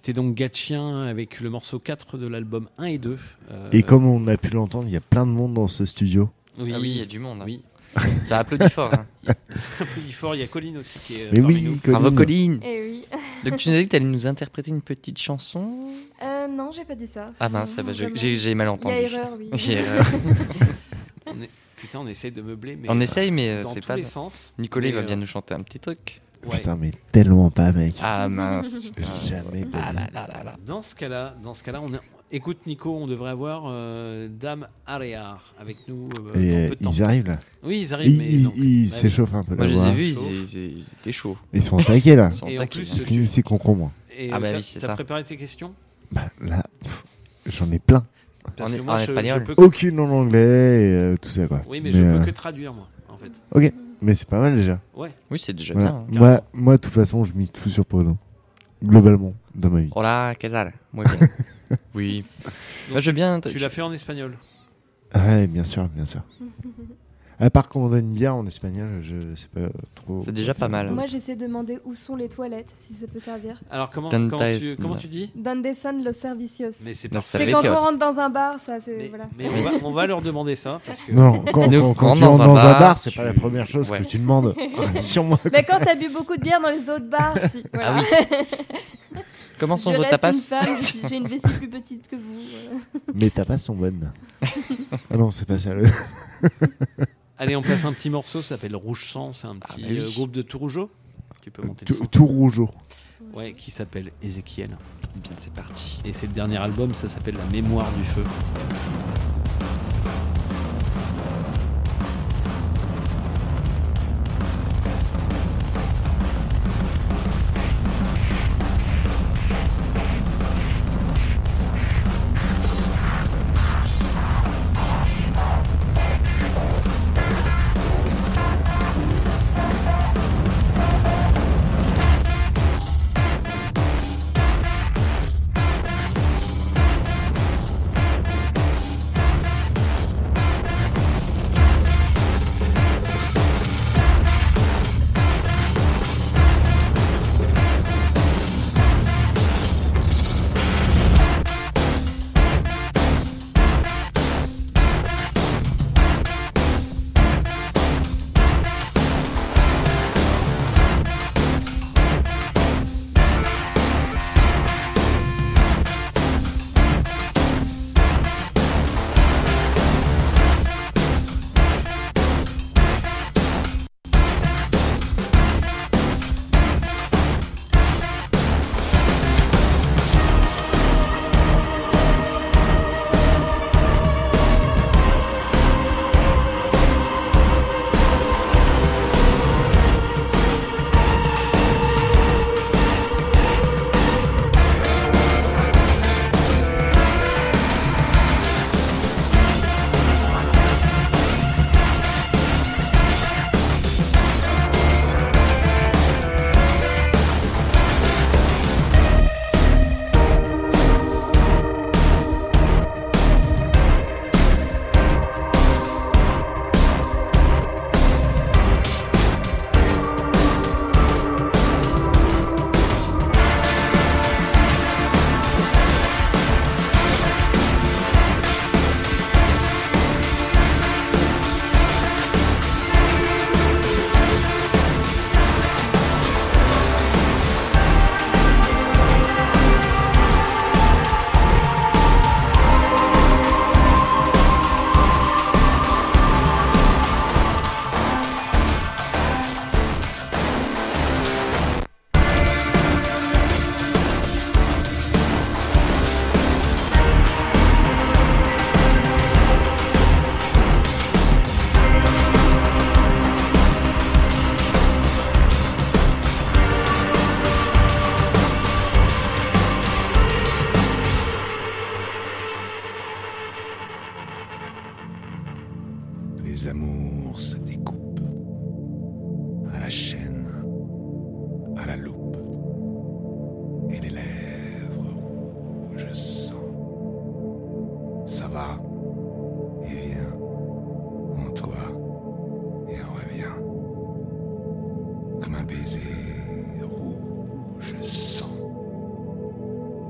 C'était donc Gatchien avec le morceau 4 de l'album 1 et 2. Et comme on a pu l'entendre, il y a plein de monde dans ce studio. Oui, il y a du monde. Hein. Oui. Ça applaudit fort. Hein. Ça applaudit fort. Il y a Colline aussi qui est. Mais parmi oui, nous. Colline. Bravo Colline. Eh oui. Donc tu nous as dit que tu allais nous interpréter une petite chanson. Non, j'ai pas dit ça. Ah mince, Non, vraiment. j'ai mal entendu. Il y a erreur, oui. Il y a erreur. Putain, on essaye de meubler, mais on essaye, mais dans c'est tous pas. les sens. Nicolas Mais, va bien nous chanter un petit truc. Ouais. Putain, mais tellement pas, mec. Ah mince. Jamais. Ah là là là là. Dans ce cas-là, écoute Nico, on devrait avoir Dame Arear avec nous dans Et peu de temps. ils arrivent là. Oui, ils arrivent, mais donc, ils bah, s'échauffent un peu. Moi la je les voix. ai vus, ils étaient chauds. Ils sont au taquet là. Ils sont au Et en taquet. plus, Ils finissent ces concombres. Et Ah bah t'as- oui, c'est t'as ça. préparé tes questions Bah, là, j'en ai plein. Parce En- que moi, en je espagnol. peux que- Aucune en anglais et tout ça quoi. Oui, mais je peux que traduire moi, en fait. Ok, mais c'est pas mal déjà. Ouais. Oui, c'est déjà Voilà. bien. hein. Moi, de toute façon, je mise tout sur Polo. Globalement, dans ma vie. Hola, ¿qué tal? Muy bien. Oui. Moi je veux bien. Tu l'as fait en espagnol. Ouais, bien sûr, bien sûr. À part qu'on donne une bière en espagnol, je sais pas trop. C'est déjà pas mal. Moi, j'essaie de demander où sont les toilettes, si ça peut servir. Alors comment tu dis Donde son los servicios. Mais c'est Los parfait. C'est quand servicios. on rentre dans un bar, ça, c'est voilà. Mais on va leur demander ça parce que Non, quand tu rentres dans un bar, c'est pas la première chose Ouais. que tu demandes. Sur moi. Mais quand t'as bu beaucoup de bière dans les autres bars, si. Voilà. Comment sont Je vos reste tapas une femme, j'ai une vessie plus petite que vous. Voilà. Mes tapas sont bonnes. Ah non, c'est pas ça. Allez, on place un petit morceau, ça s'appelle Rouge Sang, c'est un petit bah oui. groupe de Tourougeau. Tu peux monter le son. Tout rougeau. Ouais, qui s'appelle Ézéchiel. Bien, c'est parti. Et c'est le dernier album, ça s'appelle La Mémoire du Feu. Les amours se découpent à la chaîne, à la loupe, et les lèvres rouges sang. Ça va et vient en toi et en revient comme un baiser rouge sang.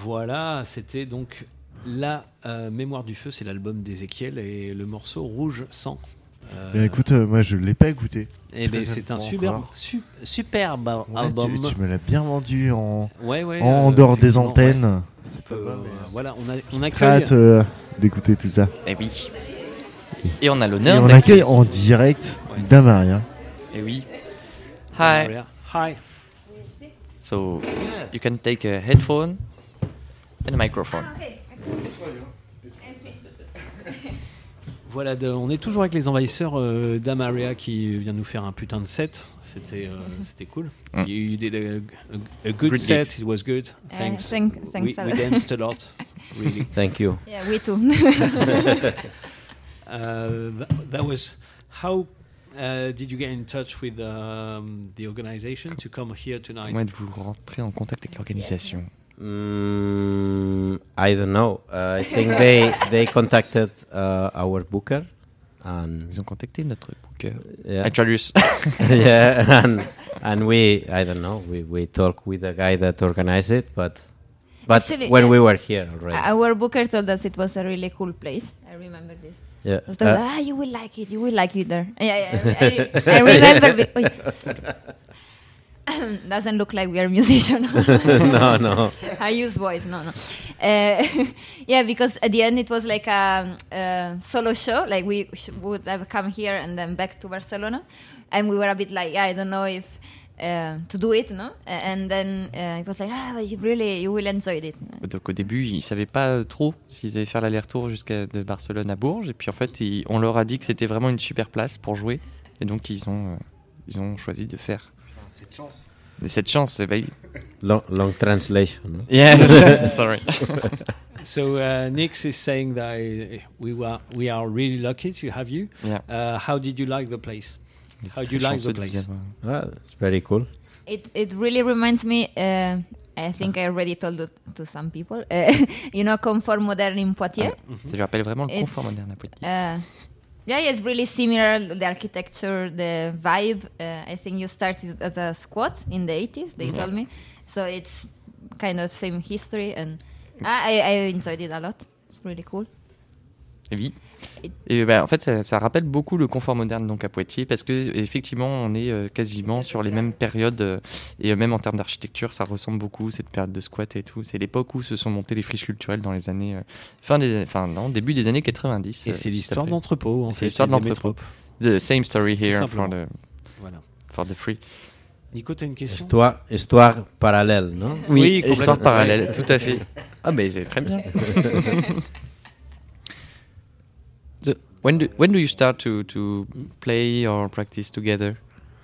Voilà, c'était donc La Mémoire du Feu, c'est l'album d'Ézéchiel et le morceau Rouge Sang. Écoute, moi je l'ai pas écouté. Et ben, c'est un superbe album. Tu me l'as bien vendu en effectivement, dehors des antennes. Ouais. C'est pas mal, mais... Voilà, on accueille. Hâte d'écouter tout ça. Et oui. Et on a l'honneur. Et on accueille en direct Damaria. Et oui. Hi. Hi. So you can take a headphone and a microphone. Voilà, on est toujours avec les envahisseurs Damaria qui vient nous faire un putain de set. C'était cool. You did a good set. Gigs. It was good. Thanks. Thanks we a lot. danced a lot. Really. Thank you. Yeah, we too. That was how. Did you get in touch with the organization to come here tonight? Comment êtes-vous rentré en contact avec l'organisation? I don't know. I think they contacted our booker. And ils ont contacté notre booker. Yeah. Actualius. Yeah, and we, I don't know, we talked with the guy that organized it, but Actually, when we were here already. Our booker told us it was a really cool place. I remember this. Yeah. He told us, you will like it there. Yeah. I remember. Doesn't look like we are musicians. No. I use voice. No. Yeah, because at the end it was like a solo show. Like we would have come here and then back to Barcelona, and we were a bit like, I don't know if to do it, no. And then it was like, but you will enjoy it. Donc au début, ils savaient pas trop s'ils allaient faire l'aller-retour jusqu'à de Barcelone à Bourges. Et puis en fait, on leur a dit que c'était vraiment une super place pour jouer. Et donc ils ont choisi de faire. Cette chance, c'est pas... long translation. No? Yeah, sorry. So Nix is saying that we are really lucky to have you. Yeah. How did you like the place? How do you like the place? It's very cool. It really reminds me. I think I already told it to some people. Confort moderne in Poitiers. Ça lui rappelle vraiment le confort moderne à Poitiers. Yeah, it's really similar, the architecture, the vibe. I think you started as a squat in the 80s, they told me. So it's kind of same history, and I enjoyed it a lot. It's really cool. Et oui. Et en fait, ça rappelle beaucoup le confort moderne donc à Poitiers, parce que effectivement, on est quasiment sur les mêmes périodes, et même en termes d'architecture, ça ressemble beaucoup cette période de squat et tout. C'est l'époque où se sont montées les friches culturelles dans les années début des années 90. Et c'est l'histoire d'entrepôt. C'est l'histoire de l'entrepôt. The same story here for the free. Nico, t'as une question? Histoire parallèle, non? Oui, histoire parallèle, tout à fait. Ah, mais c'est très bien. When do you start to play or practice together?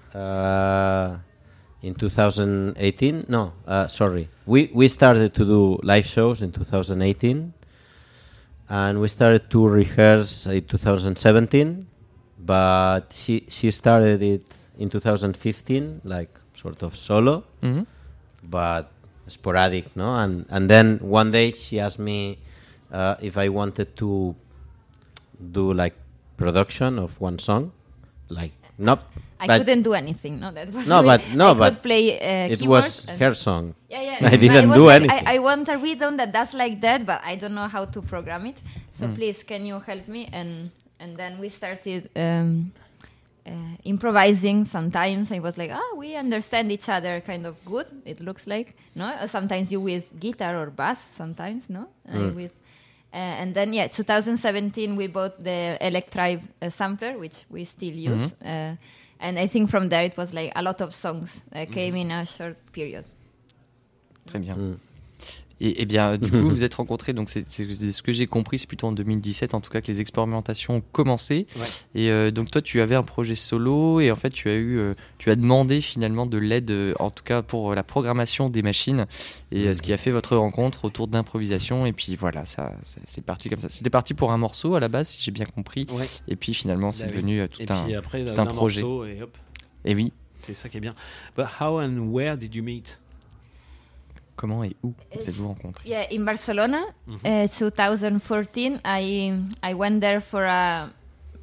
In 2018? No, sorry. We started to do live shows in 2018, and we started to rehearse in 2017. But she started it in 2015, like sort of solo, but sporadic, no. And then one day she asked me if I wanted to do like production of one song, like not. I couldn't do anything. No, that was no, but no, I but could play it was her song. Yeah. I didn't was do like, anything. I want a rhythm that does like that, but I don't know how to program it. So please, can you help me? And then we started improvising. Sometimes I was like, we understand each other kind of good. It looks like, no. Sometimes you with guitar or bass. Sometimes, no. And then 2017 we bought the Electrive sampler, which we still use. And I think from there it was like a lot of songs came in a short period. Très bien. Et bien, du coup, vous êtes rencontrés, donc c'est ce que j'ai compris, c'est plutôt en 2017, en tout cas, que les expérimentations ont commencé. Ouais. Et donc, toi, tu avais un projet solo, et en fait, tu as demandé finalement de l'aide, en tout cas pour la programmation des machines, et ce qui a fait votre rencontre autour d'improvisation. Et puis voilà, c'est parti comme ça. C'était parti pour un morceau à la base, si j'ai bien compris. Ouais. Et puis finalement, c'est devenu tout un projet. Et hop. Et oui. C'est ça qui est bien. But how and where did you meet? Comment et où vous êtes-vous rencontrés? Yeah, in Barcelona, 2014. I went there for a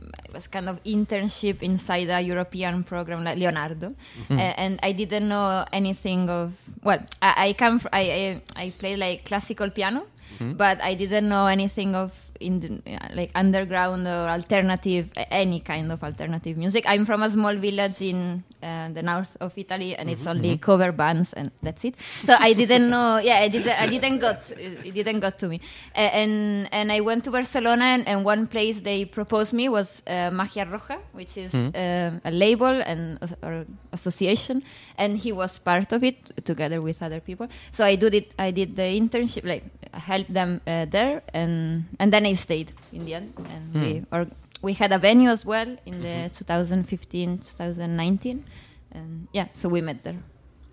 it was kind of internship inside a European program like Leonardo, and I didn't know anything of. Well, I play like classical piano, but I didn't know anything of like underground or alternative, any kind of alternative music. I'm from a small village in the north of Italy, and it's only cover bands, and that's it. So I didn't know. Yeah, it didn't got to me. And I went to Barcelona, and one place they proposed me was Magia Roja, which is a label and or association, and he was part of it together with other people. So I did the internship, like helped them there, and then I stayed in the end, and we had a venue as well in the 2015-2019, and so we met there.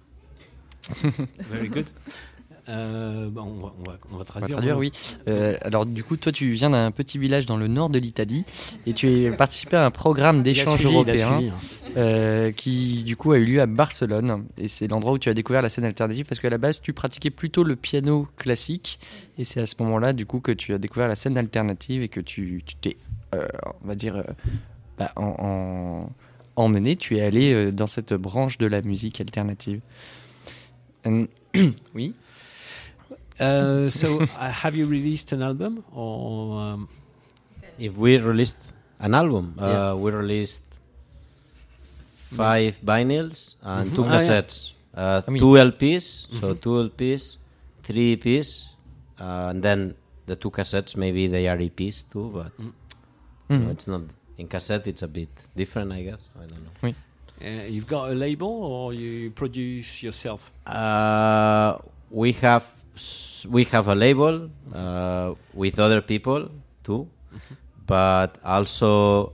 Very good. On va traduire, oui. Alors du coup, toi, tu viens d'un petit village dans le nord de l'Italie et tu as participé à un programme d'échange européen qui du coup a eu lieu à Barcelone, et c'est l'endroit où tu as découvert la scène alternative, parce qu'à la base tu pratiquais plutôt le piano classique, et c'est à ce moment-là du coup que tu as découvert la scène alternative et que tu t'es on va dire emmené, tu es allé dans cette branche de la musique alternative. Oui. So, have you released an album, or if we released an album? We released 5 vinyls and 2 cassettes, 2 LPs, so 2 LPs, 3 EPs, and then the 2 cassettes maybe they are EPs too, but no, it's not. In cassette, it's a bit different, I guess. I don't know. Oui. You've got a label, or you produce yourself? We have a label with other people too, but also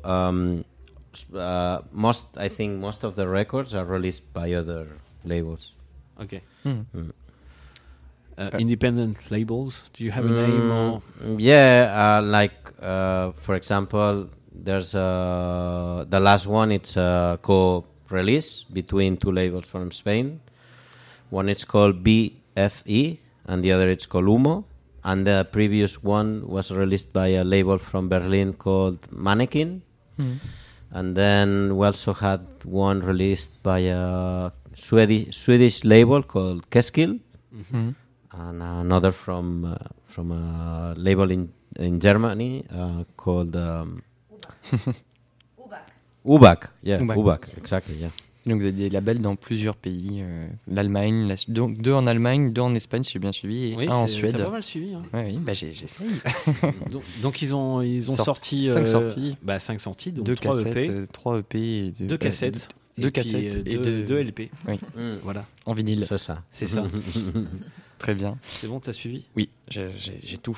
most of the records are released by other labels. Okay. Independent labels. Do you have a name? Or? Yeah, for example, there's the last one. It's a co-release between 2 labels from Spain. One is called BFE, and the other it's called Humo. And the previous one was released by a label from Berlin called Mannequin. And then we also had one released by a Swedish label called Keskill, and another from a label in Germany called Ubak. Yeah, Ubak, exactly, yeah. Donc vous avez des labels dans plusieurs pays, l'Allemagne, donc 2 en Allemagne, 2 en Espagne si j'ai bien suivi, et 1 en Suède. T'as pas mal suivi. Hein. Oui, j'essaye. donc ils ont sorti 5 sorties. 5 sorties, donc 2 3 cassettes, EP. 3 EP et 2 cassettes. 2 cassettes et 2 LP. Oui. Voilà. En vinyle. C'est ça. C'est ça. Très bien. C'est bon, t'as suivi? Oui, j'ai tout.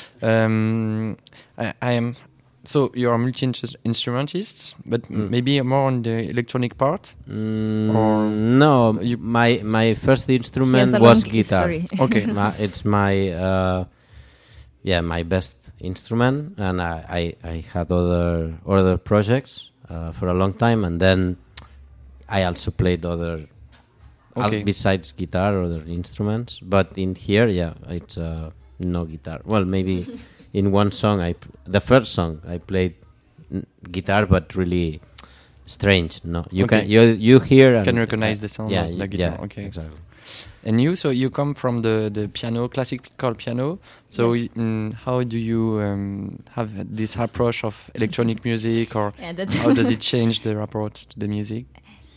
So you're a multi-instrumentist, but maybe more on the electronic part? No, my first instrument was guitar. Okay. It's my my best instrument, and I had other projects for a long time, and then I also played other besides guitar, other instruments. But in here, it's no guitar. Well, maybe. In one song, the first song, I played guitar, but really strange. No, you can you hear and can recognize the sound of the guitar. Yeah, okay, exactly. And you come from the piano, classical piano. So how do you have this approach of electronic music, or how does it change the approach to the music?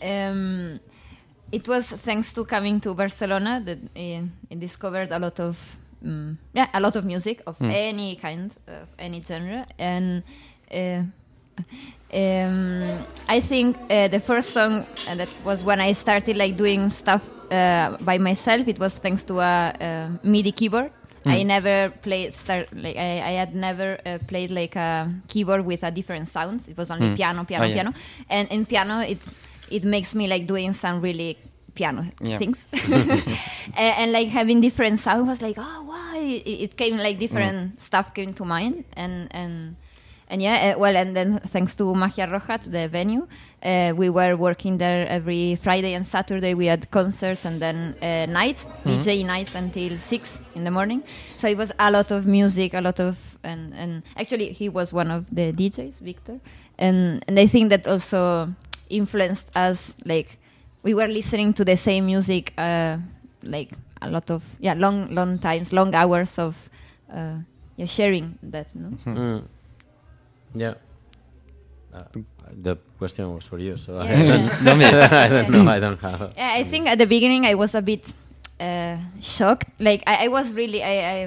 It was thanks to coming to Barcelona that I discovered a lot of. A lot of music of any kind, of any genre, and I think the first song that was when I started like doing stuff by myself. It was thanks to a MIDI keyboard. I never played I had never played like a keyboard with a different sounds. It was only piano, and in piano it makes me like doing some really piano things and like having different sound was like, oh wow, it came like different stuff came to mind, and And and then thanks to Magia Roja, to the venue, we were working there every Friday and Saturday. We had concerts and then nights, DJ nights until 6 in the morning. So it was a lot of music, and actually he was one of the DJs, Victor. And I think that also influenced us, like we were listening to the same music, like a lot of long times, long hours of sharing that. No? Yeah. The question was for you, so Yeah. I don't know. I don't have. Yeah, I think at the beginning I was a bit shocked. Like I was really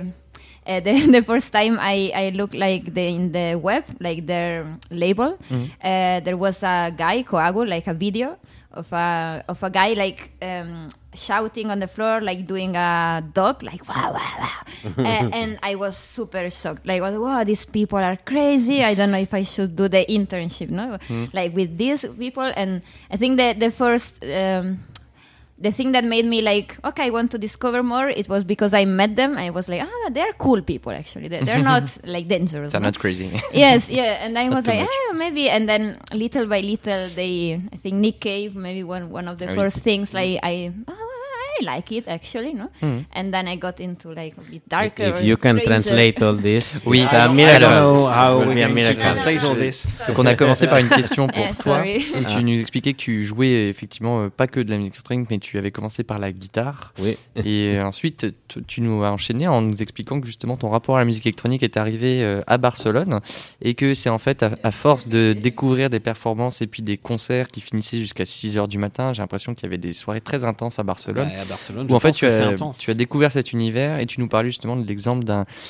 the first time I looked like in the web, like their label. There was a guy, Coagu, like a video of a guy like shouting on the floor, like doing a dog, like wow, wow, wow. And I was super shocked. Like, wow, these people are crazy. I don't know if I should do the internship, no? Like with these people. And I think that the first the thing that made me like, okay, I want to discover more, it was because I met them. I was like, they're cool people, actually. They're not like dangerous. They're not crazy. Yes, yeah. And I was Not too like, much. maybe. And then little by little, I think Nick Cave, maybe one of the first things, like I like it, actually, no? And then I got into like a bit darker. If you can translate all this, Oui, it's a alors, miracle. I don't know how It will we're be a going to miracle. translate all this. Donc on a commencé par une question pour Yeah, toi. sorry. Et tu nous expliquais que tu jouais effectivement pas que de la musique électronique, mais tu avais commencé par la guitare. Oui. Et ensuite tu nous as enchaîné en nous expliquant que justement ton rapport à la musique électronique est arrivé à Barcelone et que c'est en fait à force de découvrir des performances et puis des concerts qui finissaient jusqu'à 6h du matin, j'ai l'impression qu'il y avait des soirées très intenses à Barcelone. Ouais, à Barcelone, Où en je fait pense que c'est intense. tu as découvert cet univers et tu nous parlais justement de l'exemple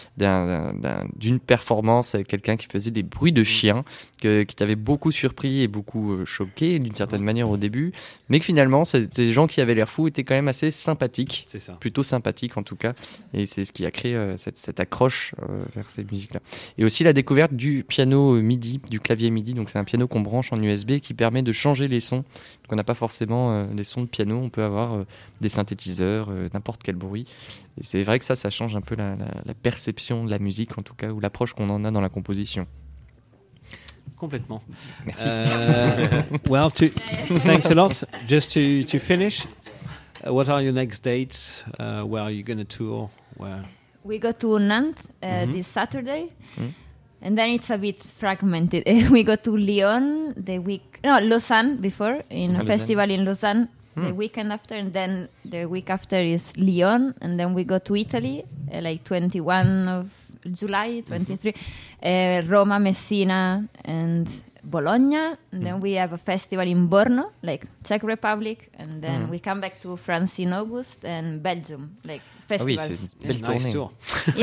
d'une performance avec quelqu'un qui faisait des bruits de chiens qui t'avait beaucoup surpris et beaucoup choqué d'une certaine manière au début, mais que finalement ces gens qui avaient l'air fous étaient quand même assez sympathiques, C'est ça. plutôt sympathiques en tout cas, et c'est ce qui a créé cette accroche vers ces musiques-là. Et aussi la découverte du piano MIDI, du clavier MIDI, donc c'est un piano qu'on branche en USB qui permet de changer les sons. Donc on n'a pas forcément des sons de piano, on peut avoir des synthétiseurs, n'importe quel bruit. Et c'est vrai que ça change un peu la perception de la musique en tout cas, ou l'approche qu'on en a dans la composition. Complètement. Merci. Well, thanks a lot. Just to finish, what are your next dates? Where are you going to tour? Where? We go to Nantes this Saturday. And then it's a bit fragmented. We go to Lyon Lausanne before, in a festival in Lausanne the weekend after, and then the week after is Lyon, and then we go to Italy, like 21 of July, 23, Roma, Messina, and Bologna. And then we have a festival in Brno, like Czech Republic, and then we come back to France in August, and Belgium, like festivals. Ah oui, c'est une belle tournée. tour.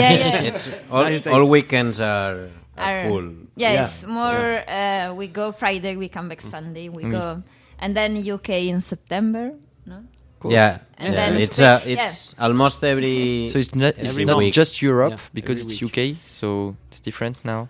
Yeah. All weekends are full. Yes, more. We go Friday, we come back Sunday. We go, and then UK in September. No. Cool. Yeah, And yeah. then It's almost every. So it's not every not week. just Europe Yeah, because every it's week. UK, so it's different now.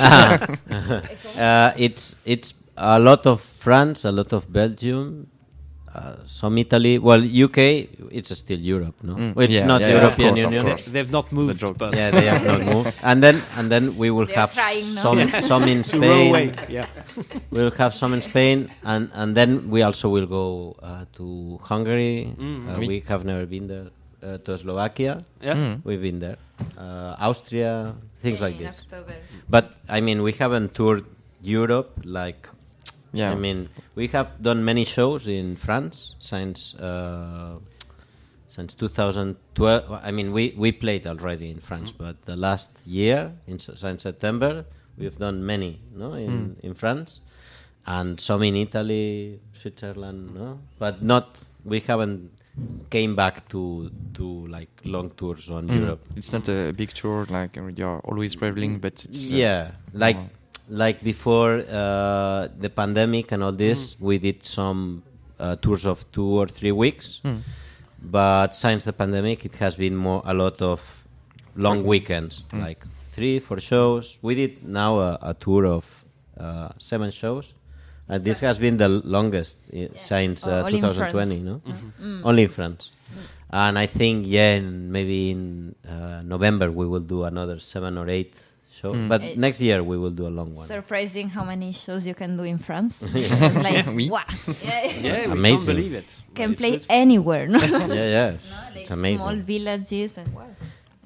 It's a lot of France, a lot of Belgium, some Italy. Well, UK, it's still Europe, no? Well, it's not European Union. They've not moved. But Yeah, they have not moved. And then we will They're have trying now. some in to row away. Spain. Yeah. We'll have some in Spain, and then we also will go to Hungary. We have never been there. To Slovakia, we've been there. Austria, things like in this. October. But I mean, we haven't toured Europe like. Yeah. I mean, we have done many shows in France since 2012. I mean, we played already in France, but the last year, since September, we've done many, no, in France, and some in Italy, Switzerland, no, but not. We haven't came back to like long tours on Europe. It's not a big tour like you're always traveling, but it's like before the pandemic and all this, we did some tours of 2 or 3 weeks. But since the pandemic, it has been a lot of long weekends, like 3-4 shows. We did now a tour of 7 shows. And this has been the longest since 2020, no? Only in France. And I think, maybe in November we will do another 7 or 8 show. But next year we will do a long one. Surprising how many shows you can do in France. Yeah. It's like, Oui. wow. Yeah, we Amazing. can't believe it. Can It's play good. anywhere. No? Yeah. No, like It's amazing. small villages and wow.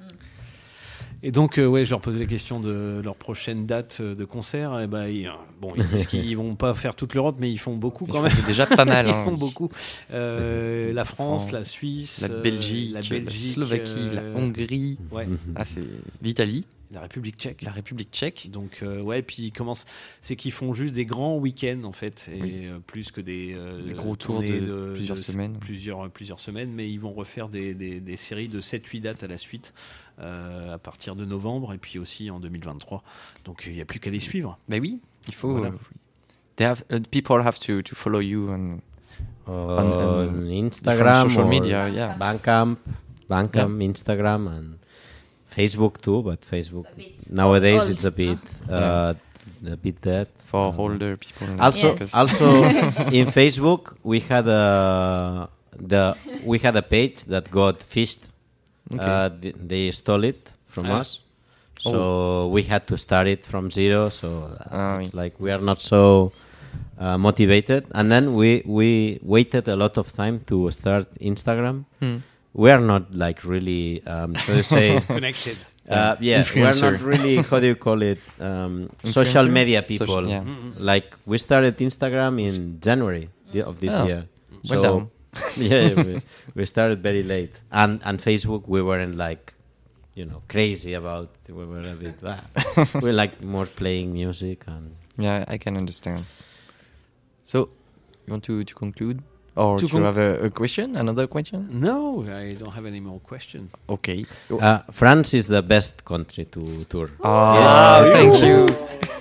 Et donc, ouais, je leur posais la question de leur prochaine date de concert. Et ben, ils disent qu'ils vont pas faire toute l'Europe, mais ils font beaucoup quand même. Ils font déjà pas mal. Ils hein. font beaucoup. La France, la Suisse, la Belgique, la Slovaquie, la Hongrie. Ouais. Ah, c'est l'Italie. La République tchèque. La République tchèque. Donc, ouais, puis ils commencent. C'est qu'ils font juste des grands week-ends, en fait, et plus que des gros tours de plusieurs semaines. Plusieurs semaines, mais ils vont refaire des séries de 7-8 dates à la suite à partir de novembre et puis aussi en 2023. Donc, il n'y a plus qu'à les suivre. Ben oui, il faut. Voilà. People have to follow you on Instagram, social or media, yeah. Bandcamp, Instagram, and Facebook too. But Facebook nowadays it's a bit dead for older people. Also, Yes. also in Facebook we had a page that got fished. Okay. They stole it from us, so we had to start it from zero. So it's like we are not so motivated. And then we waited a lot of time to start Instagram. We are not like really how do you say connected. Yeah, we are not really, how do you call it, social Influencer? media people. Yeah. Like we started Instagram in January of this year. Well done. Yeah, we started very late. And Facebook, we weren't like, crazy about. We were a bit. We like more playing music and. Yeah, I can understand. So, you want to conclude? Or To do you have a question? Another question? No, I don't have any more questions. Okay. France is the best country to tour. Thank you.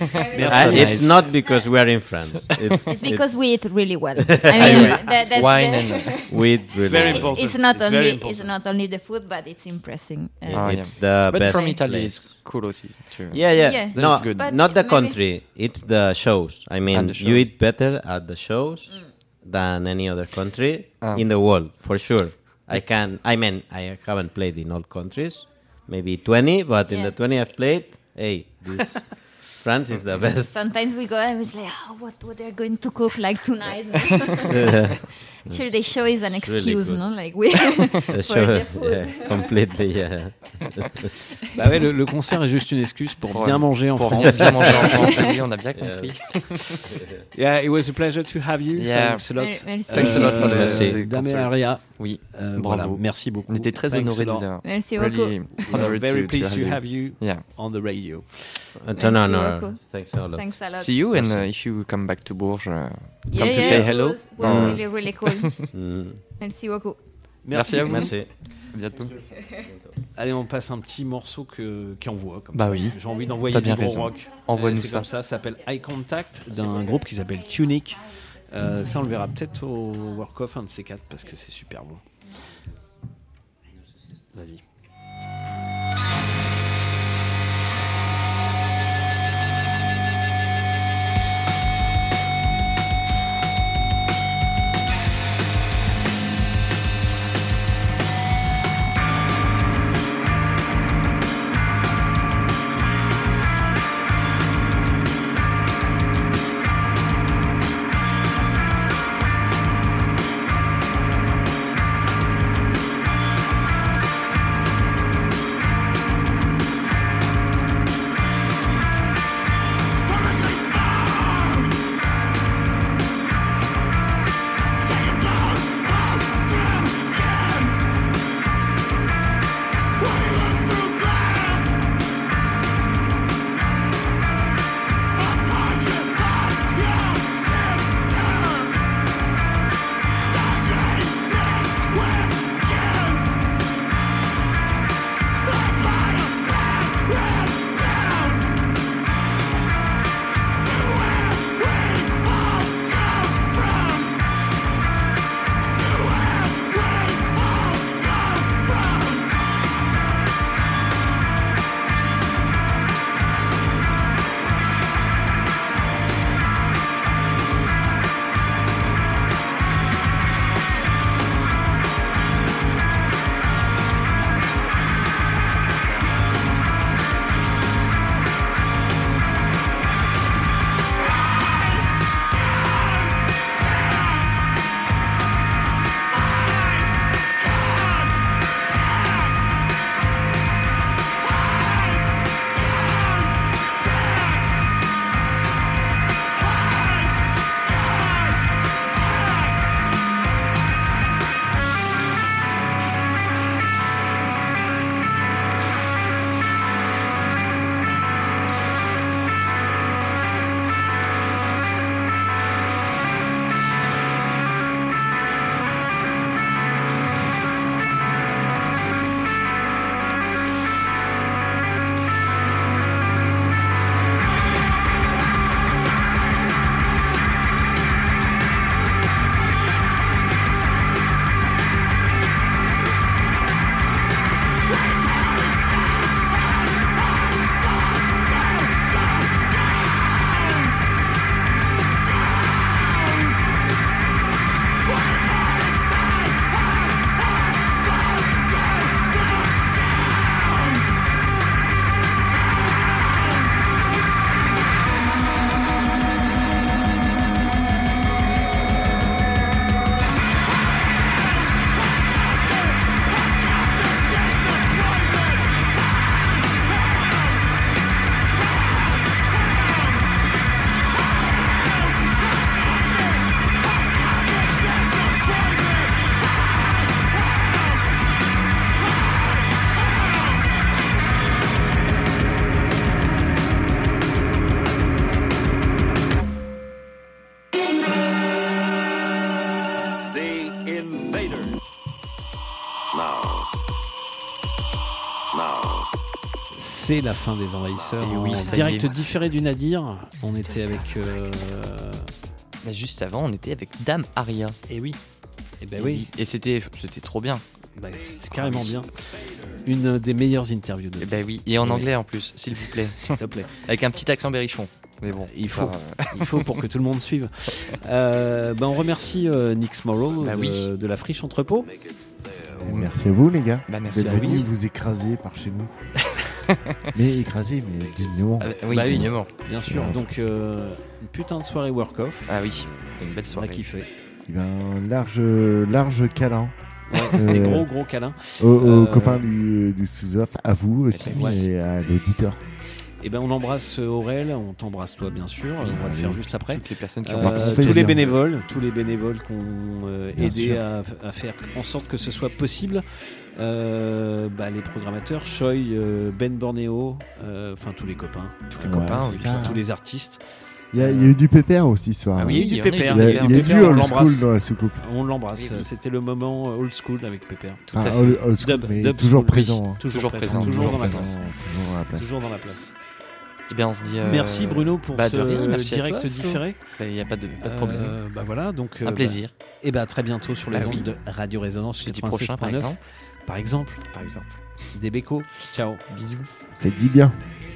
It's not because we are in France. It's because we eat really well. I mean, that's wine the- and we eat really very well. important. It's not It's very only important. it's not only the food, but it's impressing. It's the But best from Italy, place. it's cool also. Too. Yeah. Yeah. No, That's good. But not the maybe- country. It's the shows. I mean, And the you show. eat better at the shows than any other country in the world, for sure. I haven't played in all countries, maybe 20, but in Yeah. the 20 I've played, this France is the best. Sometimes we go and it's like, what they're going to cook like tonight. Actually, the show is an It's really excuse, good. no? Like we The for show, the food. yeah, completely, yeah. Bah ouais, le concert est juste une excuse pour bien manger en pour France. bien manger en France, oui, on a bien compris. Yeah, it was a pleasure to have you. Yeah. Thanks a lot. Merci. Thanks a lot for the Dame concert. Aria. Oui, Voilà, bravo. merci beaucoup. On était très Thanks honorés a de lot. vous avoir. Merci Really beaucoup. honored Very to pleased to have have you Yeah. on the radio. It's an Merci honor. beaucoup. Thanks a lot. Thanks a lot. See you, and Merci. if you come back to Bourges, come Yeah, to yeah, say of hello. course. Well, really, really cool. Merci beaucoup. Merci à vous. Merci. À bientôt. Allez, on passe un petit morceau qui envoie. Comme Bah ça. oui. J'ai envie d'envoyer T'as du bien gros raison. rock. Envoie-nous C'est ça. comme ça s'appelle Eye Contact d'un groupe qui s'appelle Tunic. Ça, on le verra peut-être au Work-Off, un de ces quatre, parce que c'est super bon. Vas-y. Thank c'est la fin des Envahisseurs. Et oui, En ça y direct est. différé du Nadir. On était avec. Bah, juste avant, on était avec Dame Aria. Et oui. Et ben oui. Et c'était trop bien. Bah, c'était carrément bien. Une des meilleures interviews de. Bah oui. Et en anglais en plus, s'il vous plaît. S'il te plaît. Avec un petit accent berrichon. Mais bon, il faut pour que tout le monde suive. On remercie Nix Morrow de la Friche Entrepôt. Merci à vous les gars. Merci d'être venus vous écraser par chez nous. Mais écraser, mais dignement. Dignement. Bien sûr. Donc une putain de soirée work off. Ah oui, une belle soirée. On a kiffé. Un large câlin. Des gros câlins. Aux copains du sous-off, à vous aussi et à l'auditeur. Et on embrasse Aurel, on t'embrasse toi bien sûr, on va le faire juste après. Toutes les personnes qui ont participé. Tous les bénévoles qui ont aidé à faire en sorte que ce soit possible. Les programmateurs, Choi, Ben Bornéo, tous les copains, tous les artistes. Il y a eu du pépère aussi ce soir. Ah oui, il y a eu du pépère. Il y a eu du old school dans la soucoupe. On l'embrasse. C'était le moment old school avec Pépère. Tout à fait. Old school, mais toujours présent. Toujours présent. Toujours dans la place. Toujours dans la place. Eh bien, on se dit. Merci Bruno pour ce merci direct différé. Il n'y a pas de problème. Voilà, donc. Un plaisir. Et à très bientôt sur les ondes de Radio Résonance 96.9. Par exemple. Des bécos. Ciao. Bisous. Faites-y bien.